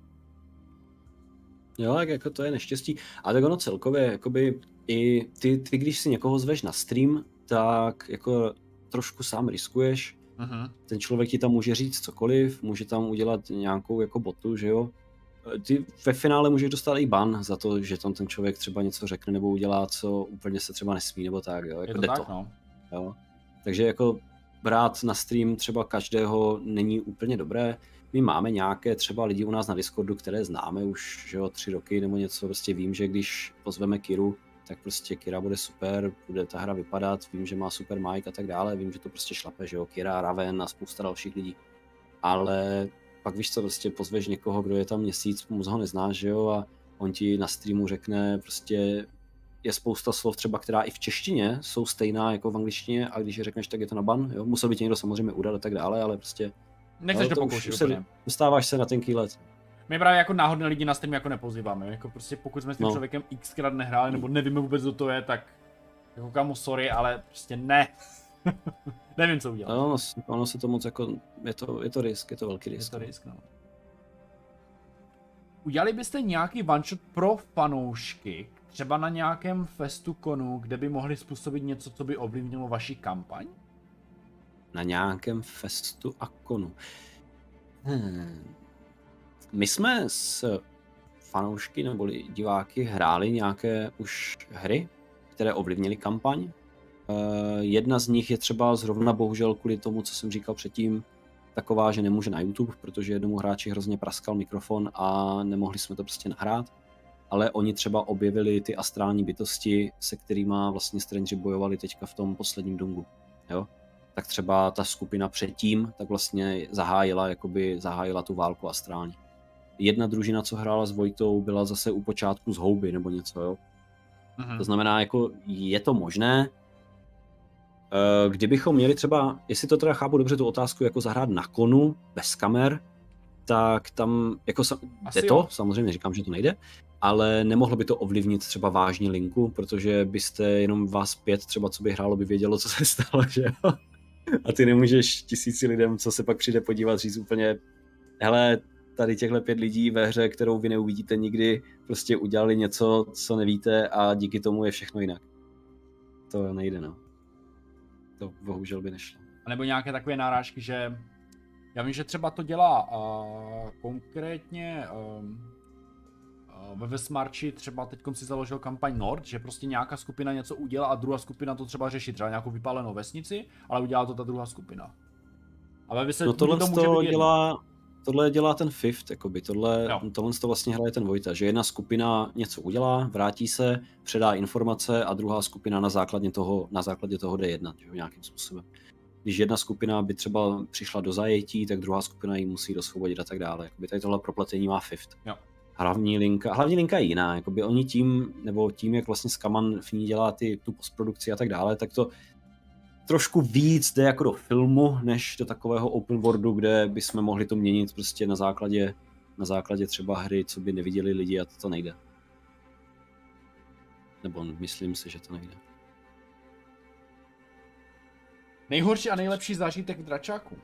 Jo, tak jako to je neštěstí. A tak ono celkově, jakoby i ty když si někoho zveš na stream, tak jako trošku sám riskuješ. Ten člověk ti tam může říct cokoliv, může tam udělat nějakou jako botu, že jo. Ty ve finále můžeš dostat i ban za to, že tam ten člověk třeba něco řekne nebo udělá, co úplně se třeba nesmí, nebo tak, jo. Jako je to tak, no. Jo. Takže jako brát na stream třeba každého není úplně dobré. My máme nějaké třeba lidi u nás na Discordu, které známe už, že jo, 3 roky nebo něco, prostě vím, že když pozveme Kiru, tak prostě Kira bude super, bude ta hra vypadat, vím, že má super mic a tak dále, vím, že to prostě šlape, že jo, Kira, Raven a spousta dalších lidí. Ale pak víš co, prostě pozveš někoho, kdo je tam měsíc, moc ho neznáš, že jo, a on ti na streamu řekne prostě je spousta slov třeba, která i v češtině jsou stejná jako v angličtině a když je řekneš, tak je to na ban, jo, musel by tě někdo samozřejmě udat a tak dále, ale prostě nechceš to pokoušet úplně. Dostáváš se na tenký let. My právě jako náhodné lidi na stream jako nepozýváme, jako prostě pokud jsme s tím člověkem xkrát nehráli nebo nevíme vůbec, kdo to je, tak jako kamu sorry, ale prostě ne. Nevím, co udělat. Ono se to moc jako, je to risk, je to velký risk. Je to risk, no. Udělali byste nějaký one-shot pro fanoušky, třeba na nějakém festu konu, kde by mohli způsobit něco, co by ovlivnilo vaši kampaň? Na nějakém festu a konu. My jsme s fanoušky nebo diváky hráli nějaké už hry, které ovlivnily kampaň. Jedna z nich je třeba zrovna bohužel kvůli tomu, co jsem říkal předtím, taková, že nemůže na YouTube, protože jednomu hráči hrozně praskal mikrofon a nemohli jsme to prostě nahrát. Ale oni třeba objevili ty astrální bytosti, se kterými vlastně Strangeri bojovali teďka v tom posledním dungu. Jo? Tak třeba ta skupina předtím tak vlastně zahájila tu válku astrální. Jedna družina, co hrála s Vojtou, byla zase u počátku z houby nebo něco, jo. To znamená, jako je to možné. Kdybychom měli třeba, jestli to teda chápu dobře tu otázku, jako zahrát na konu bez kamer, tak tam jako jde to, samozřejmě říkám, že to nejde, ale nemohlo by to ovlivnit třeba vážně linku, protože byste jenom vás 5 třeba, co by hrálo, by vědělo, co se stalo, že jo. A ty nemůžeš 1000 lidem, co se pak přijde podívat, říct úplně, hele, tady těchhle 5 lidí ve hře, kterou vy neuvidíte nikdy, prostě udělali něco, co nevíte a díky tomu je všechno jinak. To nejde, no. To bohužel by nešlo. A nebo nějaké takové nárážky, že já vím, že třeba to dělá konkrétně ve Vesmarči třeba teďkom si založil kampaň Nord, že prostě nějaká skupina něco udělá a druhá skupina to třeba řeší, třeba nějakou vypálenou vesnici, ale udělá to ta druhá skupina. A ve no tohle dělá ten Fifth, jakoby, tohle to vlastně hraje ten Vojta, že jedna skupina něco udělá, vrátí se, předá informace a druhá skupina na základě toho jde jednat, že, nějakým způsobem. Když jedna skupina by třeba přišla do zajetí, tak druhá skupina ji musí dosvobodit a tak dále. Jakoby tady tohle propletení má Fifth. Jo. Hlavní linka je jiná, jakoby oni tím, jak vlastně Skaman v ní dělá tu postprodukci a tak dále, tak to trošku víc jde jako do filmu, než do takového open worldu, kde bychom mohli to měnit prostě na základě třeba hry, co by neviděli lidi a to nejde. Nebo myslím si, že to nejde. Nejhorší a nejlepší zážitek v Dračáku.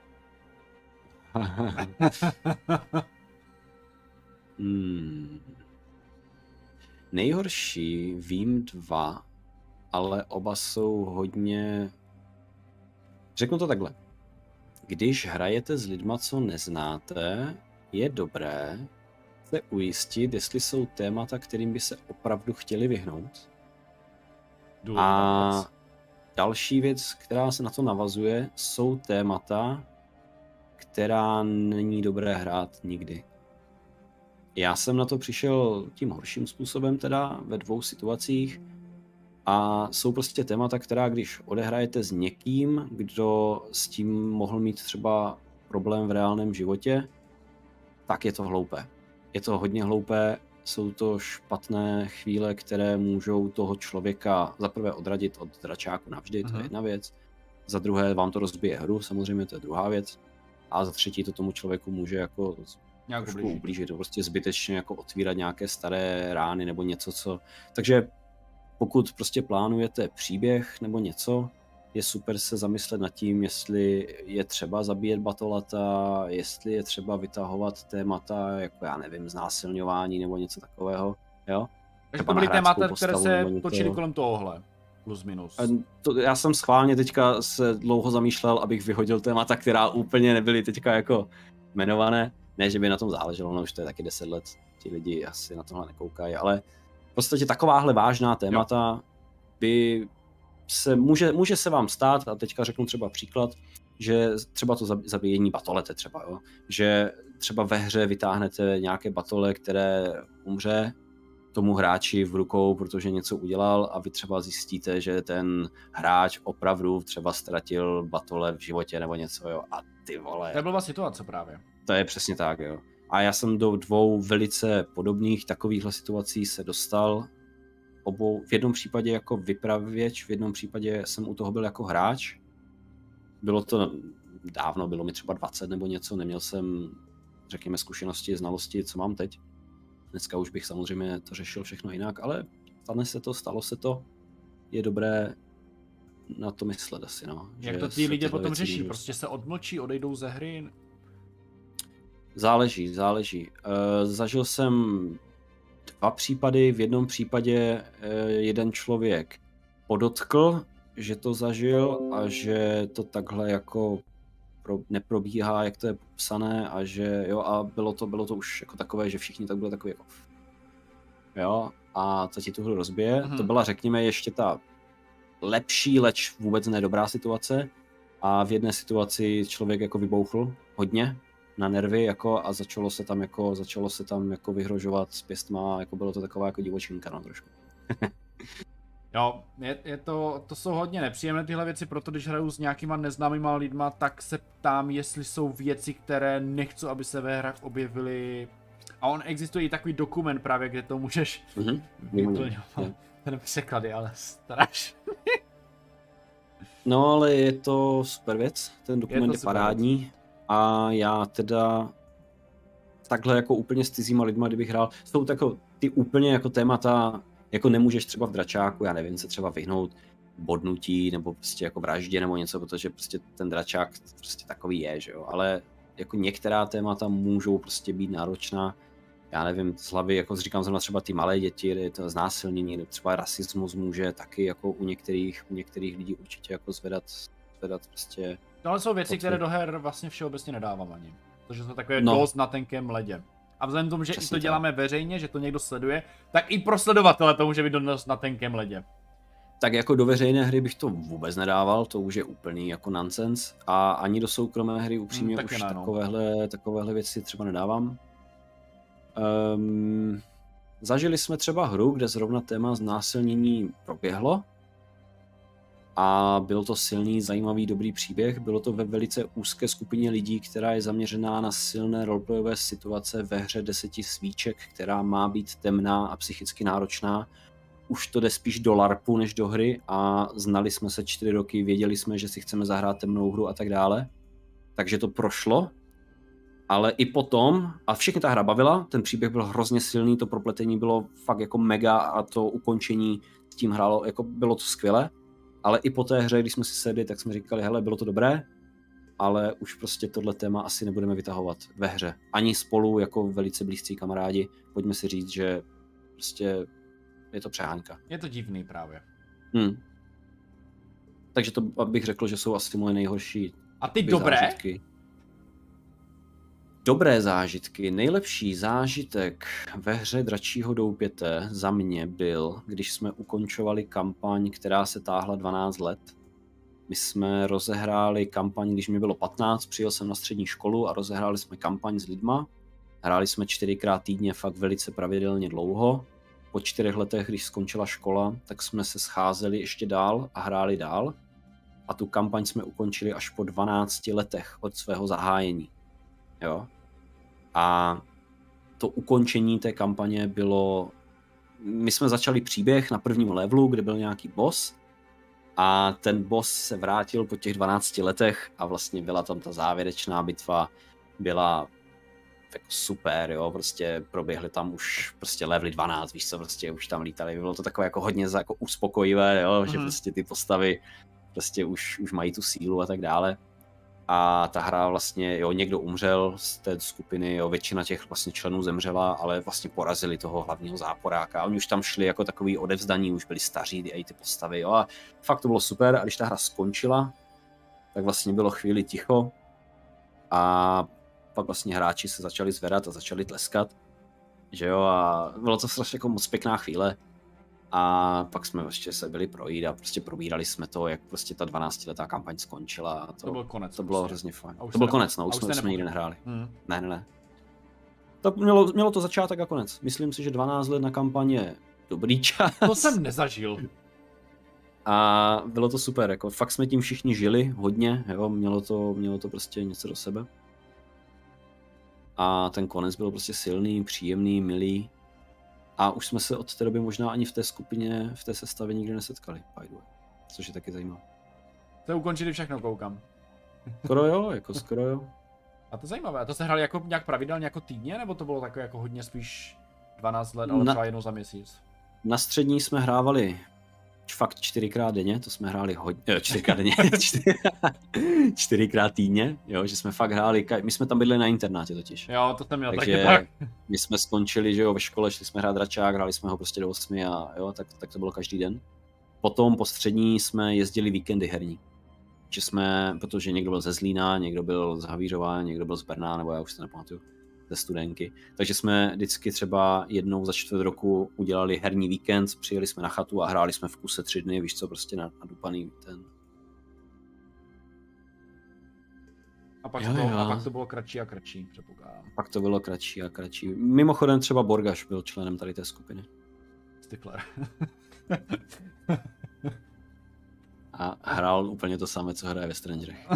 Nejhorší vím 2, ale oba jsou hodně... Řeknu to takhle. Když hrajete s lidma, co neznáte, je dobré se ujistit, jestli jsou témata, kterým by se opravdu chtěli vyhnout. A další věc, která se na to navazuje, jsou témata, která není dobré hrát nikdy. Já jsem na to přišel tím horším způsobem teda ve 2 situacích a jsou prostě témata, která když odehrajete s někým, kdo s tím mohl mít třeba problém v reálném životě, tak je to hloupé. Je to hodně hloupé, jsou to špatné chvíle, které můžou toho člověka za prvé odradit od dračáku navždy, to je jedna věc, za druhé vám to rozbije hru, samozřejmě to je druhá věc, a za třetí to tomu člověku může jako trošku ublížit, prostě zbytečně jako otvírat nějaké staré rány nebo něco, co... Takže pokud prostě plánujete příběh nebo něco, je super se zamyslet nad tím, jestli je třeba zabíjet batolata, jestli je třeba vytahovat témata, jako já nevím, znásilňování nebo něco takového, jo? Takže to byly témata, které se točily kolem tohohle, plus minus. Já jsem schválně teďka se dlouho zamýšlel, abych vyhodil témata, která úplně nebyly teďka jako jmenované. Ne, že by na tom záleželo, no už to je taky 10 let, ti lidi asi na tohle nekoukají, ale v podstatě takováhle vážná témata by se, může se vám stát, a teďka řeknu třeba příklad, že třeba to zabíjení batolete třeba, jo? Že třeba ve hře vytáhnete nějaké batole, které umře tomu hráči v rukou, protože něco udělal a vy třeba zjistíte, že ten hráč opravdu třeba ztratil batole v životě nebo něco, jo, a ty vole. To byla situace právě. To je přesně tak, jo. A já jsem do 2 velice podobných takovýchhle situací se dostal, v jednom případě jako vypravěč, v jednom případě jsem u toho byl jako hráč. Bylo to dávno, bylo mi třeba 20 nebo něco, neměl jsem, řekněme, zkušenosti, znalosti, co mám teď. Dneska už bych samozřejmě to řešil všechno jinak, ale stalo se to, je dobré na to myslet asi, no. Jak to ty lidi potom řeší? Prostě se odmlčí, odejdou ze hry? Záleží. Zažil jsem 2 případy, v jednom případě jeden člověk podotkl, že to zažil a že to takhle jako neprobíhá, jak to je popsané a že jo, a bylo to už jako takové, že všichni tak byli takový jako jo, a co ti tu hru rozbije. To byla, řekněme, ještě ta lepší, leč vůbec nedobrá situace a v jedné situaci člověk jako vybouchl hodně na nervy jako a začalo se tam jako vyhrožovat s pěstma, jako bylo to taková jako divočinka, no trošku. Jo, to jsou hodně nepříjemné tyhle věci, proto když hraju s nějakýma neznámýma lidma, tak se ptám, jestli jsou věci, které nechci, aby se ve hrách objevily. A on existuje i takový dokument právě, kde to můžeš ten překlady, ale strašně. No ale je to super věc, ten dokument je parádní věc. A já teda takhle jako úplně s cizíma lidma, kdybych hrál, jsou tako ty úplně jako témata, jako nemůžeš třeba v dračáku, já nevím, se třeba vyhnout bodnutí nebo prostě jako vraždě nebo něco, protože prostě ten dračák prostě takový je, že jo, ale jako některá témata můžou prostě být náročná, já nevím, z hlavy, jako říkám zrovna třeba ty malé děti, to znásilnění, třeba rasismus může taky jako u některých lidí určitě jako zvedat prostě. No ale jsou věci, které do her vlastně všeobecně nedávám ani, protože jsme takové dost na tenkém ledě. A vzhledem k tomu, že i to děláme veřejně, že to někdo sleduje, tak i pro sledovatele to může být dost na tenkém ledě. Tak jako do veřejné hry bych to vůbec nedával, to už je úplný jako nonsens. A ani do soukromé hry upřímně už takovéhle věci třeba nedávám. Zažili jsme třeba hru, kde zrovna téma znásilnění proběhlo. A byl to silný, zajímavý, dobrý příběh. Bylo to ve velice úzké skupině lidí, která je zaměřená na silné roleplayové situace ve hře 10 svíček, která má být temná a psychicky náročná. Už to jde spíš do LARPu než do hry a znali jsme se 4 roky, věděli jsme, že si chceme zahrát temnou hru a tak dále. Takže to prošlo. Ale i potom, a všechny ta hra bavila, ten příběh byl hrozně silný, to propletení bylo fakt jako mega a to ukončení s tím hrálo, jako bylo to skvělé. Ale i po té hře, když jsme si sedli, tak jsme říkali, hele, bylo to dobré, ale už prostě tohle téma asi nebudeme vytahovat ve hře. Ani spolu jako velice blízcí kamarádi, pojďme si říct, že prostě je to přehánka. Je to divný právě. Takže to bych řekl, že jsou asi moje nejhorší a ty dobré? Zážitky. Dobré zážitky. Nejlepší zážitek ve hře Dračího doupěte za mě byl, když jsme ukončovali kampaň, která se táhla 12 let. My jsme rozehráli kampaň, když mi bylo 15, přijel jsem na střední školu a rozehráli jsme kampaň s lidma. Hráli jsme 4krát týdně, fakt velice pravidelně dlouho. Po 4 letech, když skončila škola, tak jsme se scházeli ještě dál a hráli dál. A tu kampaň jsme ukončili až po 12 letech od svého zahájení. Jo. A to ukončení té kampaně bylo... My jsme začali příběh na prvním levelu, kde byl nějaký boss a ten boss se vrátil po těch 12 letech a vlastně byla tam ta závěrečná bitva, byla jako super, jo, prostě proběhly tam už prostě levely 12, víš co, prostě už tam lítali, bylo to takové jako hodně jako uspokojivé, jo, že prostě ty postavy prostě už mají tu sílu a tak dále. A ta hra vlastně, jo, někdo umřel z té skupiny, jo, většina těch vlastně členů zemřela, ale vlastně porazili toho hlavního záporáka. Oni už tam šli jako takový odevzdaní, už byli staří i ty postavy, jo, a fakt to bylo super. A když ta hra skončila, tak vlastně bylo chvíli ticho a pak vlastně hráči se začali zvedat a začali tleskat, že jo, a bylo to strašně jako moc pěkná chvíle. A pak jsme ještě se byli projít a prostě probírali jsme to, jak prostě ta 12letá kampaň skončila. A to byl konec. To bylo hrozně fajn. To byl konec, no, už jsme nikdy nehráli. Ne. To mělo to začátek a konec. Myslím si, že 12 let na kampaň je dobrý čas. To jsem nezažil. A bylo to super, jako fakt jsme tím všichni žili hodně, jo, mělo to prostě něco do sebe. A ten konec byl prostě silný, příjemný, milý. A už jsme se od té doby možná ani v té skupině, v té sestavě nikdy nesetkali, by the way. Což je taky zajímavé. To ukončili všechno, koukám. Skoro jo. A to je zajímavé. A to se hrali jako nějak pravidelně jako týdně, nebo to bylo takové jako hodně spíš 12 let, ale třeba jednou za měsíc? Na střední jsme hrávali fakt 4x denně, to jsme hráli hodně, 4x denně, 4x týdně, jo, že jsme fakt hráli, my jsme tam bydli na internátě totiž. Jo, to jsem měl takže taky tak. My jsme skončili, že jo, ve škole, šli jsme hrát dračák, hráli jsme ho prostě do 8 a jo, tak to bylo každý den. Potom po střední jsme jezdili víkendy herní. Že protože někdo byl ze Zlína, někdo byl z Havířova, někdo byl z Brna, nebo já už se nepamatuju, ze Studenky. Takže jsme vždycky třeba jednou za čtvrt roku udělali herní víkend, přijeli jsme na chatu a hráli jsme v kuse 3 dny, víš co, prostě nadupaný ten. A pak to bylo kratší a kratší, předpokládám. Pak to bylo kratší a kratší. Mimochodem třeba Borgaš byl členem tady té skupiny. Stifler. A hrál úplně to samé, co hraje ve Strangerech.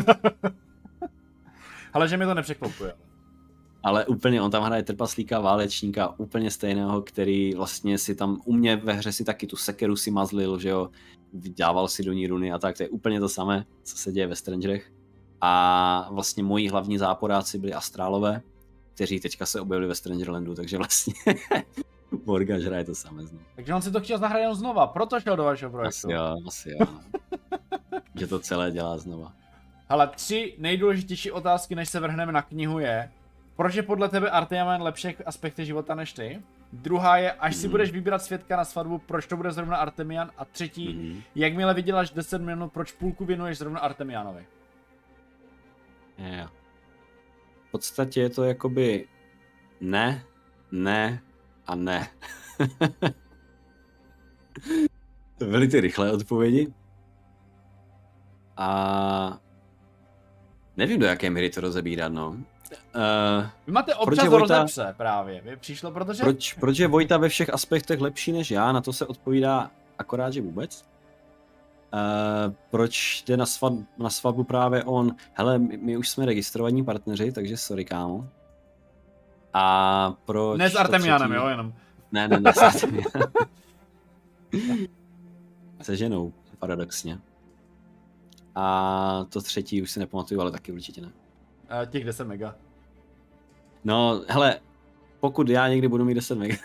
Ale že mi to nepřekvapuje. Ale úplně, on tam hraje trpaslíka, válečníka, úplně stejného, který vlastně si tam u mě ve hře si taky tu sekeru si mazlil, že jo, dával si do ní runy a tak, to je úplně to samé, co se děje ve Strangerech. A vlastně moji hlavní záporáci byli astrálové, kteří teďka se objevili ve Strangerlandu, takže vlastně Borgaš hraje to samé znovu. Takže on si to chtěl zahrát jenom znova, proto šel do vašeho projektu. Asi jo. Že to celé dělá znova. Hele, 3 nejdůležitější otázky, než se vrhneme na knihu je, proč je podle tebe Artemian lepších aspekty života než ty? Druhá je, až si budeš vybírat svědka na svatbu, proč to bude zrovna Artemian? A třetí, jakmile vyděláš 10 minut, proč půlku věnuješ zrovna Artemianovi? Jo. V podstatě je to jakoby ne a ne. To byly ty rychlé odpovědi. A nevím, do jaké míry to rozebírat, no. Vy máte občas rozepře právě, přišlo, protože... Proč je Vojta ve všech aspektech lepší než já, na to se odpovídá akorát, že vůbec. Proč jde na svatbu právě on, hele, my už jsme registrovaní partneři, takže sorry, kámo. A proč... Ne s Artemianem, jo, jenom. Ne s Artemianem. Se ženou, paradoxně. A to třetí už si nepamatuju, ale taky určitě ne. Těch 10 mega. No, hele, pokud já někdy budu mít 10 mega,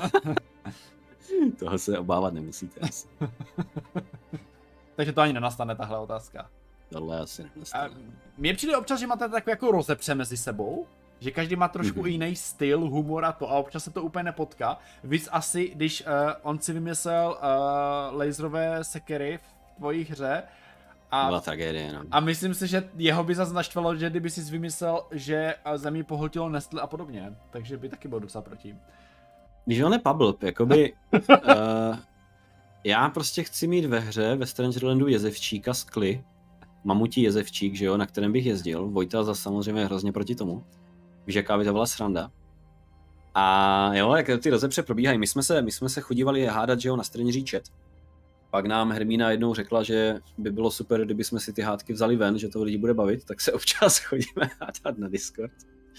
toho se obávat nemusíte asi. Takže to ani nenastane, tahle otázka. Tohle asi nenastane. Mně přijde občas, že máte takový jako rozepře mezi sebou, že každý má trošku jiný styl, humor a to, a občas se to úplně nepotká. Víc asi, když on si vymyslel laserové sekery v tvojí hře. Byla tragédie, no. A myslím si, že jeho by zase naštvalo, že kdyby si vymyslel, že Zemi pohltilo Nestle a podobně, takže by taky byl docela proti. Když on je pablb, jakoby... já prostě chci mít ve hře, ve Strangerlandu jezevčíka z Kli, mamutí jezevčík, že jo, na kterém bych jezdil. Vojta zase samozřejmě hrozně proti tomu. Víš, jaká by to byla sranda. A jo, jak ty rozepře probíhají. My jsme se chodívali hádat, že jo, na Strangerí chat. Pak nám Hermína jednou řekla, že by bylo super, kdyby jsme si ty hádky vzali ven, že to lidi bude bavit, tak se občas chodíme hádat na Discord.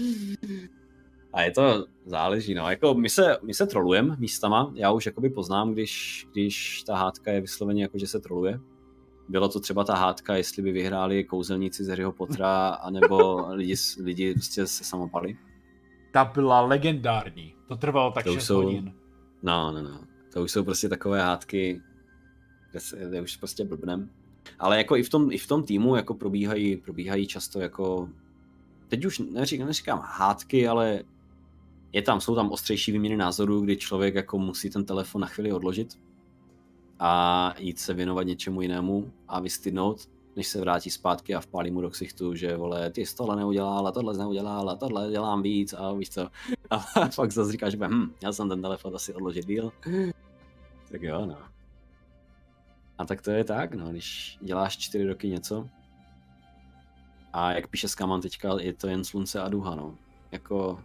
A je to, záleží, no, jako my se trolujeme místama, já už jakoby poznám, když ta hádka je vysloveně jako, že se troluje. Bylo to třeba ta hádka, jestli by vyhráli kouzelníci z Harryho Pottera, anebo lidi prostě se samopali. Ta byla legendární. To trvalo tak 6 hodin. No. To už jsou prostě takové hádky, kde už prostě blbnem. Ale jako i v tom týmu jako probíhají často jako, teď už neříkám hádky, ale jsou tam ostřejší výměny názorů, kdy člověk jako musí ten telefon na chvíli odložit a jít se věnovat něčemu jinému a vystydnout, než se vrátí zpátky a vpálí mu do ksichtu, že vole, ty jsi tohle neudělal a tohle neudělal a tohle dělám víc a víš co. A fakt zase říkáš, že já jsem ten telefon asi odložit díl. Tak jo, no. A tak to je tak, no, když děláš 4 roky něco a jak píše Skaman teďka, je to jen slunce a duha, no. Jako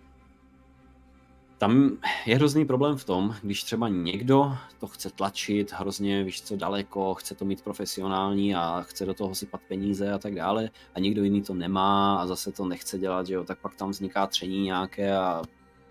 tam je hrozný problém v tom, když třeba někdo to chce tlačit hrozně, víš co, daleko, chce to mít profesionální a chce do toho sypat peníze a tak dále a někdo jiný to nemá a zase to nechce dělat, že jo, tak pak tam vzniká tření nějaké a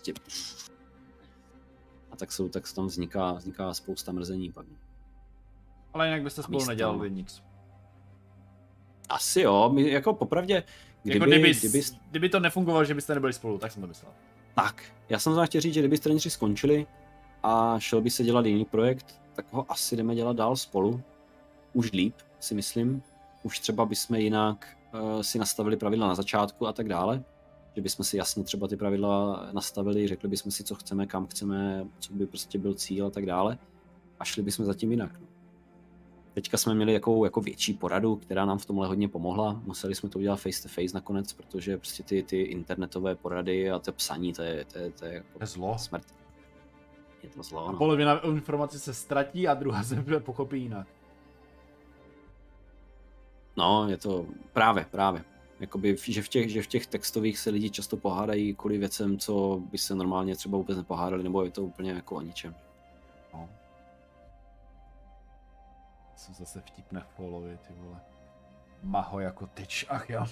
tak tam vzniká spousta mrzení pak. Ale jinak byste spolu nedělali nic. Asi jo, jako popravdě, kdyby to nefungovalo, že byste nebyli spolu, tak jsem to myslel. Tak, já jsem chtěl říct, že kdyby trenéři skončili a šel by se dělat jiný projekt, tak ho asi jdeme dělat dál spolu. Už líp, si myslím. Už třeba bychom jinak si nastavili pravidla na začátku a tak dále. Že bychom si jasně třeba ty pravidla nastavili, řekli bychom si, co chceme, kam chceme, co by prostě byl cíl a tak dále. A šli bychom zatím jinak. No. Teďka jsme měli jako větší poradu, která nám v tomhle hodně pomohla. Museli jsme to udělat face to face nakonec, protože prostě ty internetové porady a to psaní, to je jako zlo. Smrt. Je to zlo, no. Polovina informací se ztratí a druhá se pochopí jinak. No, je to právě. Jakoby, že v těch textových se lidi často pohádají kvůli věcem, co by se normálně třeba vůbec nepohádali, nebo je to úplně jako o ničem. No. Jsou zase vtipné followy, ty vole. Maho jako tyč, ach jo.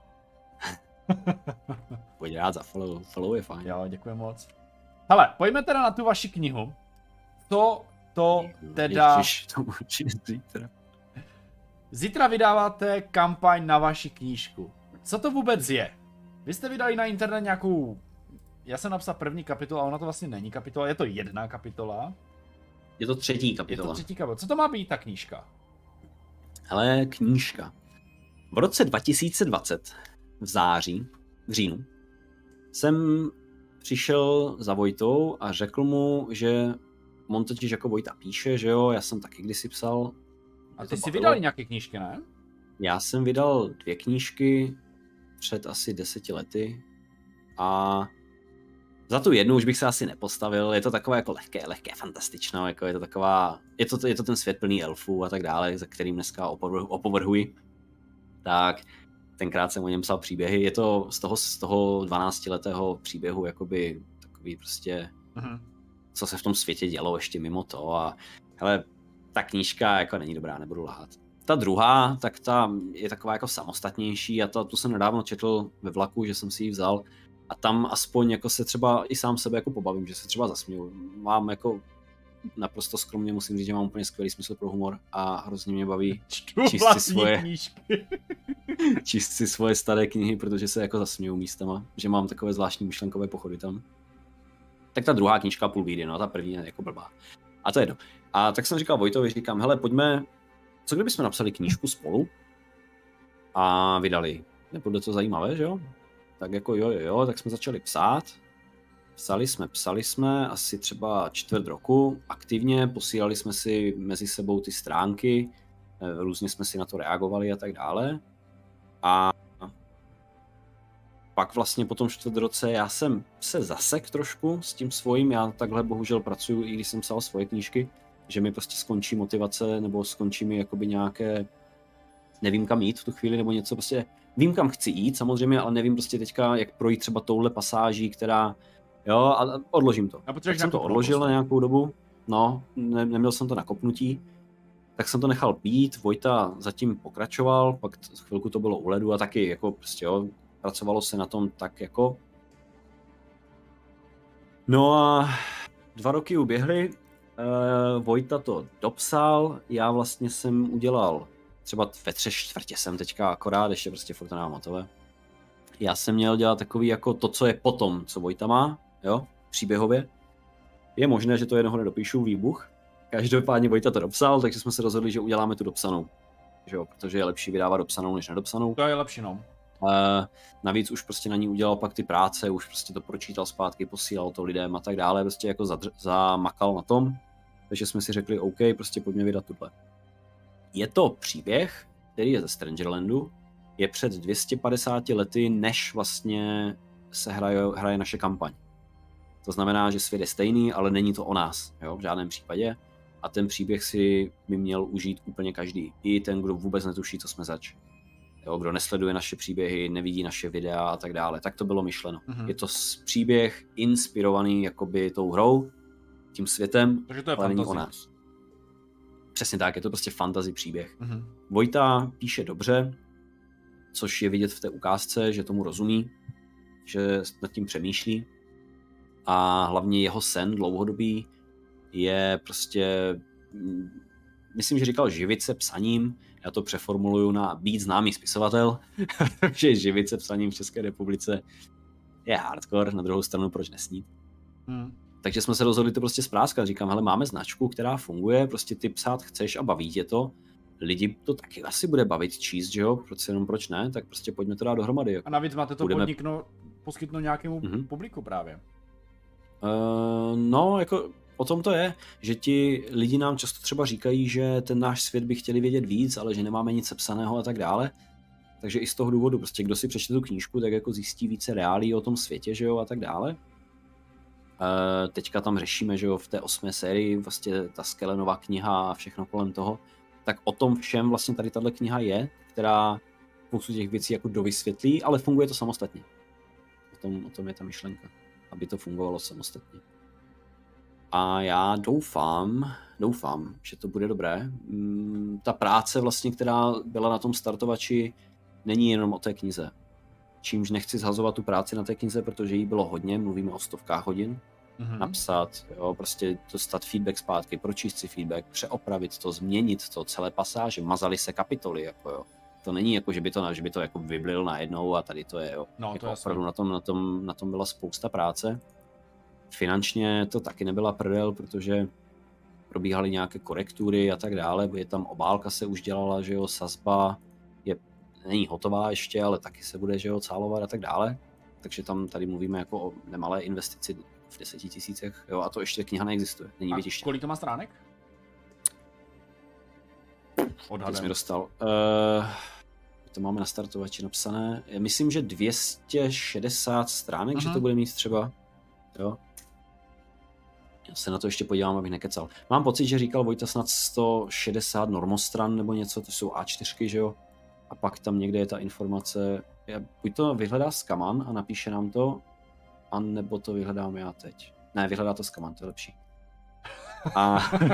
Pojď rád za follow je fajn. Jo, děkuji moc. Hele, pojďme teda na tu vaši knihu. To teda... Ježiš, to určitě zítra. Zítra vydáváte kampaň na vaši knížku. Co to vůbec je? Vy jste vydali na internet nějakou... Já jsem napsal první kapitola, a ona to vlastně není kapitola, je to 1 kapitola. Je to 3. kapitola. Co to má být ta knížka? Hele, knížka. V roce 2020, v říjnu, jsem přišel za Vojtou a řekl mu, že on totiž jako Vojta píše, že jo, já jsem taky kdysi psal. A ty jsi vydal nějaké knížky, ne? Já jsem vydal 2 knížky před asi 10 lety a za tu jednu už bych se asi nepostavil, je to takové jako lehké fantastično, jako je to taková, je to ten svět plný elfů a tak dále, za kterým dneska opovrhuji. Tak tenkrát jsem o něm psal příběhy, je to z toho 12letého příběhu jakoby takový prostě, co se v tom světě dělo ještě mimo to a hele, ta knížka jako není dobrá, nebudu lhát. Ta druhá, tak ta je taková jako samostatnější a tu jsem nedávno četl ve vlaku, že jsem si ji vzal a tam aspoň jako se třeba i sám sebe jako pobavím, že se třeba zasměju. Mám jako naprosto skromně musím říct, že mám úplně skvělý smysl pro humor a hrozně mě baví číst si svoje staré knihy, protože se jako zasměju místama, že mám takové zvláštní myšlenkové pochody tam. Tak ta druhá knížka půl vyjde, no a ta první je jako blbá. A to je jedno. A tak jsem říkal Vojtovi, říkám, hele, pojďme, co kdybychom napsali knížku spolu a vydali. Nebude to zajímavé, že jo? Tak jako jo, tak jsme začali psát. Psali jsme asi třeba 1/4 roku aktivně, posílali jsme si mezi sebou ty stránky, různě jsme si na to reagovali a tak dále. A pak vlastně po tom 1/4 roce já jsem se zasek trošku s tím svým, já takhle bohužel pracuju, i když jsem psal svoje knížky, že mi prostě skončí motivace, nebo skončí mi jakoby nějaké, nevím kam jít v tu chvíli, nebo něco prostě, vím kam chci jít samozřejmě, ale nevím prostě teďka, jak projít třeba touhle pasáží, která, jo, a odložím to. Tak jsem to odložil na nějakou dobu, no, neměl jsem to na kopnutí, tak jsem to nechal být, Vojta zatím pokračoval, pak chvilku to bylo u ledu a taky jako prostě jo, pracovalo se na tom tak jako. No a 2 roky uběhly, Vojta to dopsal, já vlastně jsem udělal, třeba ve 3/4 jsem teďka akorát, ještě prostě furt to nemám hotové. Já jsem měl dělat takový jako to, co je potom, co Vojta má, jo, příběhově. Je možné, že to jednoho nedopíšu, výbuch. Každopádně Vojta to dopsal, takže jsme se rozhodli, že uděláme tu dopsanou. Že jo, protože je lepší vydávat dopsanou, než nedopsanou. To je lepší, no. Navíc už prostě na ní udělal pak ty práce, už prostě to pročítal zpátky, posílal to lidem a tak dále, prostě jako zamakal na tom. Takže jsme si řekli, OK, prostě pojďme vydat tuhle. Je to příběh, který je ze Strangerlandu, je před 250 lety, než vlastně se hraje naše kampaň. To znamená, že svět je stejný, ale není to o nás, jo, v žádném případě. A ten příběh si by měl užít úplně každý. I ten, kdo vůbec netuší, co jsme zač. Jo, kdo nesleduje naše příběhy, nevidí naše videa a tak dále. Tak to bylo myšleno. Je to příběh inspirovaný jakoby tou hrou, tím světem, takže to je ale není o fantasy. nás. Přesně tak, je to prostě fantasy příběh. Vojta píše dobře, což je vidět v té ukázce, že tomu rozumí, že nad tím přemýšlí. A hlavně jeho sen dlouhodobý je prostě, myslím, že říkal živit se psaním, já to přeformuluju na být známý spisovatel, že živit se psaním v České republice je hardcore, na druhou stranu proč nesnít. Takže jsme se rozhodli to prostě spráskat, říkám, hele, máme značku, která funguje, prostě ty psát chceš a baví tě to, lidi to taky asi bude bavit číst, že jo, proč ne, tak prostě pojďme to dát dohromady. Jako. A navíc máte to poskytnout nějakému publiku právě. No, jako o tom to je, že ti lidi nám často třeba říkají, že ten náš svět by chtěli vědět víc, ale že nemáme nic sepsaného a tak dále. Takže i z toho důvodu, prostě kdo si přečte tu knížku, tak jako zjistí více reálí o tom světě, že jo, a tak dále. Teďka tam řešíme, že jo, v té 8. sérii vlastně ta Skellenova kniha a všechno kolem toho, tak o tom všem vlastně tady tahle kniha je, která spoustu těch věcí jako dovysvětlí, ale funguje to samostatně. O tom je ta myšlenka, aby to fungovalo samostatně. A já doufám, že to bude dobré. Ta práce vlastně, která byla na tom startovači, není jenom o té knize. Čímž nechci zhazovat tu práci na té knize, protože jí bylo hodně, mluvíme o stovkách hodin. Napsat, jo, prostě dostat feedback zpátky, pročíst si feedback, přeopravit to, změnit to, celé pasáže, mazaly se kapitoly, jako jo. To není jako, že by to jako vyblil najednou a tady to je, jo. No, jako to opravdu na tom byla spousta práce. Finančně to taky nebyla prdel, protože probíhaly nějaké korektury a tak dále, je tam obálka se už dělala, že jo, sazba není hotová ještě, ale taky se bude, že jo, cálovat a tak dále. Takže tam tady mluvíme jako o nemalé investici v 10 000, jo, a to ještě kniha neexistuje, není vytištěna. Kolik to má stránek? Odhadem. Teď jsi mi dostal. To máme na startovači napsané. Já myslím, že 260 stránek, že to bude mít třeba. Jo. Já se na to ještě podívám, abych nekecal. Mám pocit, že říkal Vojta snad 160 normostran nebo něco, to jsou A4, že jo. A pak tam někde je ta informace, buď to vyhledá Skaman a napíše nám to, a nebo to vyhledám já teď. Ne, vyhledá to Skaman, to je lepší. A...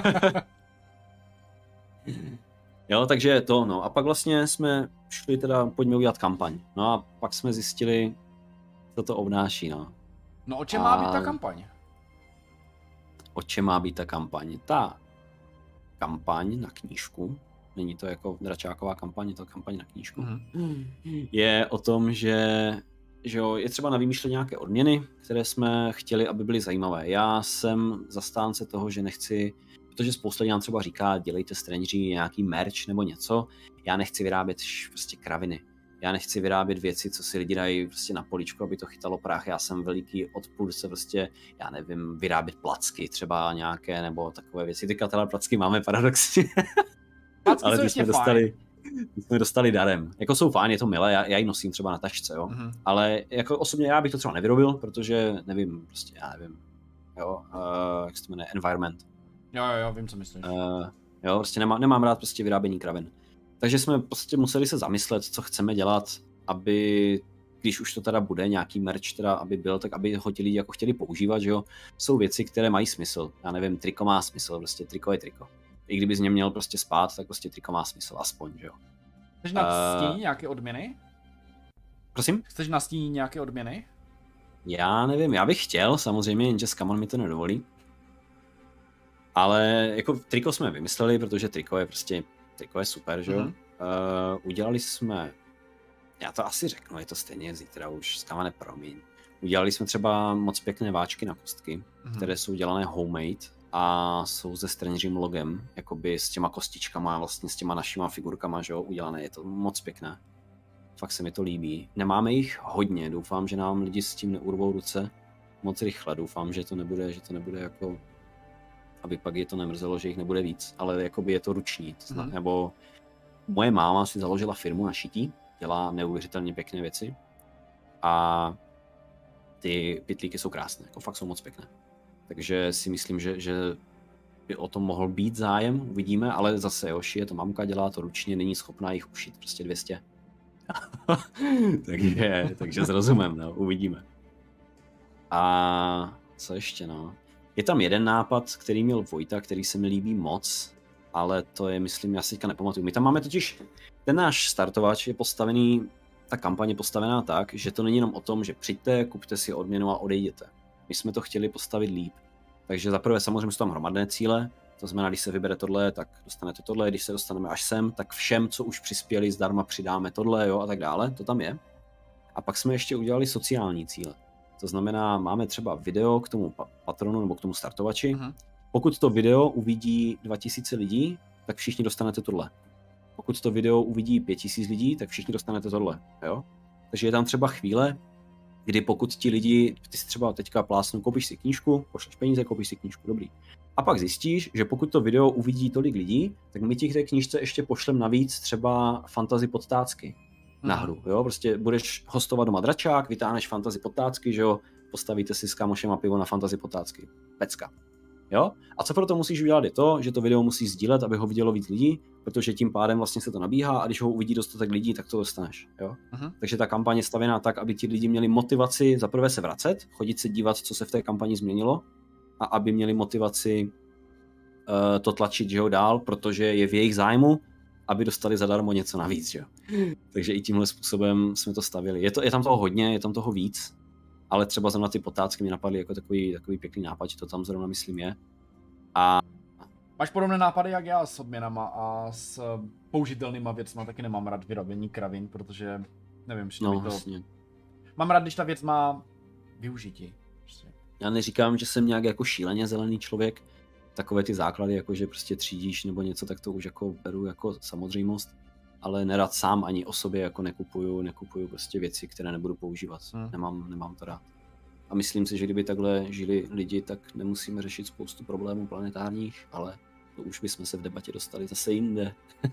jo, takže to, no. A pak vlastně jsme šli teda, pojďme udělat kampaň. No a pak jsme zjistili, co to obnáší, no. No o čem má být ta kampaň? O čem má být ta kampaň? Ta kampaň na knížku, není to jako dračáková kampaň, je to kampaň na knížku, je o tom, že jo, je třeba na vymýšlet nějaké odměny, které jsme chtěli, aby byly zajímavé. Já jsem zastánce toho, že nechci, protože spousta lidí nám třeba říká, dělejte Strangeri nějaký merch nebo něco, já nechci vyrábět prostě kraviny. Já nechci vyrábět věci, co si lidi dají prostě na poličku, aby to chytalo prach. Já jsem veliký odpůrce prostě, já nevím, vyrábět placky třeba nějaké nebo takové věci. Teďka teda placky máme paradoxně. Ale ty jsme dostali darem. Jako jsou fajn, je to milé, já ji nosím třeba na tašce, jo. Ale jako osobně já bych to třeba nevyrobil, protože nevím, prostě já nevím, jo, jak se to jmenuje, environment. Jo, vím, co myslíš. Jo, prostě nemám rád prostě vyrábění kravin. Takže jsme prostě museli se zamyslet, co chceme dělat, aby, když už to teda bude nějaký merch teda, aby byl, tak aby ho ti lidi jako chtěli používat, že jo. Jsou věci, které mají smysl. Já nevím, triko má smysl, prostě triko je triko. I kdyby z něm měl prostě spát, tak prostě triko má smysl, aspoň, že jo. Chceš nastínit nějaké odměny? Prosím? Chceš nastínit nějaké odměny? Já nevím, já bych chtěl, samozřejmě, jenže Skaman mi to nedovolí. Ale jako triko jsme vymysleli, protože triko je super, že jo. Udělali jsme, Já to asi řeknu, je to stejně zítra už, Skavane, promiň. Udělali jsme třeba moc pěkné váčky na kostky, které jsou dělané homemade a jsou se Strangerim logem, jakoby s těma kostičkama, vlastně s těma našima figurkama, že jo, udělané, je to moc pěkné. Fakt se mi to líbí. Nemáme jich hodně, doufám, že nám lidi s tím neurvou ruce moc rychle, doufám, že to nebude jako, aby pak je to nemrzelo, že jich nebude víc, ale jakoby je to ruční, nebo moje máma si založila firmu na šití, dělá neuvěřitelně pěkné věci a ty pytlíky jsou krásné, jako fakt jsou moc pěkné. Takže si myslím, že by o tom mohl být zájem, uvidíme, ale zase Yoshi je to mamka, dělá to ručně, není schopná jich ušít, prostě 200. takže s rozumem, no, uvidíme. A co ještě, no? Je tam jeden nápad, který měl Vojta, který se mi líbí moc, ale to je, myslím, já si teďka nepamatuju. My tam máme totiž, ten náš startovač je postavený, ta kampaň je postavená tak, že to není jenom o tom, že přijďte, kupte si odměnu a odejděte. My jsme to chtěli postavit líp. Takže zaprvé samozřejmě jsou tam hromadné cíle, to znamená, když se vybere tohle, tak dostanete tohle, když se dostaneme až sem, tak všem, co už přispěli, zdarma přidáme tohle, jo, a tak dále, to tam je. A pak jsme ještě udělali sociální cíle. To znamená, máme třeba video k tomu patronu nebo k tomu startovači. Pokud to video uvidí 2000 lidí, tak všichni dostanete tohle. Pokud to video uvidí 5000 lidí, tak všichni dostanete tohle, jo. Takže je tam třeba chvíle, kdy pokud ti lidi, ty si třeba teďka plásnou, koupíš si knížku, pošleš peníze, koupíš si knížku, dobrý. A pak zjistíš, že pokud to video uvidí tolik lidí, tak my ti k té knížce ještě pošlem navíc třeba fantasy podtácky na hru, jo, prostě budeš hostovat doma dračák, vytáhneš fantasy podtácky, že jo, postavíte si s kámošem pivo na fantasy podtácky, pecka, jo. A co pro to musíš udělat je to, že to video musíš sdílet, aby ho vidělo víc lidí, protože tím pádem vlastně se to nabíhá a když ho uvidí dostatek lidí, tak to dostaneš, jo. Takže ta kampaň je stavěná tak, aby ti lidi měli motivaci za prvé se vracet, chodit se dívat, co se v té kampani změnilo, a aby měli motivaci to tlačit, že jo, dál, protože je v jejich zájmu, aby dostali zadarmo něco navíc, že jo. Takže i tímhle způsobem jsme to stavili. Je tam toho hodně, je tam toho víc, ale třeba zrovna ty potácky mi napadly jako takový pěkný nápad, že to tam zrovna myslím je. A máš podobné nápady jak já s odměnama a s použitelnýma věcma, taky nemám rád vyrobení kravin, protože nevím, že to... Vlastně. Mám rád, když ta věc má využití. Prostě. Já neříkám, že jsem nějak jako šíleně zelený člověk, takové ty základy, jako že prostě třídíš nebo něco, tak to už jako beru jako samozřejmost, ale nerad sám ani o sobě jako nekupuju prostě věci, které nebudu používat. Nemám to rád. A myslím si, že kdyby takhle žili lidi, tak nemusíme řešit spoustu problémů planetárních, ale to už bychom se v debatě dostali zase jinde.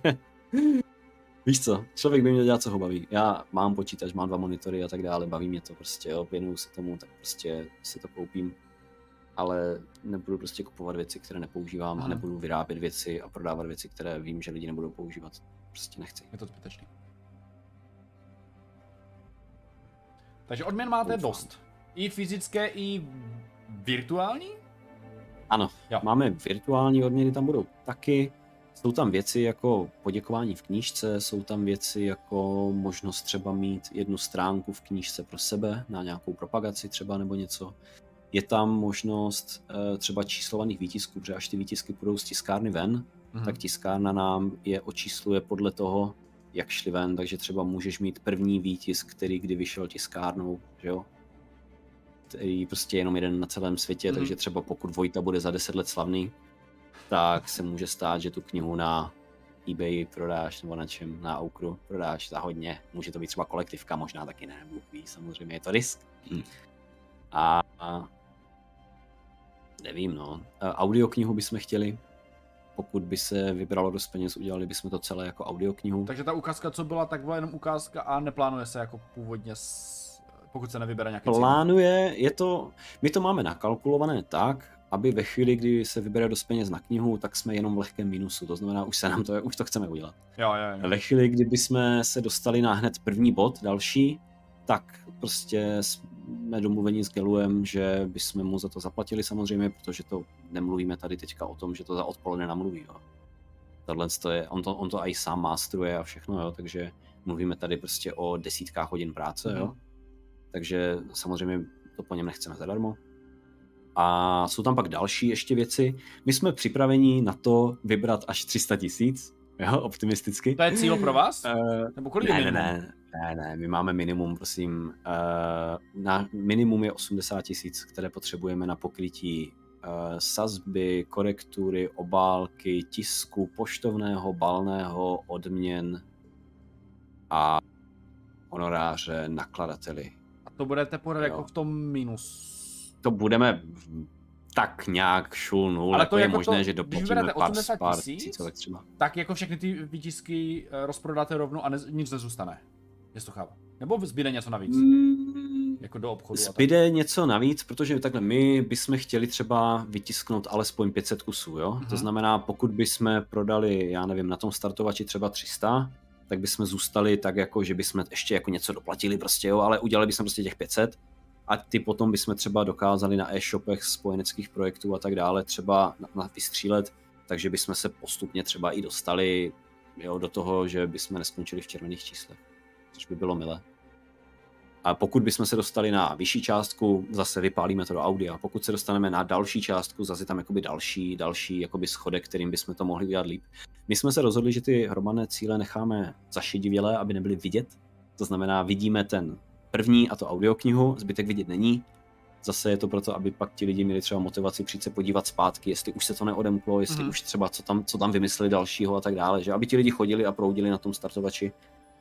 Víš co, člověk by měl dělat, co ho baví. Já mám počítač, mám 2 monitory a tak dále, baví mě to prostě, jo, věnuju se tomu, tak prostě si to koupím. Ale nebudu prostě kupovat věci, které nepoužívám a nebudu vyrábět věci a prodávat věci, které vím, že lidi nebudou používat. Prostě nechci. Je to zbytečný. Takže odměn máte dost. I fyzické, i virtuální? Ano, jo. Máme virtuální odměny, tam budou taky. Jsou tam věci jako poděkování v knížce, jsou tam věci jako možnost třeba mít jednu stránku v knížce pro sebe na nějakou propagaci třeba nebo něco. Je tam možnost třeba číslovaných výtisků, protože až ty výtisky půjdou z tiskárny ven, tak tiskárna nám je očísluje podle toho, jak šli ven, takže třeba můžeš mít první výtisk, který kdy vyšel tiskárnou, že jo? Který prostě jenom jeden na celém světě, takže třeba pokud Vojta bude za 10 let slavný, tak se může stát, že tu knihu na eBay prodáš nebo na čem, na Aukru prodáš za hodně. Může to být třeba kolektivka, možná taky ne, ví, samozřejmě je to risk. A nevím, no. Audioknihu bychom chtěli. Pokud by se vybralo dost peněz, udělali bychom to celé jako audioknihu. Takže ta ukázka, co byla, tak byla jenom ukázka a neplánuje se jako původně, pokud se nevybere nějaký cíl. Plánuje, my to máme nakalkulované tak, aby ve chvíli, kdy se vybere dost peněz na knihu, tak jsme jenom v lehkém minusu, to znamená, už to chceme udělat. Jo. Ve chvíli, kdyby jsme se dostali na hned první bod, další, tak prostě jsme domluveni s Geluem, že bychom mu za to zaplatili samozřejmě, protože to nemluvíme tady teďka o tom, že to za odpoledne namluví. Jo. Tohle je, on to i sám masteruje a všechno, jo, takže mluvíme tady prostě o desítkách hodin práce, jo. Takže samozřejmě to po něm nechceme zadarmo. A jsou tam pak další ještě věci. My jsme připraveni na to vybrat až 300 000, jo, optimisticky. To je cíl pro vás? Nebo kolik je ne. Ne, my máme minimum, prosím. Na minimum je 80 000, které potřebujeme na pokrytí sazby, korektury, obálky, tisku, poštovného, balného, odměn a honoráře nakladateli. A to budete podat jako v tom minus. To budeme tak nějak šulnul, ale to je možné, že doplatíme pár tisícovek třeba. Tak jako všechny ty výtisky rozprodáte rovnou a nic nezůstane. Jestli to chápu. Nebo zbyde něco navíc? Jako do obchodu. Zbyde něco navíc, protože takhle my bychom chtěli třeba vytisknout alespoň 500 kusů, jo? To znamená, pokud bychom prodali, já nevím, na tom startovači třeba 300, tak bychom zůstali tak jako, že bychom ještě jako něco doplatili prostě, jo, ale udělali bychom prostě těch 500 a ty potom bychom třeba dokázali na e-shopech spojeneckých projektů a tak dále třeba vystřílet, takže bychom se postupně třeba i dostali, jo, do toho, že bychom neskončili v červených číslech, což by bylo milé. A pokud bychom se dostali na vyšší částku, zase vypálíme to do audia. Pokud se dostaneme na další částku, zase tam jakoby další jakoby schodek, kterým bychom to mohli udělat líp. My jsme se rozhodli, že ty hromadné cíle necháme zašedivělé, aby nebyly vidět. To znamená, vidíme ten první a to audioknihu, zbytek vidět není. Zase je to proto, aby pak ti lidi měli třeba motivaci přijít se podívat zpátky, jestli už se to neodemklo, jestli už třeba co tam vymysleli dalšího a tak dále, že aby ti lidi chodili a proudili na tom startovači.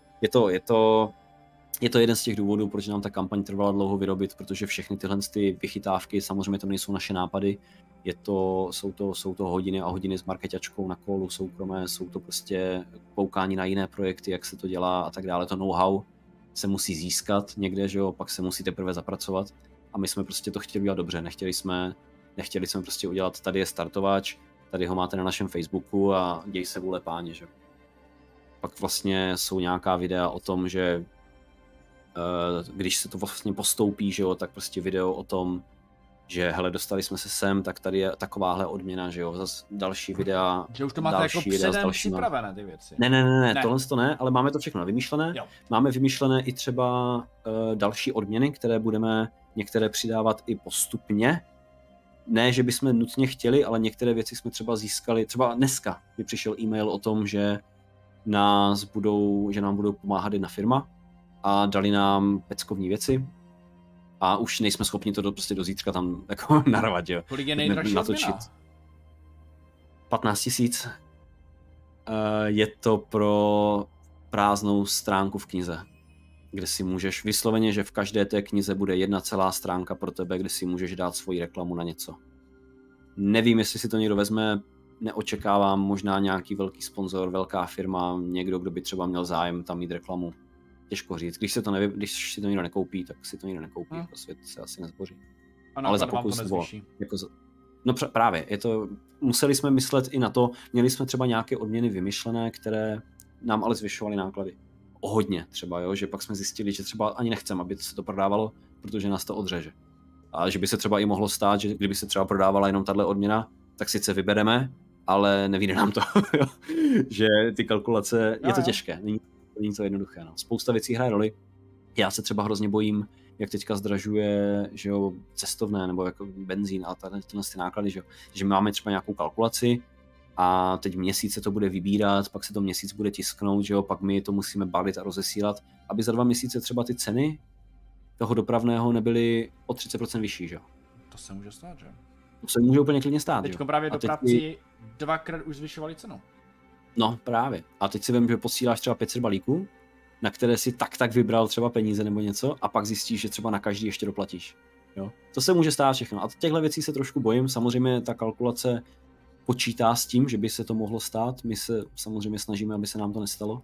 Je to jeden z těch důvodů, proč nám ta kampaň trvala dlouho vyrobit, protože všechny tyhle ty vychytávky, samozřejmě to nejsou naše nápady, jsou to hodiny a hodiny s marketačkou na kolu soukromé, jsou to prostě koukání na jiné projekty, jak se to dělá a tak dále. To know-how se musí získat někde, že jo, pak se musí teprve zapracovat a my jsme prostě to chtěli udělat dobře, nechtěli jsme prostě udělat, tady je startovač, tady ho máte na našem Facebooku a děj se vůle páně, že jo. Pak vlastně jsou nějaká videa o tom, že když se to vlastně postoupí, že jo, tak prostě video o tom, že hele, dostali jsme se sem, tak tady je takováhle odměna, že jo, zase další videa. Že už to máte jako předem připravené ty věci. Ne, tohle to ne, ale máme to všechno vymýšlené. Jo. Máme vymýšlené i třeba další odměny, které budeme některé přidávat i postupně. Ne, že bychom nutně chtěli, ale některé věci jsme třeba získali, třeba dneska mi přišel e-mail o tom, že nám budou pomáhat jedna firma, a dali nám peckovní věci a už nejsme schopni to prostě do zítřka tam jako narvat, jo. Kolik je nejdražší odměna? 15 000. Je to pro prázdnou stránku v knize, kde si můžeš vysloveně, že v každé té knize bude jedna celá stránka pro tebe, kde si můžeš dát svoji reklamu na něco. Nevím, jestli si to někdo vezme, neočekávám, možná nějaký velký sponzor, velká firma, někdo, kdo by třeba měl zájem tam mít reklamu. Těžko říct, když si to někdo nekoupí, tak si to někdo nekoupí, svět se asi nezboří. Ale za pokus nebo no právě, museli jsme myslet i na to, měli jsme třeba nějaké odměny vymyšlené, které nám ale zvyšovaly náklady. O hodně třeba, jo, že pak jsme zjistili, že třeba ani nechceme, aby se to prodávalo, protože nás to odřeže. A že by se třeba i mohlo stát, že kdyby se třeba prodávala jenom tahle odměna, tak sice vybereme, ale nevyjde nám to, jo. Že ty kalkulace, je to těžké, není to jednoduché. No. Spousta věcí hraje roli. Já se třeba hrozně bojím, jak teďka zdražuje, že jo, cestovné nebo jako benzín a tyhle náklady, že máme třeba nějakou kalkulaci a teď měsíc se to bude vybírat, pak se to měsíc bude tisknout, že jo, pak my to musíme balit a rozesílat, aby za 2 měsíce třeba ty ceny toho dopravného nebyly o 30% vyšší, že jo. To se může stát, že? To se může úplně klidně stát, teďko právě dopravci 2krát už zvyšovali cenu. No právě. A teď si vím, že posíláš třeba 500 balíků, na které si tak vybral třeba peníze nebo něco a pak zjistíš, že třeba na každý ještě doplatíš. Jo? To se může stát všechno. A těchto věcí se trošku bojím. Samozřejmě ta kalkulace počítá s tím, že by se to mohlo stát. My se samozřejmě snažíme, aby se nám to nestalo.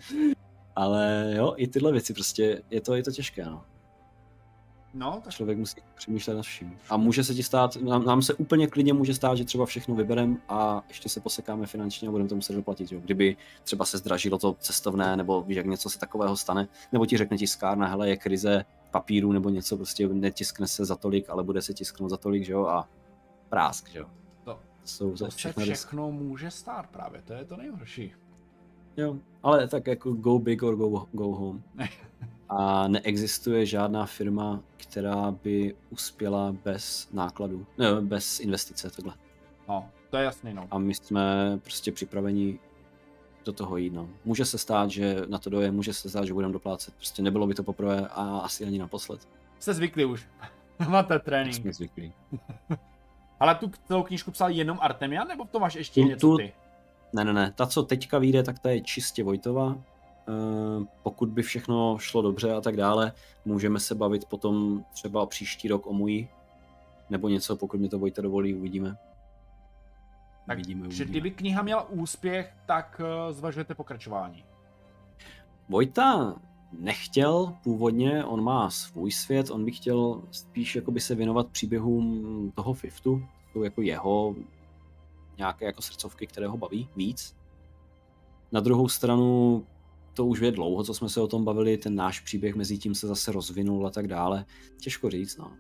Ale jo, i tyhle věci prostě, je to těžké. No. No, tak... Člověk musí přemýšlet nad vším. A může se ti stát, nám se úplně klidně může stát, že třeba všechno vyberem a ještě se posekáme finančně a budeme to muset doplatit. Jo. Kdyby třeba se zdražilo to cestovné, nebo víš, jak něco se takového stane, nebo ti řekne tiskárna, hele, je krize papíru nebo něco, prostě netiskne se za tolik, ale bude se tisknout za tolik, že jo, a prásk, že jo. To se všechno může stát právě, to je to nejhorší. Jo, ale tak jako go big or go home. A neexistuje žádná firma, která by uspěla bez nákladů, ne, bez investice, takhle. No, to je jasný, no. A my jsme prostě připraveni do toho jít, no. Může se stát, že na to doje, může se stát, že budeme doplácet. Prostě nebylo by to poprvé a asi ani naposled. Jste zvyklí už. Máte trénink. Jsme zvyklí. Ale tu celou knížku psal jenom Artemian, nebo to máš ještě něco ty? Ne. Ta, co teďka vyjde, tak ta je čistě Vojtova. Pokud by všechno šlo dobře a tak dále, můžeme se bavit potom třeba příští rok o mojí, nebo něco, pokud mi to Vojta dovolí, uvidíme. Takže kdyby kniha měla úspěch, tak zvažujete pokračování. Vojta nechtěl původně, on má svůj svět, on by chtěl spíš jakoby se věnovat příběhům toho Fiftu, to jako jeho nějaké jako srdcovky, které ho baví víc. Na druhou stranu to už je dlouho, co jsme se o tom bavili, ten náš příběh mezi tím se zase rozvinul a tak dále. Těžko říct, no.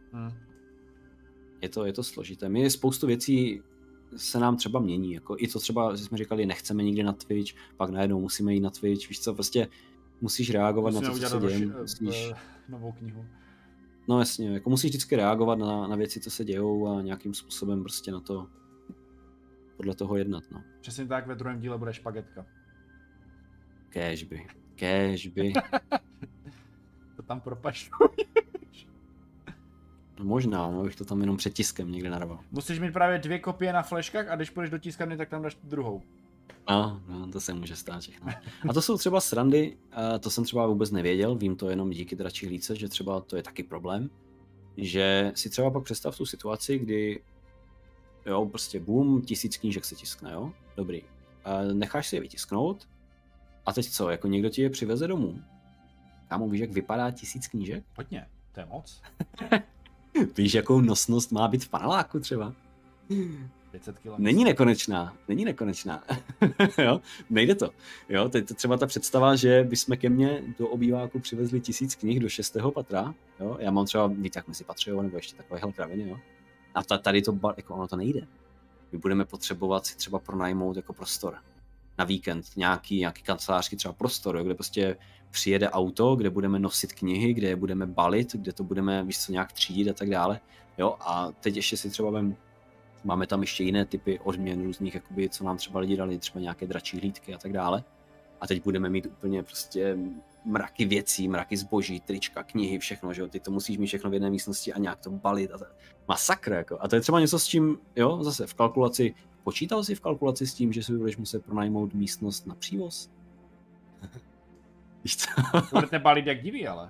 Je to složité. My spoustu věcí se nám třeba mění, jako i to třeba, že jsme říkali, nechceme nikdy na Twitch, pak najednou musíme jít na Twitch, víš co, prostě musíš reagovat musíme na to, co se děje. Musíš... novou knihu. No jasně, jako musíš vždycky reagovat na věci, co se dějou a nějakým způsobem prostě na to, podle toho jednat, no. Přesně tak, ve druhém díle bude špagetka. Kéžby. To tam propašuj. No možná, no, bych to tam jenom před tiskem někde narval. Musíš mít právě 2 kopie na fleškách a když půjdeš do tiskárny, tak tam dáš druhou. No, to se může stát všechno. A to jsou třeba srandy, to jsem třeba vůbec nevěděl, vím to jenom díky Dračí hlídce, že třeba to je taky problém, že si třeba pak představ tu situaci, kdy jo, prostě boom, 1000 knížek se tiskne, jo, dobrý. Necháš si je vytisknout a teď co, jako někdo ti je přiveze domů. Kámo, víš, jak vypadá 1000 knížek? Hodně, to je moc. Víš, jakou nosnost má být v paneláku třeba? 500 kg. Není nekonečná. Jo, nejde to. Jo, teď třeba ta představa, že bychom ke mně do obýváku přivezli 1000 knih do 6. patra, jo, já mám třeba víc jak mezi patře, nebo ještě takovéhle kraviny, jo. A tady to, jako ono to nejde. My budeme potřebovat si třeba pronajmout jako prostor na víkend, nějaký kancelářský třeba prostor, jo, kde prostě přijede auto, kde budeme nosit knihy, kde je budeme balit, kde to budeme, víš co, nějak třídit a tak dále. Jo, a teď ještě si třeba máme tam ještě jiné typy odměn různých, jakoby, co nám třeba lidi dali, třeba nějaké dračí hlídky a tak dále. A teď budeme mít úplně prostě mraky věcí, mraky zboží, trička, knihy, všechno, že jo, ty to musíš mít všechno v jedné místnosti a nějak to balit a masakr, jako. A to je třeba něco s čím, jo, zase v kalkulaci, počítal jsi v kalkulaci s tím, že si budeš muset pronajmout místnost na přívoz? Víš co? Budete balit jak diví, ale.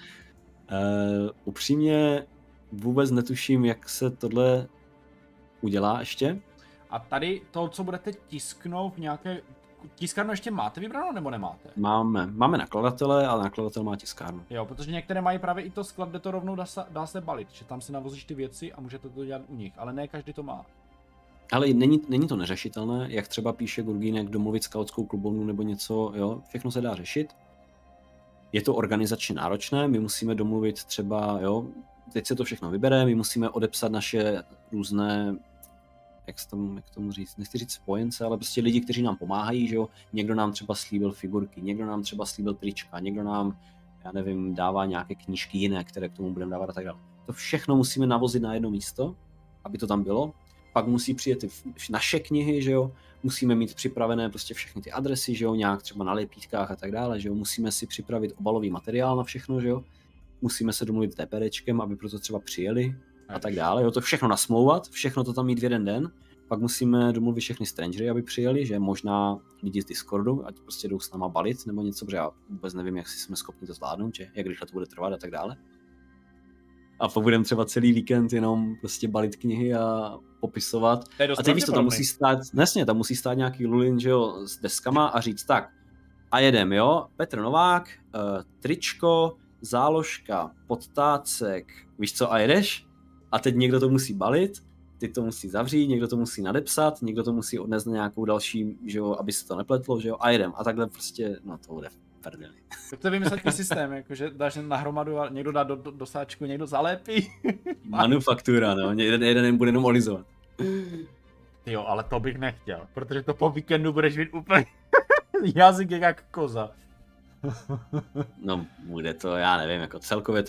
Upřímně vůbec netuším, jak se tohle udělá ještě. A tady to, co budete tisknout v nějaké... Tiskárnu ještě máte vybranou, nebo nemáte? Máme nakladatele, ale nakladatel má tiskárnu. Jo, protože některé mají právě i to sklad, kde to rovnou dá se balit, že tam si navozíš ty věci a můžete to dělat u nich, ale ne každý to má. Ale není to neřešitelné, jak třeba píše Gurgínek, domluvit skautskou klubovnu nebo něco, jo, všechno se dá řešit. Je to organizačně náročné, my musíme domluvit třeba, jo, teď se to všechno vybere, my musíme odepsat naše různé, jak tomu říct, nechci říct spojence, ale prostě lidi, kteří nám pomáhají, že jo, někdo nám třeba slíbil figurky, někdo nám třeba slíbil trička, někdo nám, já nevím, dává nějaké knížky jiné, které k tomu budeme dávat a tak dále. To všechno musíme navozit na jedno místo, aby to tam bylo. Pak musí přijet naše knihy, že jo, musíme mít připravené prostě všechny ty adresy, že jo, nějak třeba na lepítkách a tak dále, že jo, musíme si připravit obalový materiál na všechno, že jo, musíme se domluvit s DPDčkem, aby proto třeba přijeli a tak dále, jo, to všechno nasmlouvat, všechno to tam mít v jeden den, pak musíme domluvit všechny strangery, aby přijeli, že možná lidi z Discordu, ať prostě jdou s náma balit nebo něco, protože já vůbec nevím, jak si jsme schopni to zvládnout, že jak rychle to bude trvat a tak dále. A pak budeme třeba celý víkend jenom prostě balit knihy a popisovat. A teď víš to, tam musí stát, nesně, tam musí stát nějaký lulin, že jo, s deskama a říct tak. A jedem, jo, Petr Novák, tričko, záložka, podtácek, víš co, a jedeš? A teď někdo to musí balit, ty to musí zavřít, někdo to musí nadepsat, někdo to musí odnést na nějakou další, že jo, aby se to nepletlo, že jo, a jedem. A takhle prostě, no to bude prdeli. Tak to je vymysletný systém, jakože dáš na hromadu a někdo dá do sáčku, někdo zalepí. Manufaktura, no, jeden bude jenom olizovat. Jo, ale to bych nechtěl, protože to po víkendu budeš mít úplně jazyk jak koza. No, bude to, já nevím, jako celkově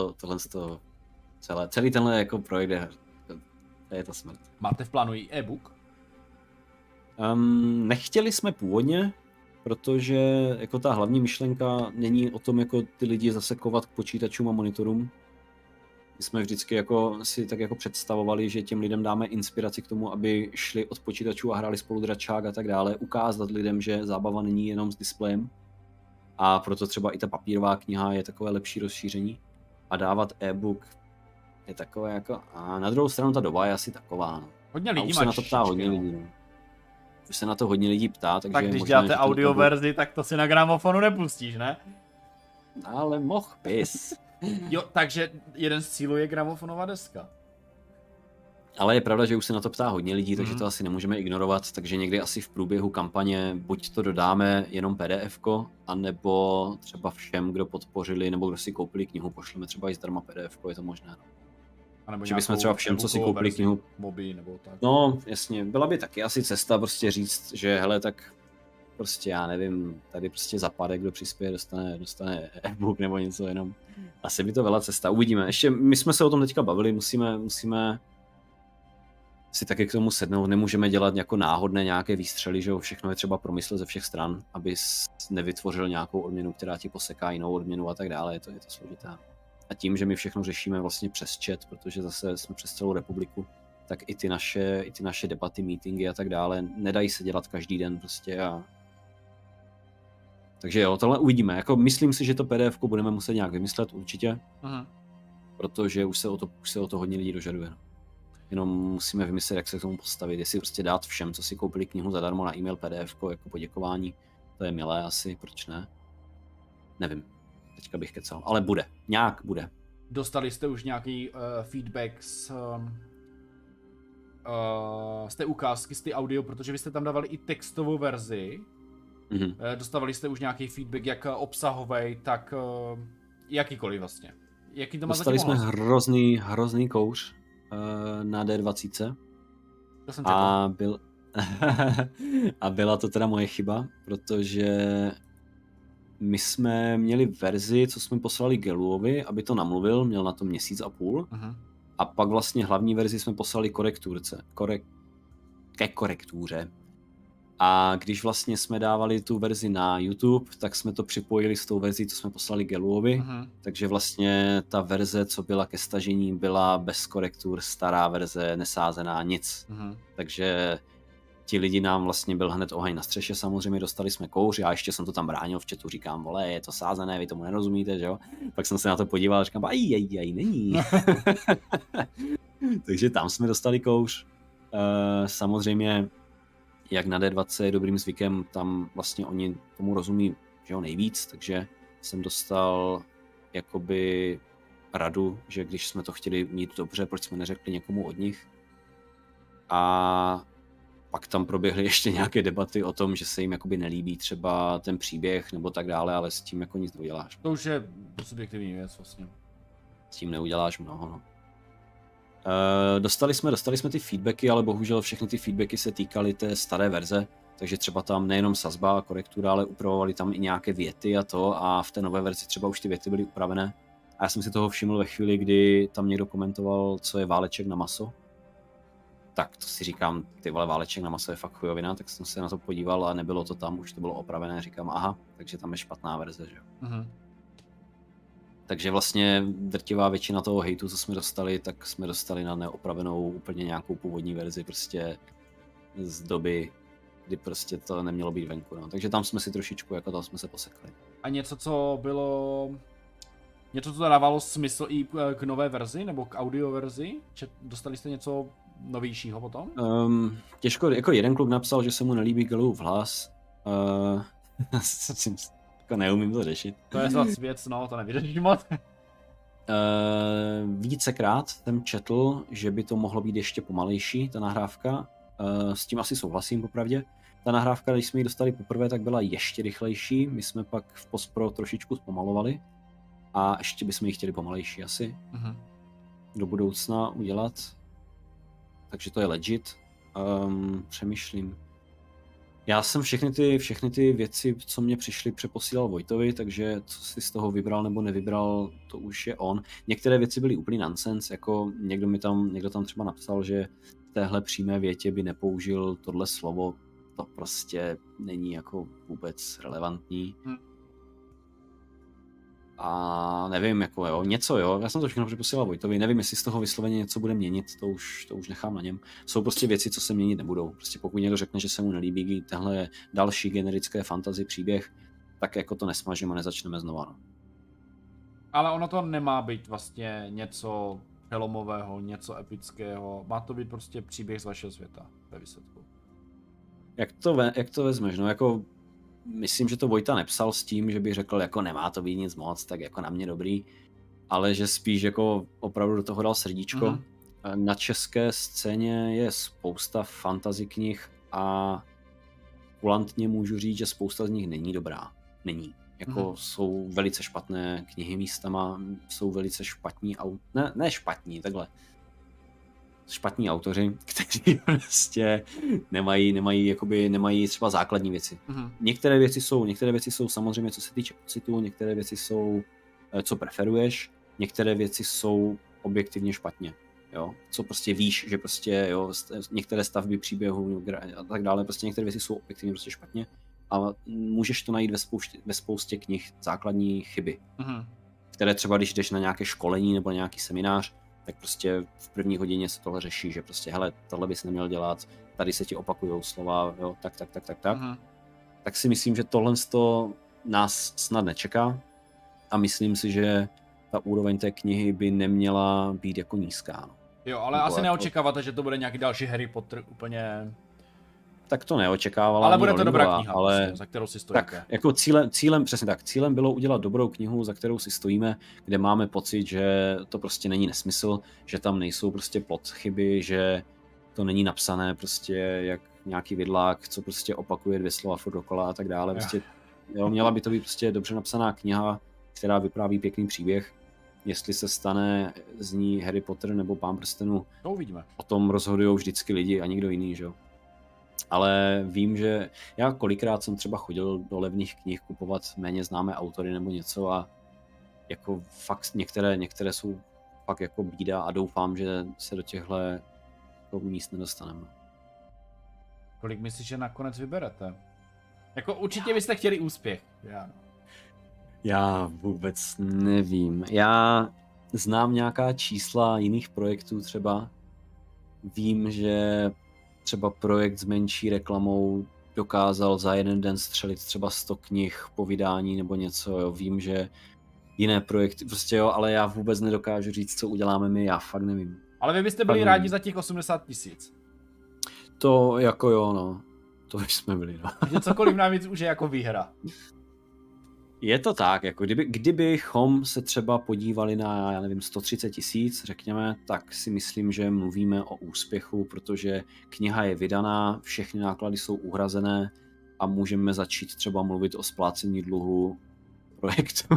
celý tenhle jako projekt je to smrt. Máte v plánu i e-book? Nechtěli jsme původně, protože jako ta hlavní myšlenka není o tom jako ty lidi zase kovat k počítačům a monitorům. My jsme vždycky jako si tak jako představovali, že těm lidem dáme inspiraci k tomu, aby šli od počítačů a hráli spolu dračák a tak dále, ukázat lidem, že zábava není jenom s displejem. A proto třeba i ta papírová kniha je takové lepší rozšíření. A dávat e-book je takové jako... A na druhou stranu ta doba je asi taková. No. Hodně lidí už má se na to ptá hodně lidí. No. Už se na to hodně lidí ptá, takže... Tak když možná, děláte audio verzi, tak to si na gramofonu nepustíš, ne? Ale mohl bys. Jo, takže jeden z cílů je gramofonová deska. Ale je pravda, že už se na to ptá hodně lidí, takže to asi nemůžeme ignorovat, takže někdy asi v průběhu kampaně buď to dodáme jenom PDF-ko, anebo třeba všem, kdo podpořili nebo kdo si koupili knihu, pošleme třeba i zdarma PDF-ko, je to možné. Nebo že bychom třeba všem, co si koupili knihu... Moby nebo tak. No, jasně, byla by taky asi cesta prostě říct, že hele, tak prostě já nevím, tady prostě zapadek, kdo přispěje, dostane e-book nebo něco jenom. Asi by to byla cesta, uvidíme. Ještě my jsme se o tom teďka bavili, musíme si taky k tomu sednout, nemůžeme dělat jako náhodné nějaké výstřely, že všechno je třeba promyslet ze všech stran, aby nevytvořil nějakou odměnu, která ti poseká jinou odměnu a tak dále, je to složité. A tím, že my všechno řešíme vlastně přes chat, protože zase jsme přes celou republiku, tak i ty naše debaty, meetingy a tak dále nedají se dělat každý den prostě a... Takže jo, tohle uvidíme. Jako myslím si, že to PDF-ko budeme muset nějak vymyslet určitě, protože už se o to hodně lidí dožaduje. Jenom musíme vymyslet, jak se k tomu postavit, jestli prostě dát všem, co si koupili knihu zadarmo na e-mail PDF-ko jako poděkování. To je milé asi, proč ne? Nevím, teďka bych kecal, ale bude, nějak bude. Dostali jste už nějaký feedback z té ukázky, z té audio, protože vy jste tam dávali i textovou verzi. Dostávali jste už nějaký feedback, jak obsahový, tak jakýkoliv vlastně. Jaký to má dostali jsme hrozný kouř na D20. To jsem a byla to teda moje chyba, protože my jsme měli verzi, co jsme poslali Geluovi, aby to namluvil, měl na to 1,5 měsíce. A pak vlastně hlavní verzi jsme poslali ke korektuře. A když vlastně jsme dávali tu verzi na YouTube, tak jsme to připojili s tou verzí, co jsme poslali Geluovi. Takže vlastně ta verze, co byla ke stažení, byla bez korektur, stará verze, nesázená, nic. Takže ti lidi nám vlastně byl hned oheň na střeše, samozřejmě dostali jsme kouř, já ještě jsem to tam bránil v chatu, říkám, vole, je to sázené, vy tomu nerozumíte, že jo? Pak jsem se na to podíval a říkám, aj, není. Takže tam jsme dostali kouř. Samozřejmě jak na D20 je dobrým zvykem, tam vlastně oni tomu rozumí, že jo, nejvíc, takže jsem dostal jakoby radu, že když jsme to chtěli mít dobře, proč jsme neřekli někomu od nich. A pak tam proběhly ještě nějaké debaty o tom, že se jim jakoby nelíbí třeba ten příběh nebo tak dále, ale s tím jako nic neuděláš. To už je subjektivní věc vlastně. S tím neuděláš mnoho, no. Dostali jsme ty feedbacky, ale bohužel všechny ty feedbacky se týkaly té staré verze, takže třeba tam nejenom sazba a korektura, ale upravovali tam i nějaké věty a to, a v té nové verzi třeba už ty věty byly upravené. A já jsem si toho všiml ve chvíli, kdy tam někdo komentoval, co je váleček na maso. Tak to si říkám, ty vole, váleček na maso je fakt chujovina, tak jsem se na to podíval a nebylo to tam, už to bylo opravené, říkám, aha, takže tam je špatná verze, že jo. Takže vlastně drtivá většina toho hejtu, co jsme dostali, tak jsme dostali na neopravenou úplně nějakou původní verzi prostě z doby, kdy prostě to nemělo být venku, no. Takže tam jsme si trošičku, jako tam jsme se posekli. A něco, co dávalo smysl i k nové verzi, nebo k audio verzi? Dostali jste něco novějšího potom? Těžko, jako jeden kluk napsal, že se mu nelíbí Geluův hlas. Neumím to řešit. To je zase věc, no, to nevydržím moc. Vícekrát jsem četl, že by to mohlo být ještě pomalejší, ta nahrávka. S tím asi souhlasím popravdě. Ta nahrávka, když jsme ji dostali poprvé, tak byla ještě rychlejší. My jsme pak v postpro trošičku zpomalovali. A ještě bychom ji chtěli pomalejší asi. Do budoucna udělat. Takže to je legit. Přemýšlím. Já jsem všechny ty věci, co mě přišly, přeposílal Vojtovi, takže co si z toho vybral nebo nevybral, to už je on. Některé věci byly úplný nonsense, jako někdo tam třeba napsal, že v téhle přímé větě by nepoužil tohle slovo. to prostě není jako vůbec relevantní. A nevím, jako jo, něco jo, já jsem to všechno přeposílal Vojtovi, nevím, jestli z toho vysloveně něco bude měnit, to už nechám na něm. Jsou prostě věci, co se měnit nebudou. Prostě pokud někdo řekne, že se mu nelíbí tenhle další generické fantasy příběh, tak jako to nesmažím a nezačneme znova. No. Ale ono to nemá být vlastně něco přelomového, něco epického, má to být prostě příběh z vašeho světa ve výsledku. Jak to vezmeš, no jako myslím, že to Vojta nepsal s tím, že bych řekl, jako nemá to být nic moc, tak jako na mě dobrý, ale že spíš jako opravdu do toho dal srdíčko. Mm-hmm. Na české scéně je spousta fantasy knih a kulantně můžu říct, že spousta z nich není dobrá. Není. Jako jsou velice špatné knihy místama, jsou velice špatní, ne špatní, takhle. Špatní autoři, kteří prostě nemají třeba základní věci. Některé věci jsou samozřejmě, co se týče pocitu, některé věci jsou, co preferuješ, některé věci jsou objektivně špatně. Jo? Co prostě víš, že prostě jo, některé stavby příběhu a tak dále, prostě některé věci jsou objektivně prostě špatně a můžeš to najít ve spoustě knih základní chyby, které třeba když jdeš na nějaké školení nebo na nějaký seminář, tak prostě v první hodině se tohle řeší, že prostě hele, tohle bys neměl dělat, tady se ti opakujou slova, jo, tak. Tak si myslím, že tohle nás snad nečeká a myslím si, že ta úroveň té knihy by neměla být jako nízká. No. Jo, ale asi neočekáváte, že to bude nějaký další Harry Potter úplně... Tak to neočekávala. Ale bude to dobrá kniha, ale... prostě, za kterou si stojíte. Tak, jako cílem bylo udělat dobrou knihu, za kterou si stojíme, kde máme pocit, že to prostě není nesmysl, že tam nejsou prostě plot chyby, že to není napsané prostě jak nějaký vidlák, co prostě opakuje 2 slova furt dokola a tak dále. Prostě, jo, měla by to být prostě dobře napsaná kniha, která vypráví pěkný příběh. Jestli se stane z ní Harry Potter nebo Pán prstenů, to uvidíme. O tom rozhodují vždycky lidi a nikdo jiný, že jo. Ale vím, že já kolikrát jsem třeba chodil do levných knih kupovat méně známé autory nebo něco a jako fakt některé jsou fakt jako bída a doufám, že se do těchto míst nedostaneme. Kolik myslíš, že nakonec vyberete? Jako určitě byste chtěli úspěch. Já vůbec nevím. Já znám nějaká čísla jiných projektů třeba. Vím, že třeba projekt s menší reklamou dokázal za jeden den střelit třeba 100 knih po vydání nebo něco, jo. Vím, že jiné projekty, prostě jo, ale já vůbec nedokážu říct, co uděláme my, já fakt nevím. Ale vy byste byli rádi za těch 80 000. To jako jo, no. To už jsme byli, no. Takže cokoliv navíc už je jako výhra. Je to tak, jako kdybychom se třeba podívali na, já nevím, 130 000, řekněme, tak si myslím, že mluvíme o úspěchu, protože kniha je vydaná, všechny náklady jsou uhrazené a můžeme začít třeba mluvit o splácení dluhu projektu.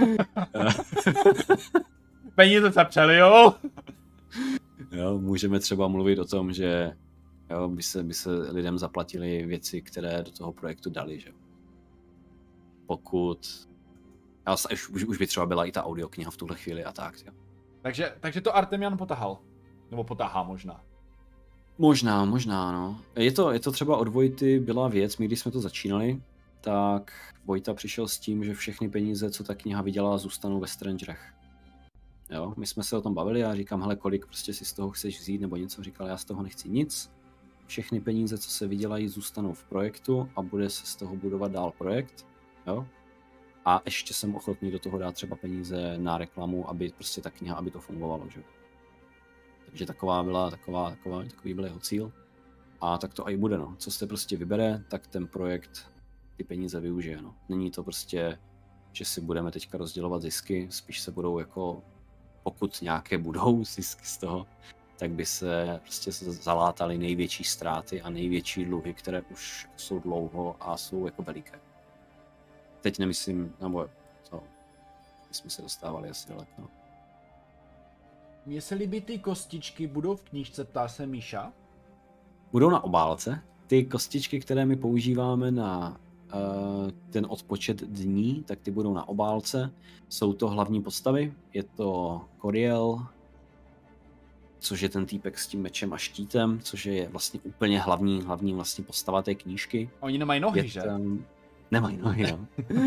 Peníze zapřeli, jo? Jo, můžeme třeba mluvit o tom, že jo, by se lidem zaplatili věci, které do toho projektu dali, že jo. Pokud... Už by třeba byla i ta audiokniha v tuhle chvíli a tak, jo. Takže to Artemian potahal. Nebo potahá možná. Možná, no. Je to třeba od Vojty byla věc, my když jsme to začínali, tak Vojta přišel s tím, že všechny peníze, co ta kniha vydělá, zůstanou ve Strangerech. Jo, my jsme se o tom bavili a říkám, hele, kolik prostě si z toho chceš vzít nebo něco, říkal, já z toho nechci nic. Všechny peníze, co se vydělají, zůstanou v projektu a bude se z toho budovat dál projekt. Jo? A ještě jsem ochotný do toho dát třeba peníze na reklamu, aby prostě ta kniha, aby to fungovalo, že? Takže takový byl jeho cíl. A tak to i bude, no. Co se prostě vybere, tak ten projekt ty peníze využije, no. Není to prostě, že si budeme teďka rozdělovat zisky, spíš se budou jako, pokud nějaké budou zisky z toho, tak by se prostě zalátaly největší ztráty a největší dluhy, které už jsou dlouho a jsou jako veliké. Teď nemyslím, nebo to, my jsme se dostávali asi daleko. No. Mně se líbí ty kostičky, budou v knížce, ptá se Míša? Budou na obálce. Ty kostičky, které my používáme na ten odpočet dní, tak ty budou na obálce. Jsou to hlavní postavy, je to Coriel, což je ten týpek s tím mečem a štítem, což je vlastně úplně hlavní vlastně postava té knížky. Oni nemají nohy, že? Nemají nohy, no.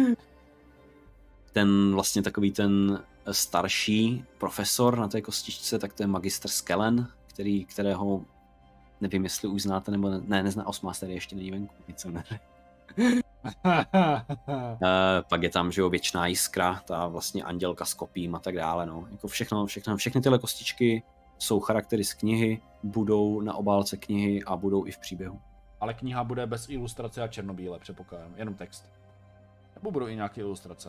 Ten vlastně takový ten starší profesor na té kostičce, tak to je magistr Skellen, kterého nevím, jestli už znáte, nebo ne, nezná, Osmaster ještě není venku, nic jsem neřekl. Pak je tam, že jo, věčná jiskra, ta vlastně andělka s kopím a tak dále, no. Jako všechny tyhle kostičky jsou charaktery z knihy, budou na obálce knihy a budou i v příběhu. Ale kniha bude bez ilustrace a černobíle, předpokládám, jenom text. Nebo budou i nějaké ilustrace?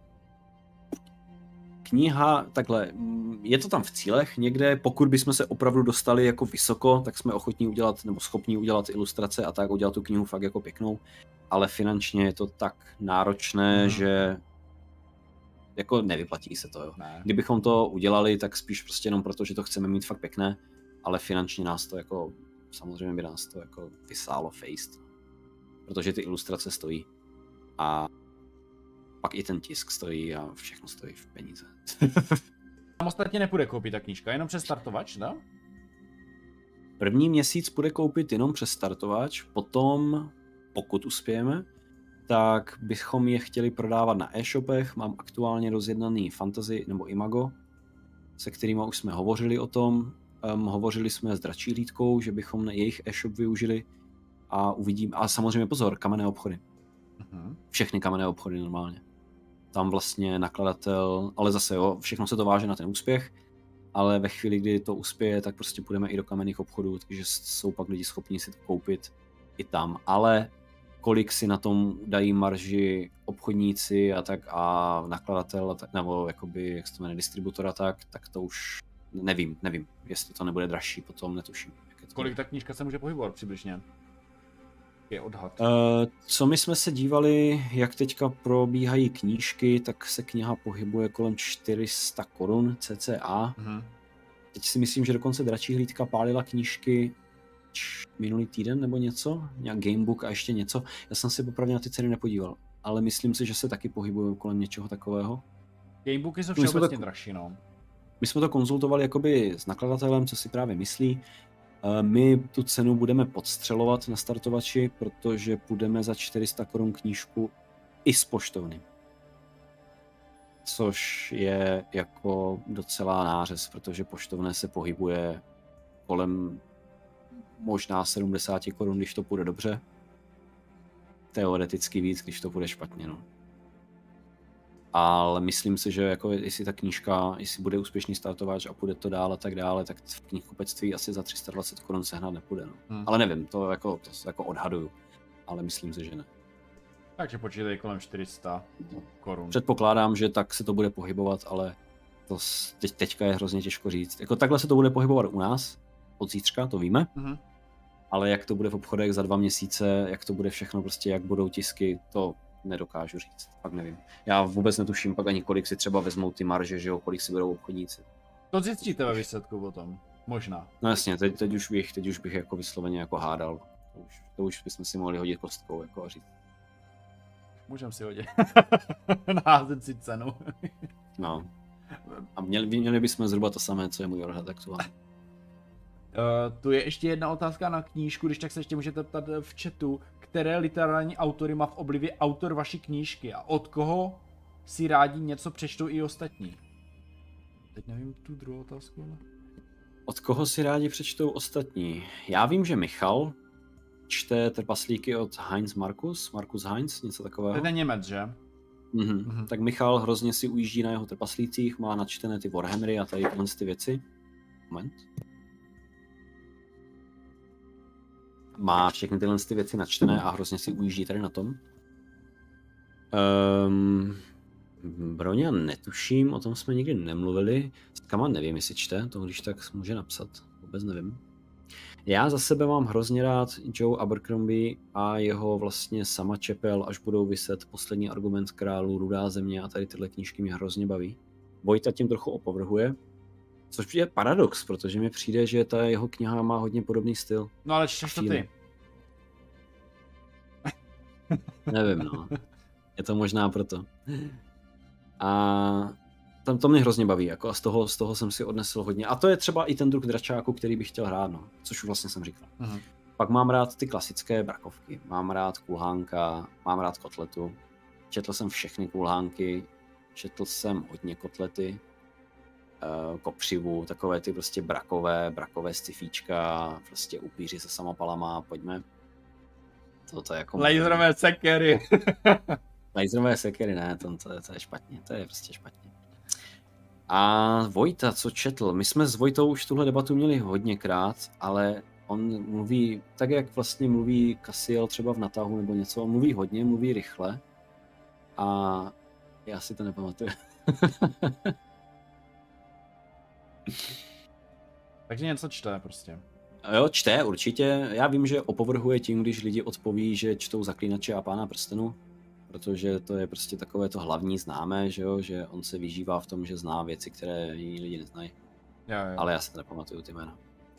Kniha, takhle, je to tam v cílech někde, pokud bychom se opravdu dostali jako vysoko, tak jsme ochotní udělat, nebo schopní udělat ilustrace a tak udělat tu knihu fakt jako pěknou, ale finančně je to tak náročné, že jako nevyplatí se to, jo. Ne. Kdybychom to udělali, tak spíš prostě jenom proto, že to chceme mít fakt pěkné, ale finančně nás to jako, samozřejmě by nás to jako vysálo fejst, protože ty ilustrace stojí a pak i ten tisk stojí a všechno stojí v peníze. Tam ostatně nepůjde koupit ta knížka, jenom přes startovač, da? První měsíc půjde koupit jenom přes startovač, potom, pokud uspějeme, tak bychom je chtěli prodávat na e-shopech. Mám aktuálně rozjednaný Fantasy nebo Imago, se kterými už jsme hovořili o tom. Hovořili jsme s Dračí hlídkou, že bychom jejich e-shop využili a uvidíme. A samozřejmě pozor, kamenné obchody. Všechny kamenné obchody normálně. Tam vlastně nakladatel, ale zase jo, všechno se to váže na ten úspěch, ale ve chvíli, kdy to uspěje, tak prostě půjdeme i do kamenných obchodů, takže jsou pak lidi schopni si to koupit i tam. Ale kolik si na tom dají marži obchodníci a tak a nakladatel, a tak, nebo jakoby, jak se to jmenuje, distributora, tak to už nevím, jestli to nebude dražší, potom netuším. Kolik ta knížka se může pohybovat přibližně? Je odhad. Co my jsme se dívali, jak teďka probíhají knížky, tak se kniha pohybuje kolem 400 korun cca. Teď si myslím, že dokonce Dračí hlídka pálila knížky minulý týden nebo něco, nějak gamebook a ještě něco. Já jsem si popravdě na ty ceny nepodíval, ale myslím si, že se taky pohybují kolem něčeho takového. Gamebooky jsou všeobecně dražší, no. My jsme to konzultovali jakoby s nakladatelem, co si právě myslí. My tu cenu budeme podstřelovat na startovači, protože půjdeme za 400 korun knížku i s poštovným. Což je jako docela nářez, protože poštovné se pohybuje kolem možná 70 korun, když to půjde dobře. Teoreticky víc, když to půjde špatně, no. Ale myslím si, že jako jestli ta knížka, jestli bude úspěšný startovač a půjde to dál a tak dále, tak v knihkupectví asi za 320 korun sehnat nepůjde, no. Ale nevím, to jako odhaduju, ale myslím si, že ne. Takže počítej kolem 400 korun. Předpokládám, že tak se to bude pohybovat, ale to teďka je hrozně těžko říct. Jako takhle se to bude pohybovat u nás, od zítřka, to víme. Ale jak to bude v obchodech za 2 měsíce, jak to bude všechno, prostě jak budou tisky, to nedokážu říct, pak nevím. Já vůbec netuším pak ani kolik si třeba vezmou ty marže, že jo, kolik si berou obchodníci. To zjistíte ve výsledku potom, možná. No jasně, teď už bych jako vysloveně jako hádal. To už bychom si mohli hodit kostkou jako a říct. Můžeme si hodit. Naházet si cenu. No. A měli bychom zhruba to samé, co je můj odhad aktuálně. Tu je ještě jedna otázka na knížku, když tak se ještě můžete ptat v chatu, které literární autory má v oblibě autor vaší knížky a od koho si rádi něco přečtou i ostatní. Teď nevím tu druhou otázku, ale... Od koho si rádi přečtou ostatní? Já vím, že Michal čte trpaslíky od Markus Heinz, něco takového. To je ten Němec, že? Tak Michal hrozně si ujíždí na jeho trpaslících, má načtené ty Warhammery a tady ty věci. Moment. Má všechny tyhle věci načtené a hrozně si ujíždí tady na tom. Broňa netuším, o tom jsme nikdy nemluvili. Kama nevím, jestli čte, to když tak může napsat, vůbec nevím. Já za sebe mám hrozně rád Joe Abercrombie a jeho vlastně Sama čepel, až budou viset Poslední argument králů, Rudá země a tady tyhle knížky mě hrozně baví. Vojta tím trochu opovrhuje, což je paradox, protože mi přijde, že ta jeho kniha má hodně podobný styl. No ale čteš to ty. Nevím, no. Je to možná proto. A to mě hrozně baví, jako a z toho jsem si odnesl hodně. A to je třeba i ten druh dračáku, který bych chtěl hrát, no, což už vlastně jsem říkal. Pak mám rád ty klasické brakovky, mám rád kulhánka, mám rád kotletu. Četl jsem všechny kulhánky, četl jsem hodně kotlety, kopřivu, takové ty prostě brakové scifíčka, prostě upíři se samopalama, pojďme. To je jako... Laserové sekery. Laserové sekery, ne, to je špatně, to je prostě špatně. A Vojta, co četl? My jsme s Vojtou už tuhle debatu měli hodněkrát, ale on mluví, tak jak vlastně mluví Cassiel třeba v natahu nebo něco, on mluví hodně, mluví rychle a já si to nepamatuju. Takže něco čte prostě. Jo, čte určitě. Já vím, že opovrhuje tím, když lidi odpoví, že čtou Zaklínače a Pána prstenů, protože to je prostě takové to hlavní známé, že jo, že on se vyžívá v tom, že zná věci, které jiní lidi neznají. Jo. Ale já si to nepamatuju ty jména.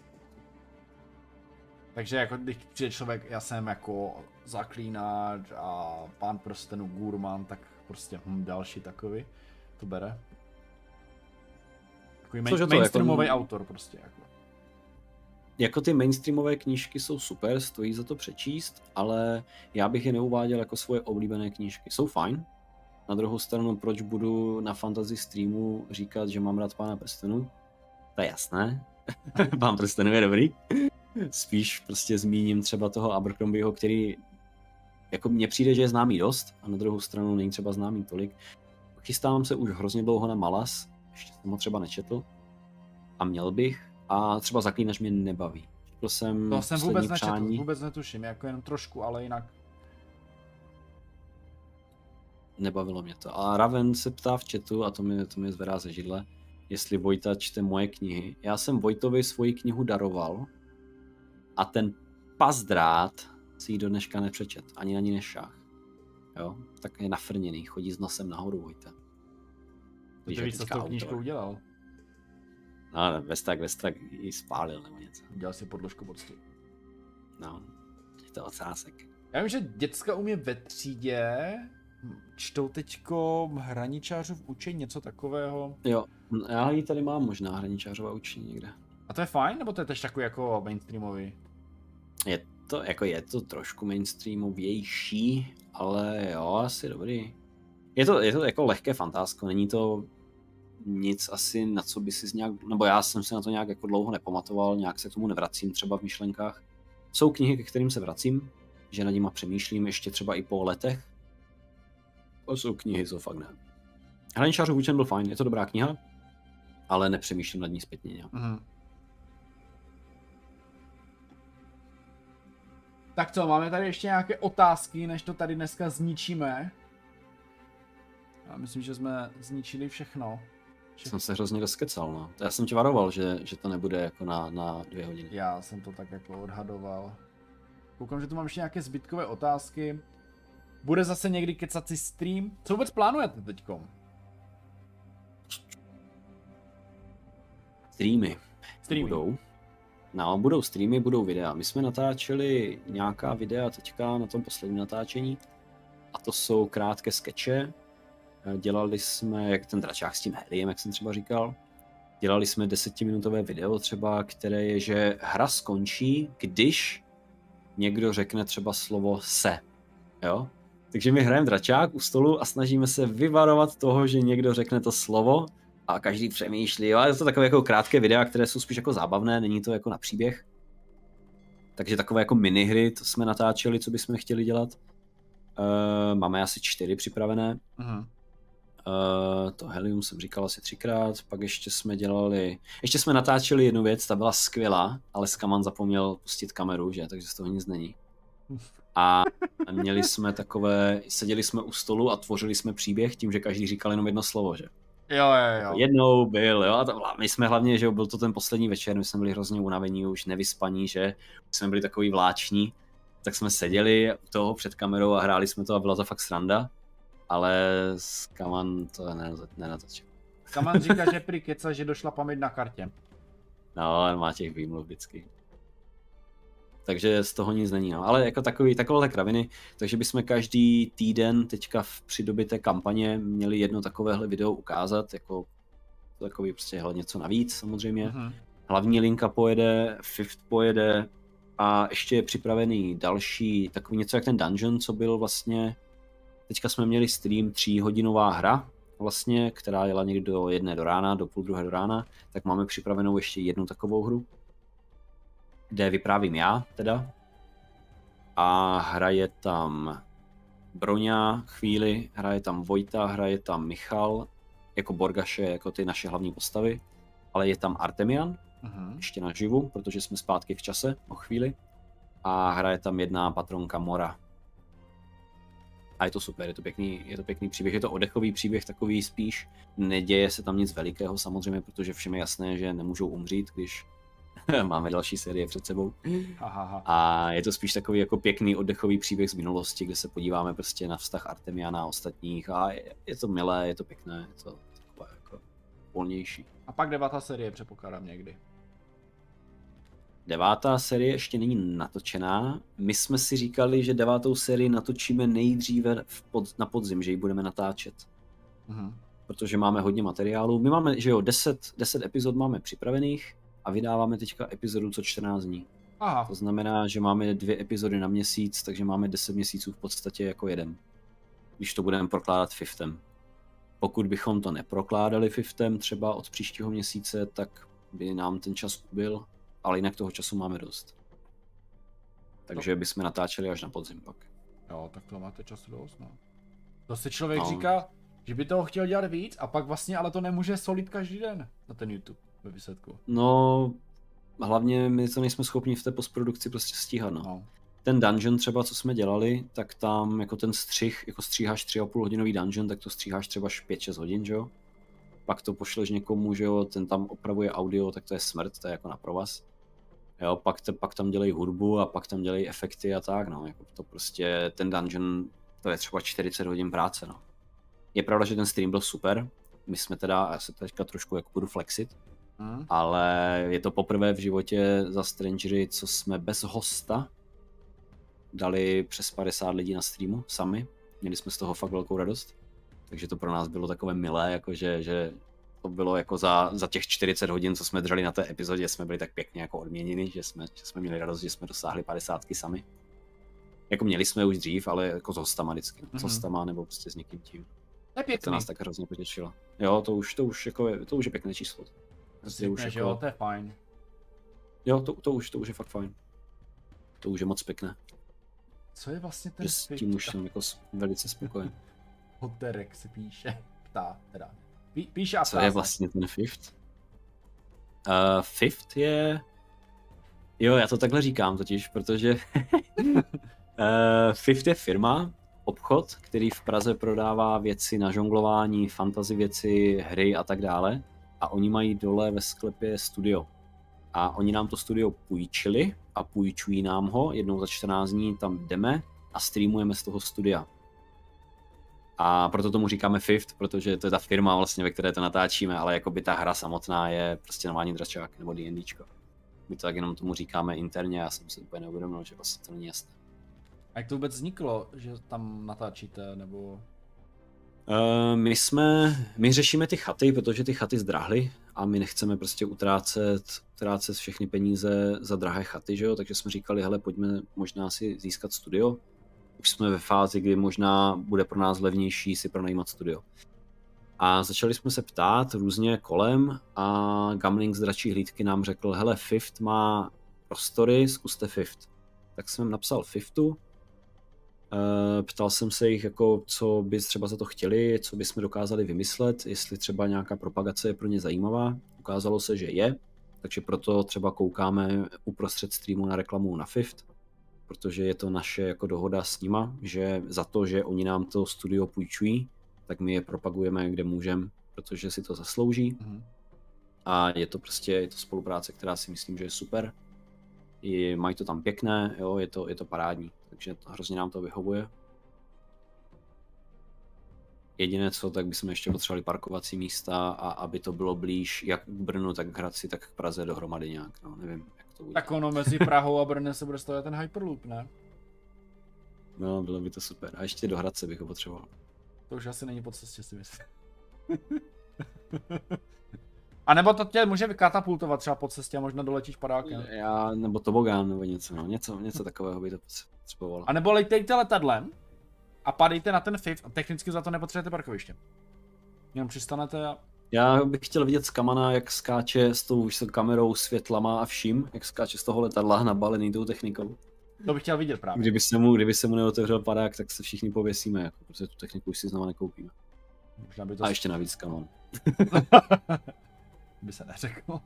Takže jako když přijde člověk, já jsem jako Zaklínač a Pán prstenů Gurman, tak prostě další takový, to bere. Takový mainstreamový jako, autor prostě jako. Jako ty mainstreamové knížky jsou super, stojí za to přečíst, ale já bych je neuváděl jako svoje oblíbené knížky. Jsou fajn. Na druhou stranu, proč budu na fantasy streamu říkat, že mám rád Pána prstenů? To je jasné. Pán prstenů je dobrý. Spíš prostě zmíním třeba toho Abercrombieho, který jako mně přijde, že je známý dost a na druhou stranu není třeba známý tolik. Chystám se už hrozně dlouho na Malas, ještě jsem ho třeba nečetl a měl bych. A třeba Zaklínač mě nebaví. To jsem vůbec nečetl, vůbec netuším, jako jen trošku, ale jinak. Nebavilo mě to. A Raven se ptá v chatu, a to mě zvedá ze židle, jestli Vojta čte moje knihy. Já jsem Vojtovi svoji knihu daroval a ten pazdrát si ji do dneška nepřečet, ani na ní nešáh. Jo? Tak je nafrněný, chodí s nosem nahoru Vojta. Víš, co s tou knížkou udělal? No, Vestak ji spálil nebo něco. Udělal si podložku pod stůl. No, je to ocásek. Já vím, že děcka u mě ve třídě čtou teďko Hraničářův učení, něco takového. Jo, já ji tady mám možná, Hraničářova učení někde. A to je fajn, nebo to je tež takový jako mainstreamový? Je to trošku mainstreamovější, ale jo, asi dobrý. Je to jako lehké fantásko, není to nic asi, na co by si nějak, nebo já jsem se na to nějak jako dlouho nepamatoval, nějak se k tomu nevracím třeba v myšlenkách. Jsou knihy, ke kterým se vracím, že nad nima přemýšlím ještě třeba i po letech. To jsou knihy, co fakt ne. Hraničářův učen byl fajn, je to dobrá kniha, ale nepřemýšlím nad ní zpětně nějak. Tak co, máme tady ještě nějaké otázky, než to tady dneska zničíme. Já myslím, že jsme zničili všechno. Jsem se hrozně rozkecal, no. Já jsem tě varoval, že to nebude jako na 2 hodiny. Já jsem to tak jako odhadoval. Koukám, že tu mám ještě nějaké zbytkové otázky. Bude zase někdy kecací stream? Co vůbec plánujete teďkom? Streamy. Budou. No, budou streamy, budou videa. My jsme natáčeli nějaká videa teďka na tom posledním natáčení. A to jsou krátké skeče. Dělali jsme, jak ten dračák s tím heliem, jak jsem třeba říkal. Dělali jsme 10minutové video třeba, které je, že hra skončí, když někdo řekne třeba slovo se. Jo? Takže my hrajeme dračák u stolu a snažíme se vyvarovat toho, že někdo řekne to slovo a každý přemýšlí. Jo? Ale je to takové jako krátké videa, které jsou spíš jako zábavné, není to jako na příběh. Takže takové jako minihry, to jsme natáčeli, co bychom chtěli dělat. Máme asi 4 připravené. To helium jsem říkal asi 3krát, pak ještě jsme natáčeli jednu věc, ta byla skvělá, ale Skaman zapomněl pustit kameru, že, takže z toho nic není. A měli jsme seděli jsme u stolu a tvořili jsme příběh tím, že každý říkal jenom jedno slovo, že. Jo. Jednou byl, jo, a my jsme hlavně, že byl to ten poslední večer, my jsme byli hrozně unavení, už nevyspaní, že jsme byli takový vláční, tak jsme seděli u toho před kamerou a hráli jsme to a byla to fakt sranda. Ale Skaman to nenatočil. Skaman říká, že prý keca, že došla paměť na kartě. No, má těch výmluv vždycky. Takže z toho nic není, no. Ale jako takovéhle kraviny, takže bychom každý týden teďka při době té kampaně měli jedno takovéhle video ukázat, jako to takový prostě hele, něco navíc samozřejmě. Mhm. Hlavní linka pojede, Fifth pojede a ještě je připravený další, takový něco jak ten dungeon, co byl vlastně, teďka jsme měli stream 3hodinová hra, vlastně, která jela někdy do 1 do rána, do půl druhé do rána, tak máme připravenou ještě jednu takovou hru, kde vyprávím já teda a hraje tam Broňa chvíli, hraje tam Vojta, hraje tam Michal, jako Borgaše, jako ty naše hlavní postavy, ale je tam Artemian, ještě naživu, protože jsme zpátky v čase o chvíli a hraje tam jedna patronka Mora. A je to super, je to pěkný příběh, je to oddechový příběh takový spíš, neděje se tam nic velikého samozřejmě, protože všem je jasné, že nemůžou umřít, když máme další série před sebou. Aha. A je to spíš takový jako pěkný oddechový příběh z minulosti, kde se podíváme prostě na vztah Artemiana a ostatních a je to milé, je to pěkné, je to takové jako volnější. A pak 9. série předpokládám někdy. 9. série ještě není natočená. My jsme si říkali, že 9. sérii natočíme nejdříve na podzim, že ji budeme natáčet. Protože máme hodně materiálu. My máme, že jo, 10 epizod máme připravených a vydáváme teďka epizodu co 14 dní. Aha. To znamená, že máme 2 epizody na měsíc, takže máme 10 měsíců v podstatě jako jeden. Když to budeme prokládat Fiftem. Pokud bychom to neprokládali Fiftem třeba od příštího měsíce, tak by nám ten čas ubyl, ale jinak toho času máme dost. Takže bychom natáčeli až na podzim pak. Jo, tak to máte času dost, no. To si člověk říká, že by toho chtěl dělat víc a pak vlastně ale to nemůže solit každý den na ten YouTube ve výsledku. No, hlavně my to nejsme schopni v té postprodukci prostě stíhat, no. Ten dungeon třeba, co jsme dělali, tak tam jako ten střih, jako stříháš 3,5 hodinový dungeon, tak to stříháš třeba 5-6 hodin, že jo? Pak to pošleš někomu, že jo, ten tam opravuje audio, tak to je smrt, to je jako na provaz. Jo, pak tam dělají hudbu a pak tam dělají efekty a tak, no, jako to prostě, ten dungeon, to je třeba 40 hodin práce, no. Je pravda, že ten stream byl super, my jsme teda, já se teďka trošku jako budu flexit, ale je to poprvé v životě za Strangery, co jsme bez hosta dali přes 50 lidí na streamu sami, měli jsme z toho fakt velkou radost, takže to pro nás bylo takové milé, jakože, že to bylo jako za těch 40 hodin, co jsme drželi na té epizodě, jsme byli tak pěkně jako odměněni, že jsme měli radost, že jsme dosáhli 50 sami. Jako měli jsme už dřív, ale jako s hostama vždycky, s hostama nebo prostě s někým tím. To nás tak hrozně potěšilo. Jo, to už je pěkné číslo. Jo, to je fajn. Jo, to už je fakt fajn. To už je moc pěkné. Co je vlastně ten s tím už jsem jako velice spokojen. Hoterek se píše. Ptá, teda. Píše a ptá. Co je vlastně ten Fifth? Fifth je... Jo, já to takhle říkám totiž, protože Fifth je firma, obchod, který v Praze prodává věci na žonglování, fantasy věci, hry a tak dále. A oni mají dole ve sklepě studio. A oni nám to studio půjčili a půjčují nám ho. Jednou za 14 dní tam jdeme a streamujeme z toho studia. A proto tomu říkáme Fifth, protože to je ta firma vlastně, ve které to natáčíme, ale jakoby ta hra samotná je prostě normální dračák nebo D&Dčko. My to tak jenom tomu říkáme interně, já jsem si úplně neuvědomil, že vlastně to není jasné. A jak to vůbec vzniklo, že tam natáčíte, nebo... My řešíme ty chaty, protože ty chaty zdrahly a my nechceme prostě utrácet všechny peníze za drahé chaty, že jo? Takže jsme říkali, hele, pojďme možná si získat studio. Už jsme ve fázi, kdy možná bude pro nás levnější si pronajímat studio. A začali jsme se ptát různě kolem a Gambling z dračí hlídky nám řekl, hele, Fifth má prostory, zkuste Fifth. Tak jsem napsal Fiftu. Ptal jsem se jich, jako, co by třeba za to chtěli, co bychom dokázali vymyslet, jestli třeba nějaká propagace je pro ně zajímavá. Ukázalo se, že je, takže proto třeba koukáme uprostřed streamu na reklamu na Fifth, protože je to naše jako dohoda s nima, že za to, že oni nám to studio půjčují, tak my je propagujeme, kde můžeme, protože si to zaslouží. A je to spolupráce, která si myslím, že je super. Mají to tam pěkné, jo, je to parádní, takže hrozně nám to vyhovuje. Jediné co, tak bychom ještě potřebovali parkovací místa a aby to bylo blíž jak k Brnu, tak k Hradci, tak k Praze dohromady nějak, no, nevím, jak to bude. Tak ono mezi Prahou a Brnem se bude stavět ten Hyperloop, ne? No, bylo by to super. A ještě do Hradce bych ho potřeboval. To už asi není po cestě, si myslím. A nebo to tě může vykatapultovat třeba po cestě a možná doletíš padákem. Nebo tobogán nebo něco, no. Něco takového by to potřebovalo. A nebo lejtejte letadlem a padejte na ten FIF a technicky za to nepotřebujete parkoviště. Jenom přistanete a... Já bych chtěl vidět z Kamana, jak skáče s tou kamerou, světlama a vším, jak skáče z toho letadla nabalený tou technikou. To bych chtěl vidět právě. Kdyby se mu neotevřel padák, tak se všichni pověsíme, jako, protože tu techniku už si znova nekoupíme. By to... A ještě navíc Kaman. by se neřeklo.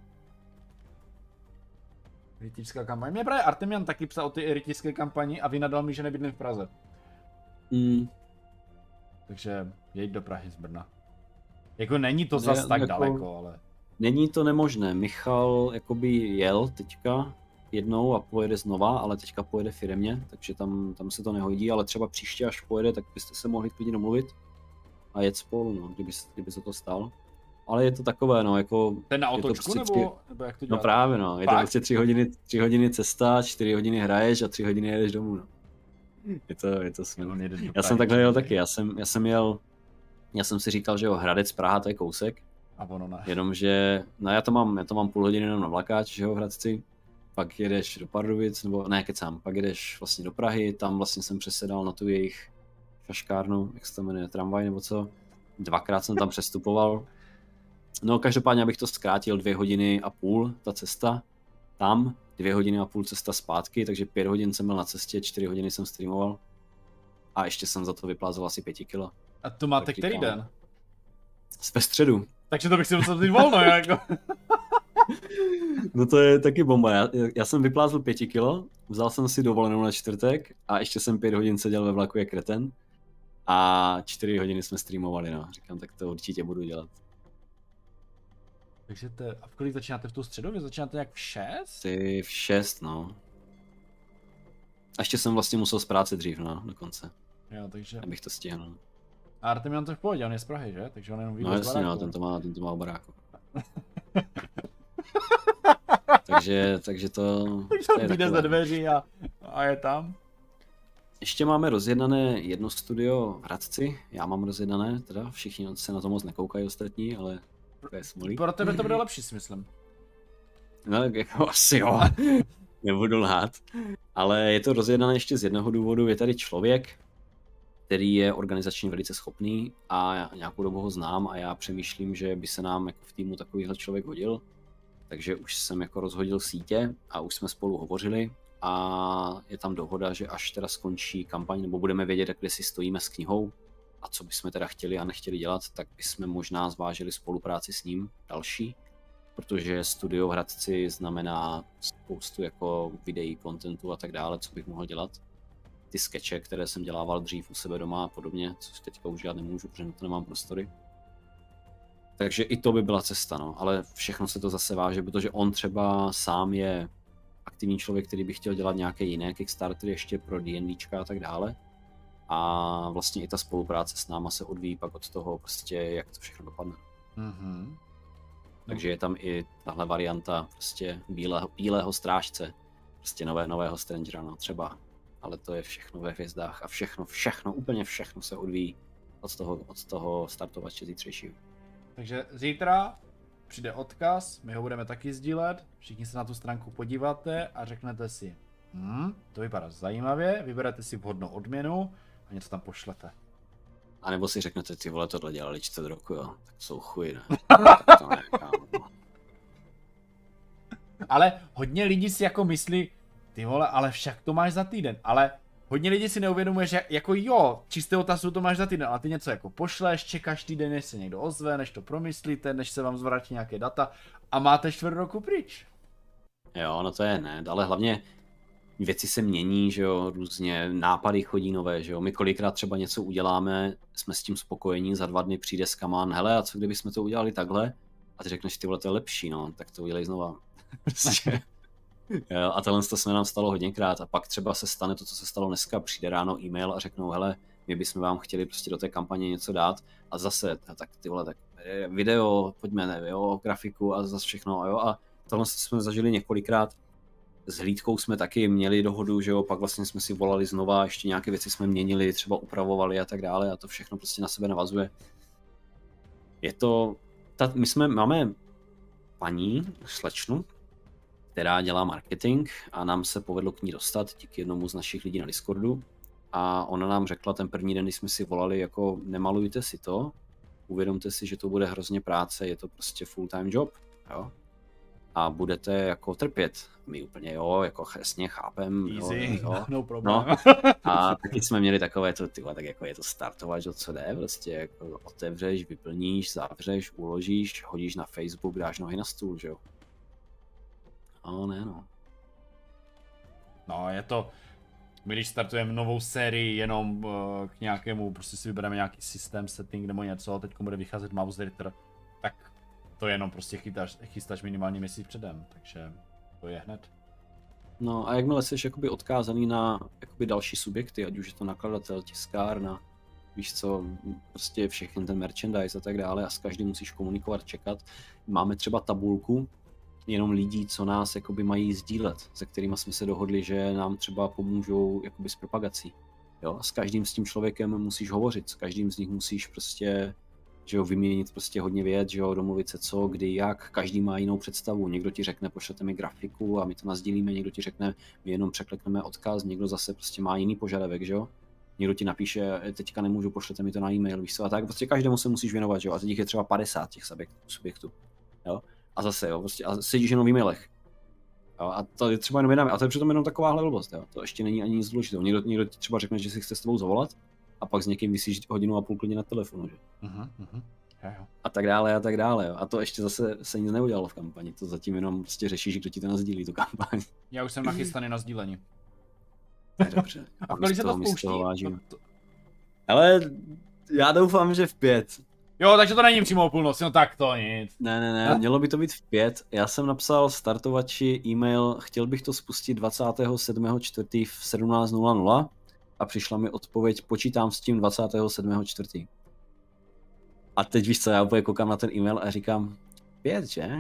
Rytířská kampaň. Mě právě Artemian taky psal o ty rytířské kampani a vynadal mi, že nebydlím v Praze. Takže jeď do Prahy z Brna. Jako není to zas tak jako daleko, ale... Není to nemožné. Michal jakoby jel teďka jednou a pojede znova, ale teďka pojede firemně, takže tam se to nehodí, ale třeba příště, až pojede, tak byste se mohli klidně domluvit a jet spolu, no, kdyby se to stalo. Ale je to takové, no, jako... Ten na otočku, prostě nebo jak to děláte? No právě, no, je to prostě 3 hodiny cesta, 4 hodiny hraješ a 3 hodiny jedeš domů, no. Je to smělé. Já jsem takhle jel taky, já jsem si říkal, že jo, Hradec, Praha, to je kousek. A ono ne. Jenomže, no já to mám půl hodiny jenom na vlakáč, že jo, v Hradci. Pak jedeš do Pardubic, nebo ne, kecám, pak jedeš vlastně do Prahy, tam vlastně jsem přesedal na tu jejich šaškárnu, jak se to jmenuje, tramvaj nebo co. 2krát jsem tam přestupoval. No každopádně, abych to zkrátil, 2 hodiny a půl ta cesta tam, 2 hodiny a půl cesta zpátky, takže 5 hodin jsem byl na cestě, 4 hodiny jsem streamoval a ještě jsem za to vyplázel asi 5 kilo. A to máte který den? Ve středu. Takže to bych si musel vzít volno, jako. No to je taky bomba, já jsem vyplázl 5 kilo, vzal jsem si dovolenou na čtvrtek a ještě jsem 5 hodin seděl ve vlaku jak kreten a 4 hodiny jsme streamovali, no, říkám, tak to určitě budu dělat. Takže a v kolik začínáte v tu středu? Vy začínáte jak v 6? Ty v 6, no. A ještě jsem vlastně musel z práce dřív, no, dokonce. Jo, takže... Abych to stihl. A Artemian to v pohodě, on je z Prahy, že? Takže on jenom vyjde no, z baráku. No jasně, no, ten to má v baráku. takže to je vyjde ze dveří a je tam. Ještě máme rozjednané jedno studio v Hradci, já mám rozjednané, teda všichni se na to moc nekoukají ostatní, ale to je smolí. Pro tebe to bude lepší, si myslím. No jako asi jo, nebudu lhát, ale je to rozjednané ještě z jednoho důvodu, je tady člověk, který je organizačně velice schopný a nějakou dobu ho znám a já přemýšlím, že by se nám jako v týmu takovýhle člověk hodil, takže už jsem jako rozhodil sítě a už jsme spolu hovořili a je tam dohoda, že až teda skončí kampaň nebo budeme vědět, kde si stojíme s knihou a co bychom teda chtěli a nechtěli dělat, tak bychom možná zvážili spolupráci s ním další, protože studio v Hradci znamená spoustu jako videí, kontentu a tak dále, co bych mohl dělat. Ty skeče, které jsem dělával dřív u sebe doma a podobně, což teďka už dělat nemůžu, protože na to nemám prostory. Takže i to by byla cesta, no, ale všechno se to zase váže, protože on třeba sám je aktivní člověk, který by chtěl dělat nějaké jiné Kickstartery ještě pro D&Dčka a tak dále. A vlastně i ta spolupráce s náma se odvíjí pak od toho, prostě, jak to všechno dopadne. Mm-hmm. Takže je tam i tahle varianta prostě bílého strážce, prostě nového Strangera, no, třeba. Ale to je všechno ve hvězdách a všechno, úplně všechno se odvíjí od toho startovače zítřejšího. Takže zítra přijde odkaz, my ho budeme taky sdílet, všichni se na tu stránku podíváte a řeknete si, to vypadá zajímavě, vyberete si vhodnou odměnu a něco tam pošlete. A nebo si řeknete, ty vole, tohle dělali 4 roku, jo, tak jsou chuj, ne? To ne, Ale hodně lidí si jako myslí, ty vole, ale však to máš za týden, ale hodně lidí si neuvědomuje, že jako jo, čisté otazu to máš za týden, ale ty něco jako pošleš, čekáš týden, než se někdo ozve, než to promyslíte, než se vám zvrátí nějaké data a máte 4 roku pryč. Jo, no to je ne, ale hlavně věci se mění, že jo, různě nápady chodí nové, že jo, my kolikrát třeba něco uděláme, jsme s tím spokojení, za 2 dny přijde z Kaman, hele, a co kdyby jsme to udělali takhle? A ty řekneš, ty vole, to je lepší, no, tak to udělej znova. Prostě. Jo, a tohle se nám stalo hodněkrát a pak třeba se stane to, co se stalo dneska, přijde ráno e-mail a řeknou, hele, my bychom vám chtěli prostě do té kampaně něco dát a zase, tak ty vole, tak video, pojďme, ne, jo, grafiku a zase všechno, jo, a tohle jsme zažili několikrát. S Hlídkou jsme taky měli dohodu, že jo, pak vlastně jsme si volali znova, ještě nějaké věci jsme měnili, třeba upravovali a tak dále a to všechno prostě na sebe navazuje. Je to, máme paní, slečnu, která dělá marketing a nám se povedlo k ní dostat díky jednomu z našich lidí na Discordu. A ona nám řekla ten první den, když jsme si volali, jako nemalujte si to, uvědomte si, že to bude hrozně práce, je to prostě full-time job, jo. A budete jako trpět. My úplně jo, jako jasně chápem. Easy, jo. no problém. No. A taky jsme měli takové to, tyhle, tak jako je to startovat, že co jde, prostě jako otevřeš, vyplníš, zavřeš, uložíš, hodíš na Facebook, dáš nohy na stůl, že jo. No ne no. No je to, my když startujeme novou sérii jenom k nějakému, prostě si vybereme nějaký systém, setting nebo něco, teď bude vycházet Mouse Editor, tak to jenom prostě chystáš minimálně měsíc předem, takže to je hned. No a jakmile jsi jakoby odkázaný na jakoby další subjekty, ať už je to nakladatel, tiskárna, víš co, prostě všechny ten merchandise a tak dále a s každým musíš komunikovat, čekat. Máme třeba tabulku jenom lidí, co nás jakoby mají sdílet, se kterými jsme se dohodli, že nám třeba pomůžou jakoby s propagací. Jo? A s každým s tím člověkem musíš hovořit, s každým z nich musíš prostě, že jo, vyměnit prostě hodně věc, že jo, domluvit se co, kdy, jak, každý má jinou představu, někdo ti řekne, pošlete mi grafiku a my to nasdílíme, někdo ti řekne, my jenom překlekneme odkaz, někdo zase prostě má jiný požadavek, že jo. Někdo ti napíše, teďka nemůžu, pošlete mi to na e-mail, víš co, a tak prostě každému se musíš věnovat, že jo, a teď je třeba 50 těch subjektů, jo. A zase jo, prostě a sedíš jenom v e-mailech. Jo, a to je třeba jenom jedna, a to je přitom jenom takováhle blbost, jo. To ještě není ani nic důležitého. Někdo ti třeba řekne, že si chce s tebou zavolat, a pak s někým vysíš hodinu a půl klidně na telefonu, že? Jo. A tak dále, jo. A to ještě zase se nic neudělalo v kampani, to zatím jenom prostě řešíš, kdo ti to nazdílí, tu kampaň. Já už jsem nachystaný na sdílení. Dobře. A kolik se to spouští? Ale já doufám, že v 5. Jo, takže to není přímo o půlnoci, no tak to nic. Ne, mělo by to být v 5. Já jsem napsal startovači e-mail, chtěl bych to spustit 27.4. v 17:00 a přišla mi odpověď, počítám s tím 27.4. A teď víš co, já úplně koukám na ten e-mail a říkám, 5, že?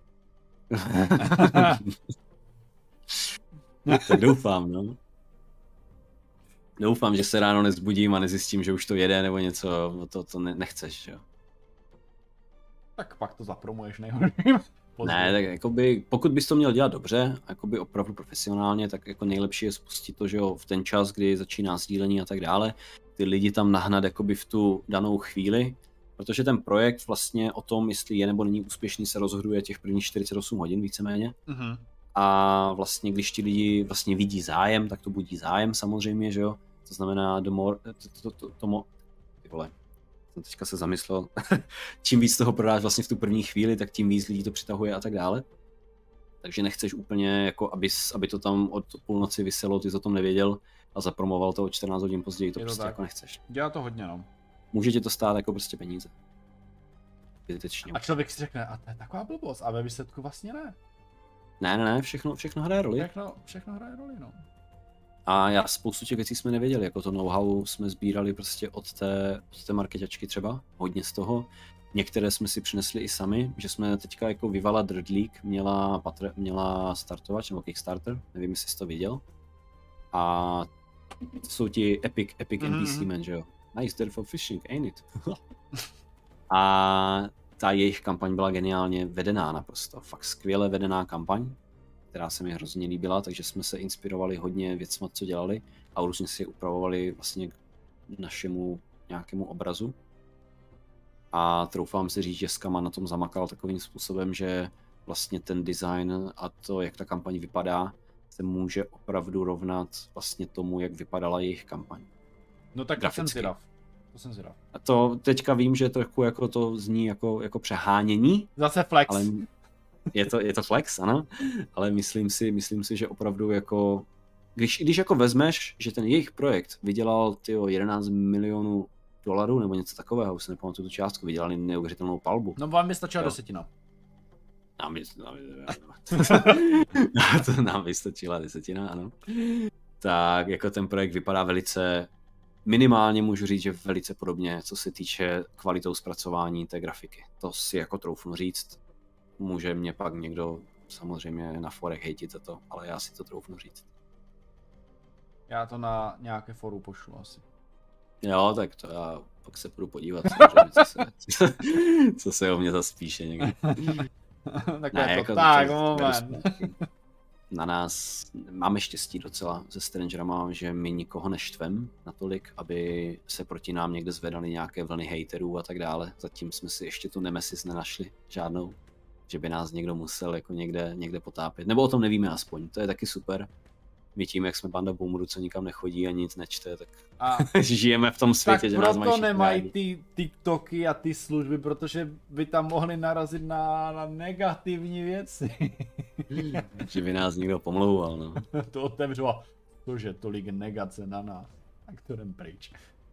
Tak doufám, no. Doufám, že se ráno nezbudím a nezjistím, že už to jede nebo něco, no to nechceš, jo. Tak pak to zapromuješ nejhorším. Ne, tak jakoby, pokud bys to měl dělat dobře, jakoby opravdu profesionálně, tak jako nejlepší je spustit to, že jo, v ten čas, kdy začíná sdílení a tak dále, ty lidi tam nahnat jakoby v tu danou chvíli, protože ten projekt vlastně o tom, jestli je nebo není úspěšný, se rozhoduje těch prvních 48 hodin víceméně. Mm-hmm. A vlastně, když ti lidi vlastně vidí zájem, tak to budí zájem samozřejmě, že jo. To znamená, ty vole, jsem teďka se zamyslel, čím víc toho prodáš vlastně v tu první chvíli, tak tím víc lidí to přitahuje a tak dále. Takže nechceš úplně, jako aby to tam od půlnoci viselo, ty jsi o tom nevěděl a zapromoval to o 14 hodin později, to prostě jako nechceš. Dělá to hodně, no. Může tě to stát jako prostě peníze. Zbytečně. A člověk si řekne, a to je taková blbost, a ve výsledku vlastně ne. Ne, všechno hraje roli. Všechno hraje roli, no. A já spoustu těch věcí jsme nevěděli, jako to know-how jsme sbírali prostě od té marketačky třeba, hodně z toho. Některé jsme si přinesli i sami, že jsme teďka jako Vivala Dirt League měla startovač nebo Kickstarter, nevím, jestli jsi to viděl. A to jsou ti epic NPC men, že jo. Nice dirt for fishing, ain't it? A ta jejich kampaň byla geniálně vedená naprosto, fakt skvěle vedená kampaň, která se mi hrozně líbila, takže jsme se inspirovali hodně věcmi, co dělali a různě si je upravovali vlastně k našemu nějakému obrazu. A troufám si říct, že Skama na tom zamakal takovým způsobem, že vlastně ten design a to, jak ta kampaň vypadá, se může opravdu rovnat vlastně tomu, jak vypadala jejich kampaň. No tak to jsem zvědav. A to teďka vím, že trochu jako to zní jako přehánění. Zase flex. Ale je to flex, ano, ale myslím si, že opravdu jako, když jako vezmeš, že ten jejich projekt vydělal 11 milionů dolarů nebo něco takového, už se nepamatuju tu částku, vydělali neuvěřitelnou palbu. No vám by stačila 10. Nám by stačila 10, ano. Tak jako ten projekt vypadá velice, minimálně můžu říct, že velice podobně, co se týče kvalitou zpracování té grafiky. To si jako troufnu říct. Může mě pak někdo samozřejmě na forech hejtit za to, ale já si to troufnu říct. Já to na nějaké foru pošlu asi. Jo, tak to já pak se půjdu podívat, samozřejmě, co se o mě zaspíše někdy. Takové to, tak, moment. Na nás máme štěstí docela se Strangerama, že my nikoho neštvem natolik, aby se proti nám někde zvedaly nějaké vlny hejterů a tak dále. Zatím jsme si ještě tu nemesis nenašli žádnou, že by nás někdo musel jako někde potápět. Nebo o tom nevíme aspoň, to je taky super. My tím, jak jsme banda boomerů, co nikam nechodí a nic nečte, tak žijeme v tom světě, že nás mají proto nemají ty TikToky a ty služby, protože by tam mohli narazit na negativní věci. Že by nás někdo pomlouval, no. To otevřu a tože tolik negace na nás. Tak to jdem pryč.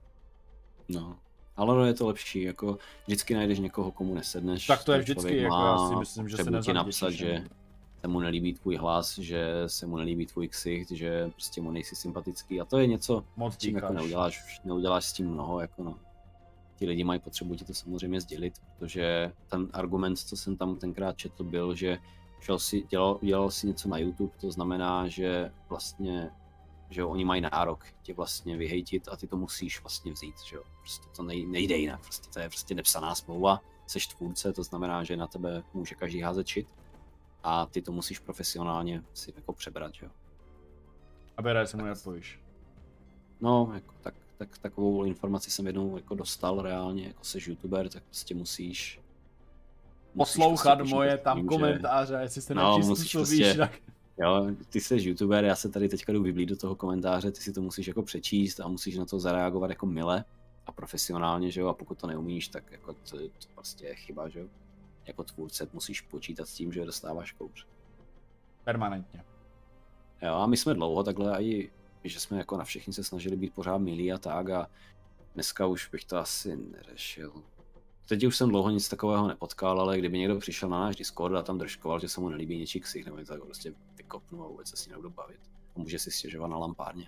No, ale no je to lepší, jako vždycky najdeš někoho, komu nesedneš. Tak to je vždycky, jako já si myslím, že se nezavděčíš. Napsat, že se mu nelíbí tvůj hlas, že se mu nelíbí tvůj ksicht, že prostě mu nejsi sympatický a to je něco, moc čím jako neuděláš s tím mnoho, jako no. Ti lidi mají potřebu ti to samozřejmě sdělit, protože ten argument, co jsem tam tenkrát četl, byl, že dělal si něco na YouTube, to znamená, že vlastně, že oni mají nárok tě vlastně vyhejtit a ty to musíš vlastně vzít, že jo. Prostě to nejde jinak, prostě to je prostě nepsaná smlouva, seš tvůrce, to znamená, že na tebe může každý házet shit a ty to musíš profesionálně si jako přebrat, že jo. A beraj se mu neodpovíš. No, jako tak takovou informaci jsem jednou jako dostal reálně, jako seš youtuber, tak prostě musíš poslouchat prostě moje tam tím, komentáře, jestli se nepřizpůsobíš, tak... Jo, ty jsi youtuber, já se tady teďka jdu vyblít do toho komentáře, ty si to musíš jako přečíst a musíš na to zareagovat jako mile a profesionálně, že jo, a pokud to neumíš, tak jako to prostě je chyba, že jo. Jako tvůrce musíš počítat s tím, že dostáváš kouř. Permanentně. Jo, a my jsme dlouho takhle i, že jsme jako na všechny se snažili být pořád milí a tak a dneska už bych to asi neřešil. Teď už jsem dlouho nic takového nepotkal, ale kdyby někdo přišel na náš Discord a tam držkoval, že se mu nelíbí něčí ksich, nebo tak prostě vykopnu a vůbec se s ním nebudu bavit. A může si stěžovat na lampárně.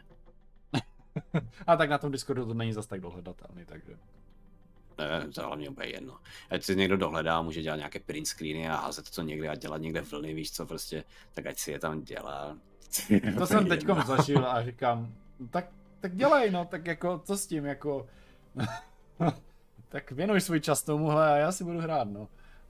A tak na tom Discordu to není zas tak dohledatelný, takže... Ne, to je hlavně úplně jedno. Ať si někdo dohledá, může dělat nějaké print screeny a házet to někde a dělat někde vlny, víš co, prostě, tak ať si je tam dělá. To jsem teďkom zažil a říkám, tak dělej no, tak jako, co s tím, jako... Tak věnuj svůj čas tomuhle a já si budu hrát, no.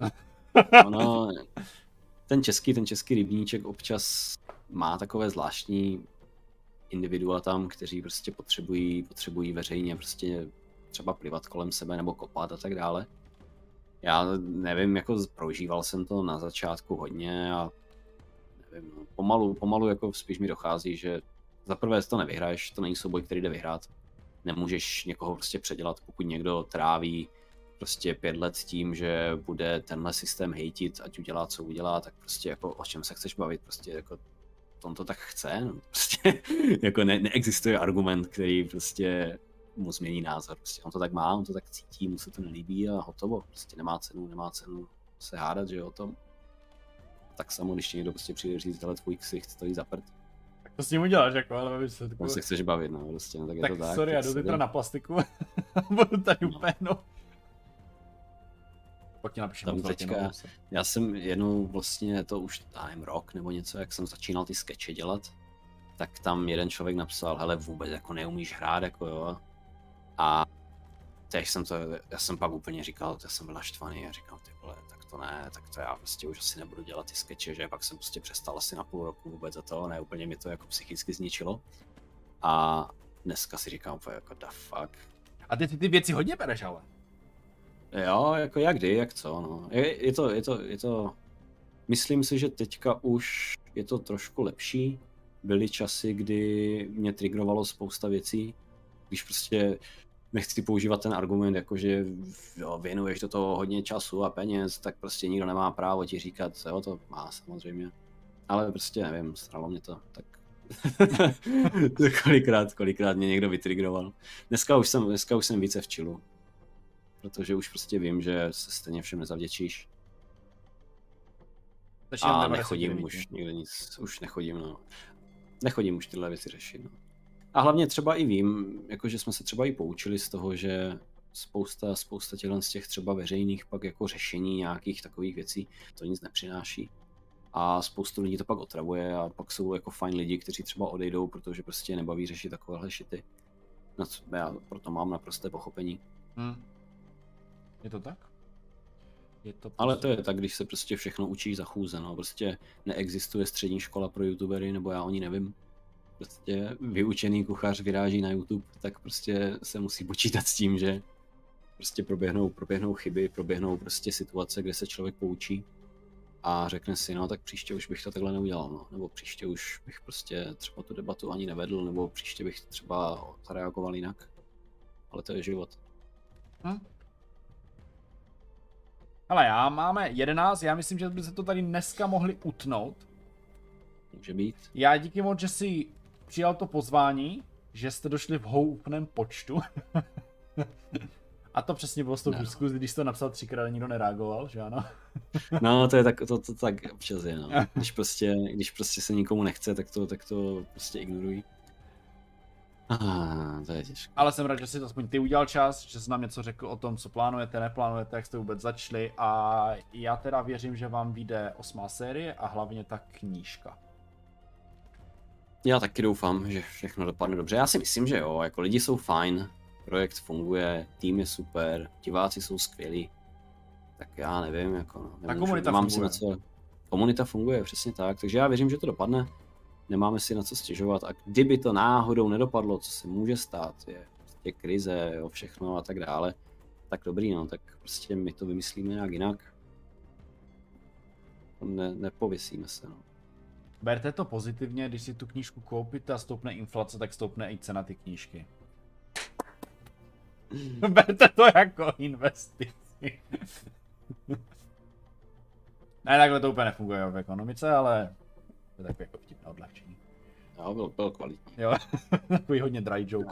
Ono, ten český rybníček občas má takové zvláštní individua tam, kteří prostě potřebují veřejně prostě třeba plivat kolem sebe nebo kopat a tak dále. Já nevím, jako prožíval jsem to na začátku hodně a nevím, no, pomalu jako spíš mi dochází, že za prvé to nevyhraješ, to není souboj, který jde vyhrát. Nemůžeš někoho prostě předělat, pokud někdo tráví prostě 5 let tím, že bude tenhle systém hejtit, ať udělá, co udělá, tak prostě jako o čem se chceš bavit, prostě jako on to tak chce, no, prostě jako neexistuje argument, který prostě mu změní názor, prostě on to tak má, on to tak cítí, mu se to nelíbí a hotovo, prostě nemá cenu se hádat, že o tom. Tak samo, když někdo prostě přijde říct, ale tvůj ksicht stojí za prd. To s ním uděláš, jako, ale výsledku... On se chceš bavit, no, prostě, no, tak je to tak. Sorry, já jdu zítra na plastiku, budu tady úplně, no. Pak ti napíšem teďka, já jsem jednou vlastně, to už nevím, rok nebo něco, jak jsem začínal ty skeče dělat, tak tam jeden člověk napsal, hele, vůbec jako neumíš hrát, jako jo. A teď já jsem pak úplně říkal, já jsem byl naštvaný a říkal, ty vole, tak to ne, tak to já prostě už asi nebudu dělat ty skeče, že pak jsem prostě přestal asi na půl roku vůbec za to, ne, úplně mi to jako psychicky zničilo. A dneska si říkám úplně jako the fuck. A ty věci hodně bereš, ale? Jo, jako jak kdy, jak co, no. Je to, myslím si, že teďka už je to trošku lepší. Byly časy, kdy mě triggerovalo spousta věcí, když prostě nechci používat ten argument, jakože jo, věnuješ do toho hodně času a peněz, tak prostě nikdo nemá právo ti říkat, jo, to má samozřejmě. Ale prostě nevím, stralo mě to, tak kolikrát mě někdo vytriggeroval. Dneska už jsem více v chillu. Protože už prostě vím, že se stejně všem nezavděčíš. A nechodím už nikde nic, už nechodím, no. Nechodím už tyhle věci řešit, no. A hlavně třeba i vím, jakože jsme se třeba i poučili z toho, že spousta těchto z těch třeba veřejných pak jako řešení nějakých takových věcí, to nic nepřináší. A spoustu lidí to pak otravuje a pak jsou jako fajn lidi, kteří třeba odejdou, protože prostě nebaví řešit takovéhle shity. No, já proto mám naprosté pochopení. Je to tak? Ale to je tak, když se prostě všechno učí za chůze, no. Prostě neexistuje střední škola pro youtubery, nebo já o ní nevím. Prostě vyučený kuchař vyráží na YouTube, tak prostě se musí počítat s tím, že prostě proběhnou chyby, proběhnou prostě situace, kde se člověk poučí a řekne si, no tak příště už bych to takhle neudělal, no. Nebo příště už bych prostě třeba tu debatu ani nevedl, nebo příště bych třeba zareagoval jinak. Ale to je život. Ale máme 11, já myslím, že by se to tady dneska mohli utnout. Může být. Já díky moc, že jsi přijal to pozvání, že jste došli v houfném počtu. A to přesně bylo s tou diskuzí, když jsi to napsal 3krát a nikdo nereagoval, že ano? No, to je tak, to tak občas je, no. Když prostě se nikomu nechce, tak to prostě ignorují. To je těžké. Ale jsem rád, že jsi aspoň ty udělal čas, že jsi nám něco řekl o tom, co plánujete, neplánujete, jak jste vůbec začali a já teda věřím, že vám vyjde 8. série a hlavně ta knížka. Já taky doufám, že všechno dopadne dobře. Já si myslím, že jo, jako lidi jsou fajn, projekt funguje, tým je super, diváci jsou skvělí. Tak já nevím, jako no, ta komunita funguje. Komunita funguje, přesně tak, takže já věřím, že to dopadne. Nemáme si na co stěžovat a kdyby to náhodou nedopadlo, co se může stát, je prostě krize, jo, všechno a tak dále, tak dobrý, no, tak prostě my to vymyslíme nějak jinak. Nepověsíme se, no. Berte to pozitivně, když si tu knížku koupíte a stoupne inflace, tak stoupne i cena ty knížky. Berte to jako investici. Ne, takhle to úplně nefunguje v ekonomice, ale to je takové jako vtipné odlehčení. Jo, byl kvalitní. Jo, takový hodně dry joke.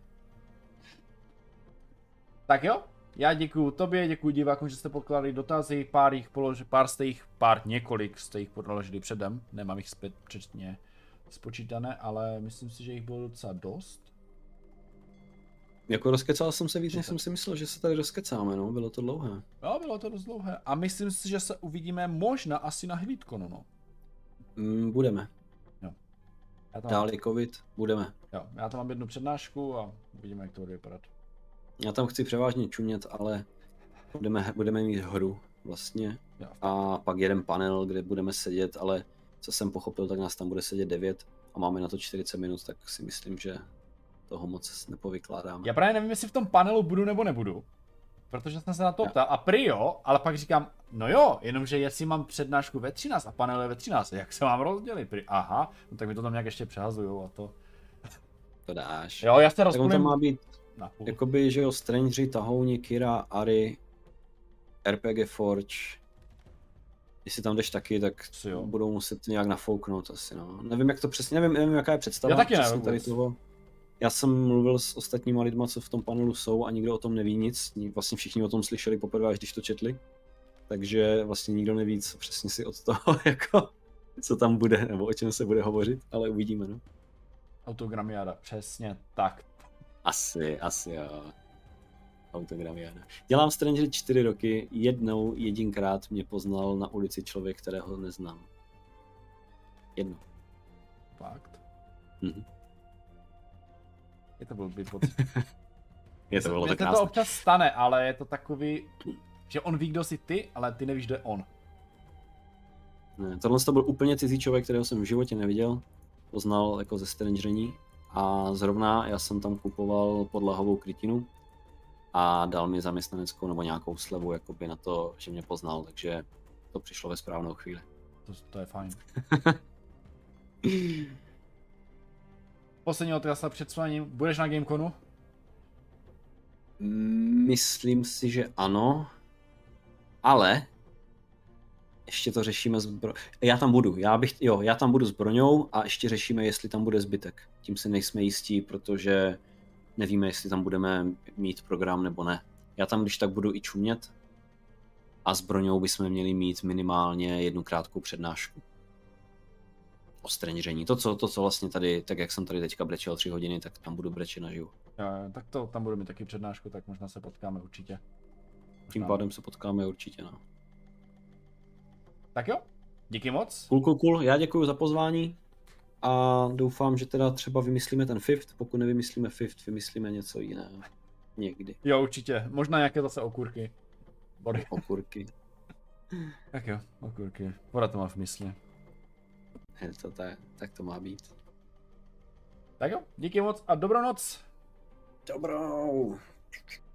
Tak jo, já děkuju tobě, děkuju divákům, že jste pokládali dotazy, několik jste jich položili předem, nemám jich zpět přesně spočítané, ale myslím si, že jich bylo docela dost. Jako rozkecal jsem se víc, než jsem si myslel, že se tady rozkecáme, no, bylo to dlouhé. Jo, bylo to dost dlouhé a myslím si, že se uvidíme možná asi na Hlídkonu, no. Budeme. Jo. Dále covid, budeme. Jo, já tam mám jednu přednášku a uvidíme, jak to bude vypadat. Já tam chci převážně čumět, ale budeme mít hru vlastně. Jo. A pak jeden panel, kde budeme sedět, ale co jsem pochopil, tak nás tam bude sedět 9 a máme na to 40 minut, tak si myslím, že toho moc nepovykládáme. Já právě nevím, jestli v tom panelu budu nebo nebudu. Protože jsem se na to ptal a prý jo, ale pak říkám, no jo, jenomže jestli mám přednášku ve 13 a panel je ve 13, jak se mám rozdělit? Prý, aha, no tak mi to tam nějak ještě přehazujou a to. To dáš. Jo, já se rozpůlím. Tak on tam má být, napůl. Jakoby, že jo, Strangeri, Tahouni, Kira, Ari, RPG Forge. Jestli tam jdeš taky, tak budou muset nějak nafouknout asi, no. Nevím, jak to přesně, nevím jaká je představa. Já taky nevím tady toho. Já jsem mluvil s ostatníma lidma, co v tom panelu jsou a nikdo o tom neví nic. Vlastně všichni o tom slyšeli poprvé, až když to četli. Takže vlastně nikdo neví, co přesně si od toho, jako, co tam bude, nebo o čem se bude hovořit, ale uvidíme, no. Autogramiáda, přesně tak. Asi jo. Autogramiáda. Dělám Strangery 4 roky, jedinkrát mě poznal na ulici člověk, kterého neznám. Jednou. Fakt? Mhm. Je to blbý pocit. Je to bylo tak krásné. To občas stane, ale je to takový, že on ví, kdo jsi ty, ale ty nevíš, kdo je on. Ne, tohle to byl úplně cizí člověk, kterého jsem v životě neviděl. Poznal jako ze Strangerení a zrovna já jsem tam kupoval podlahovou krytinu a dal mi zaměstnaneckou nebo nějakou slevu jakoby na to, že mě poznal, takže to přišlo ve správnou chvíli. To je fajn. Poslední otázka před svaním. Budeš na Gameconu? Myslím si, že ano, ale ještě to řešíme s Já tam budu, já tam budu s Broňou a ještě řešíme, jestli tam bude zbytek. Tím si nejsme jistí, protože nevíme, jestli tam budeme mít program nebo ne. Já tam když tak budu i čumět a s Broňou bychom měli mít minimálně jednu krátkou přednášku o strangeření. To, co vlastně tady, tak jak jsem tady teďka brečel 3 hodiny, tak tam budu brečet naživu. Tak to tam budu mít taky přednášku, tak možná se potkáme určitě. Tím pádem se potkáme určitě, no. Tak jo, díky moc. Cool. Já děkuji za pozvání a doufám, že teda třeba vymyslíme ten Fifth, pokud nevymyslíme Fifth, vymyslíme něco jiného. někdy. Jo, určitě. Možná nějaké zase okurky. Body. Okurky. Tak jo, okurky. Voda to má v mysli. Je to tak to má být. Tak jo, díky moc a dobrou noc. Dobrou.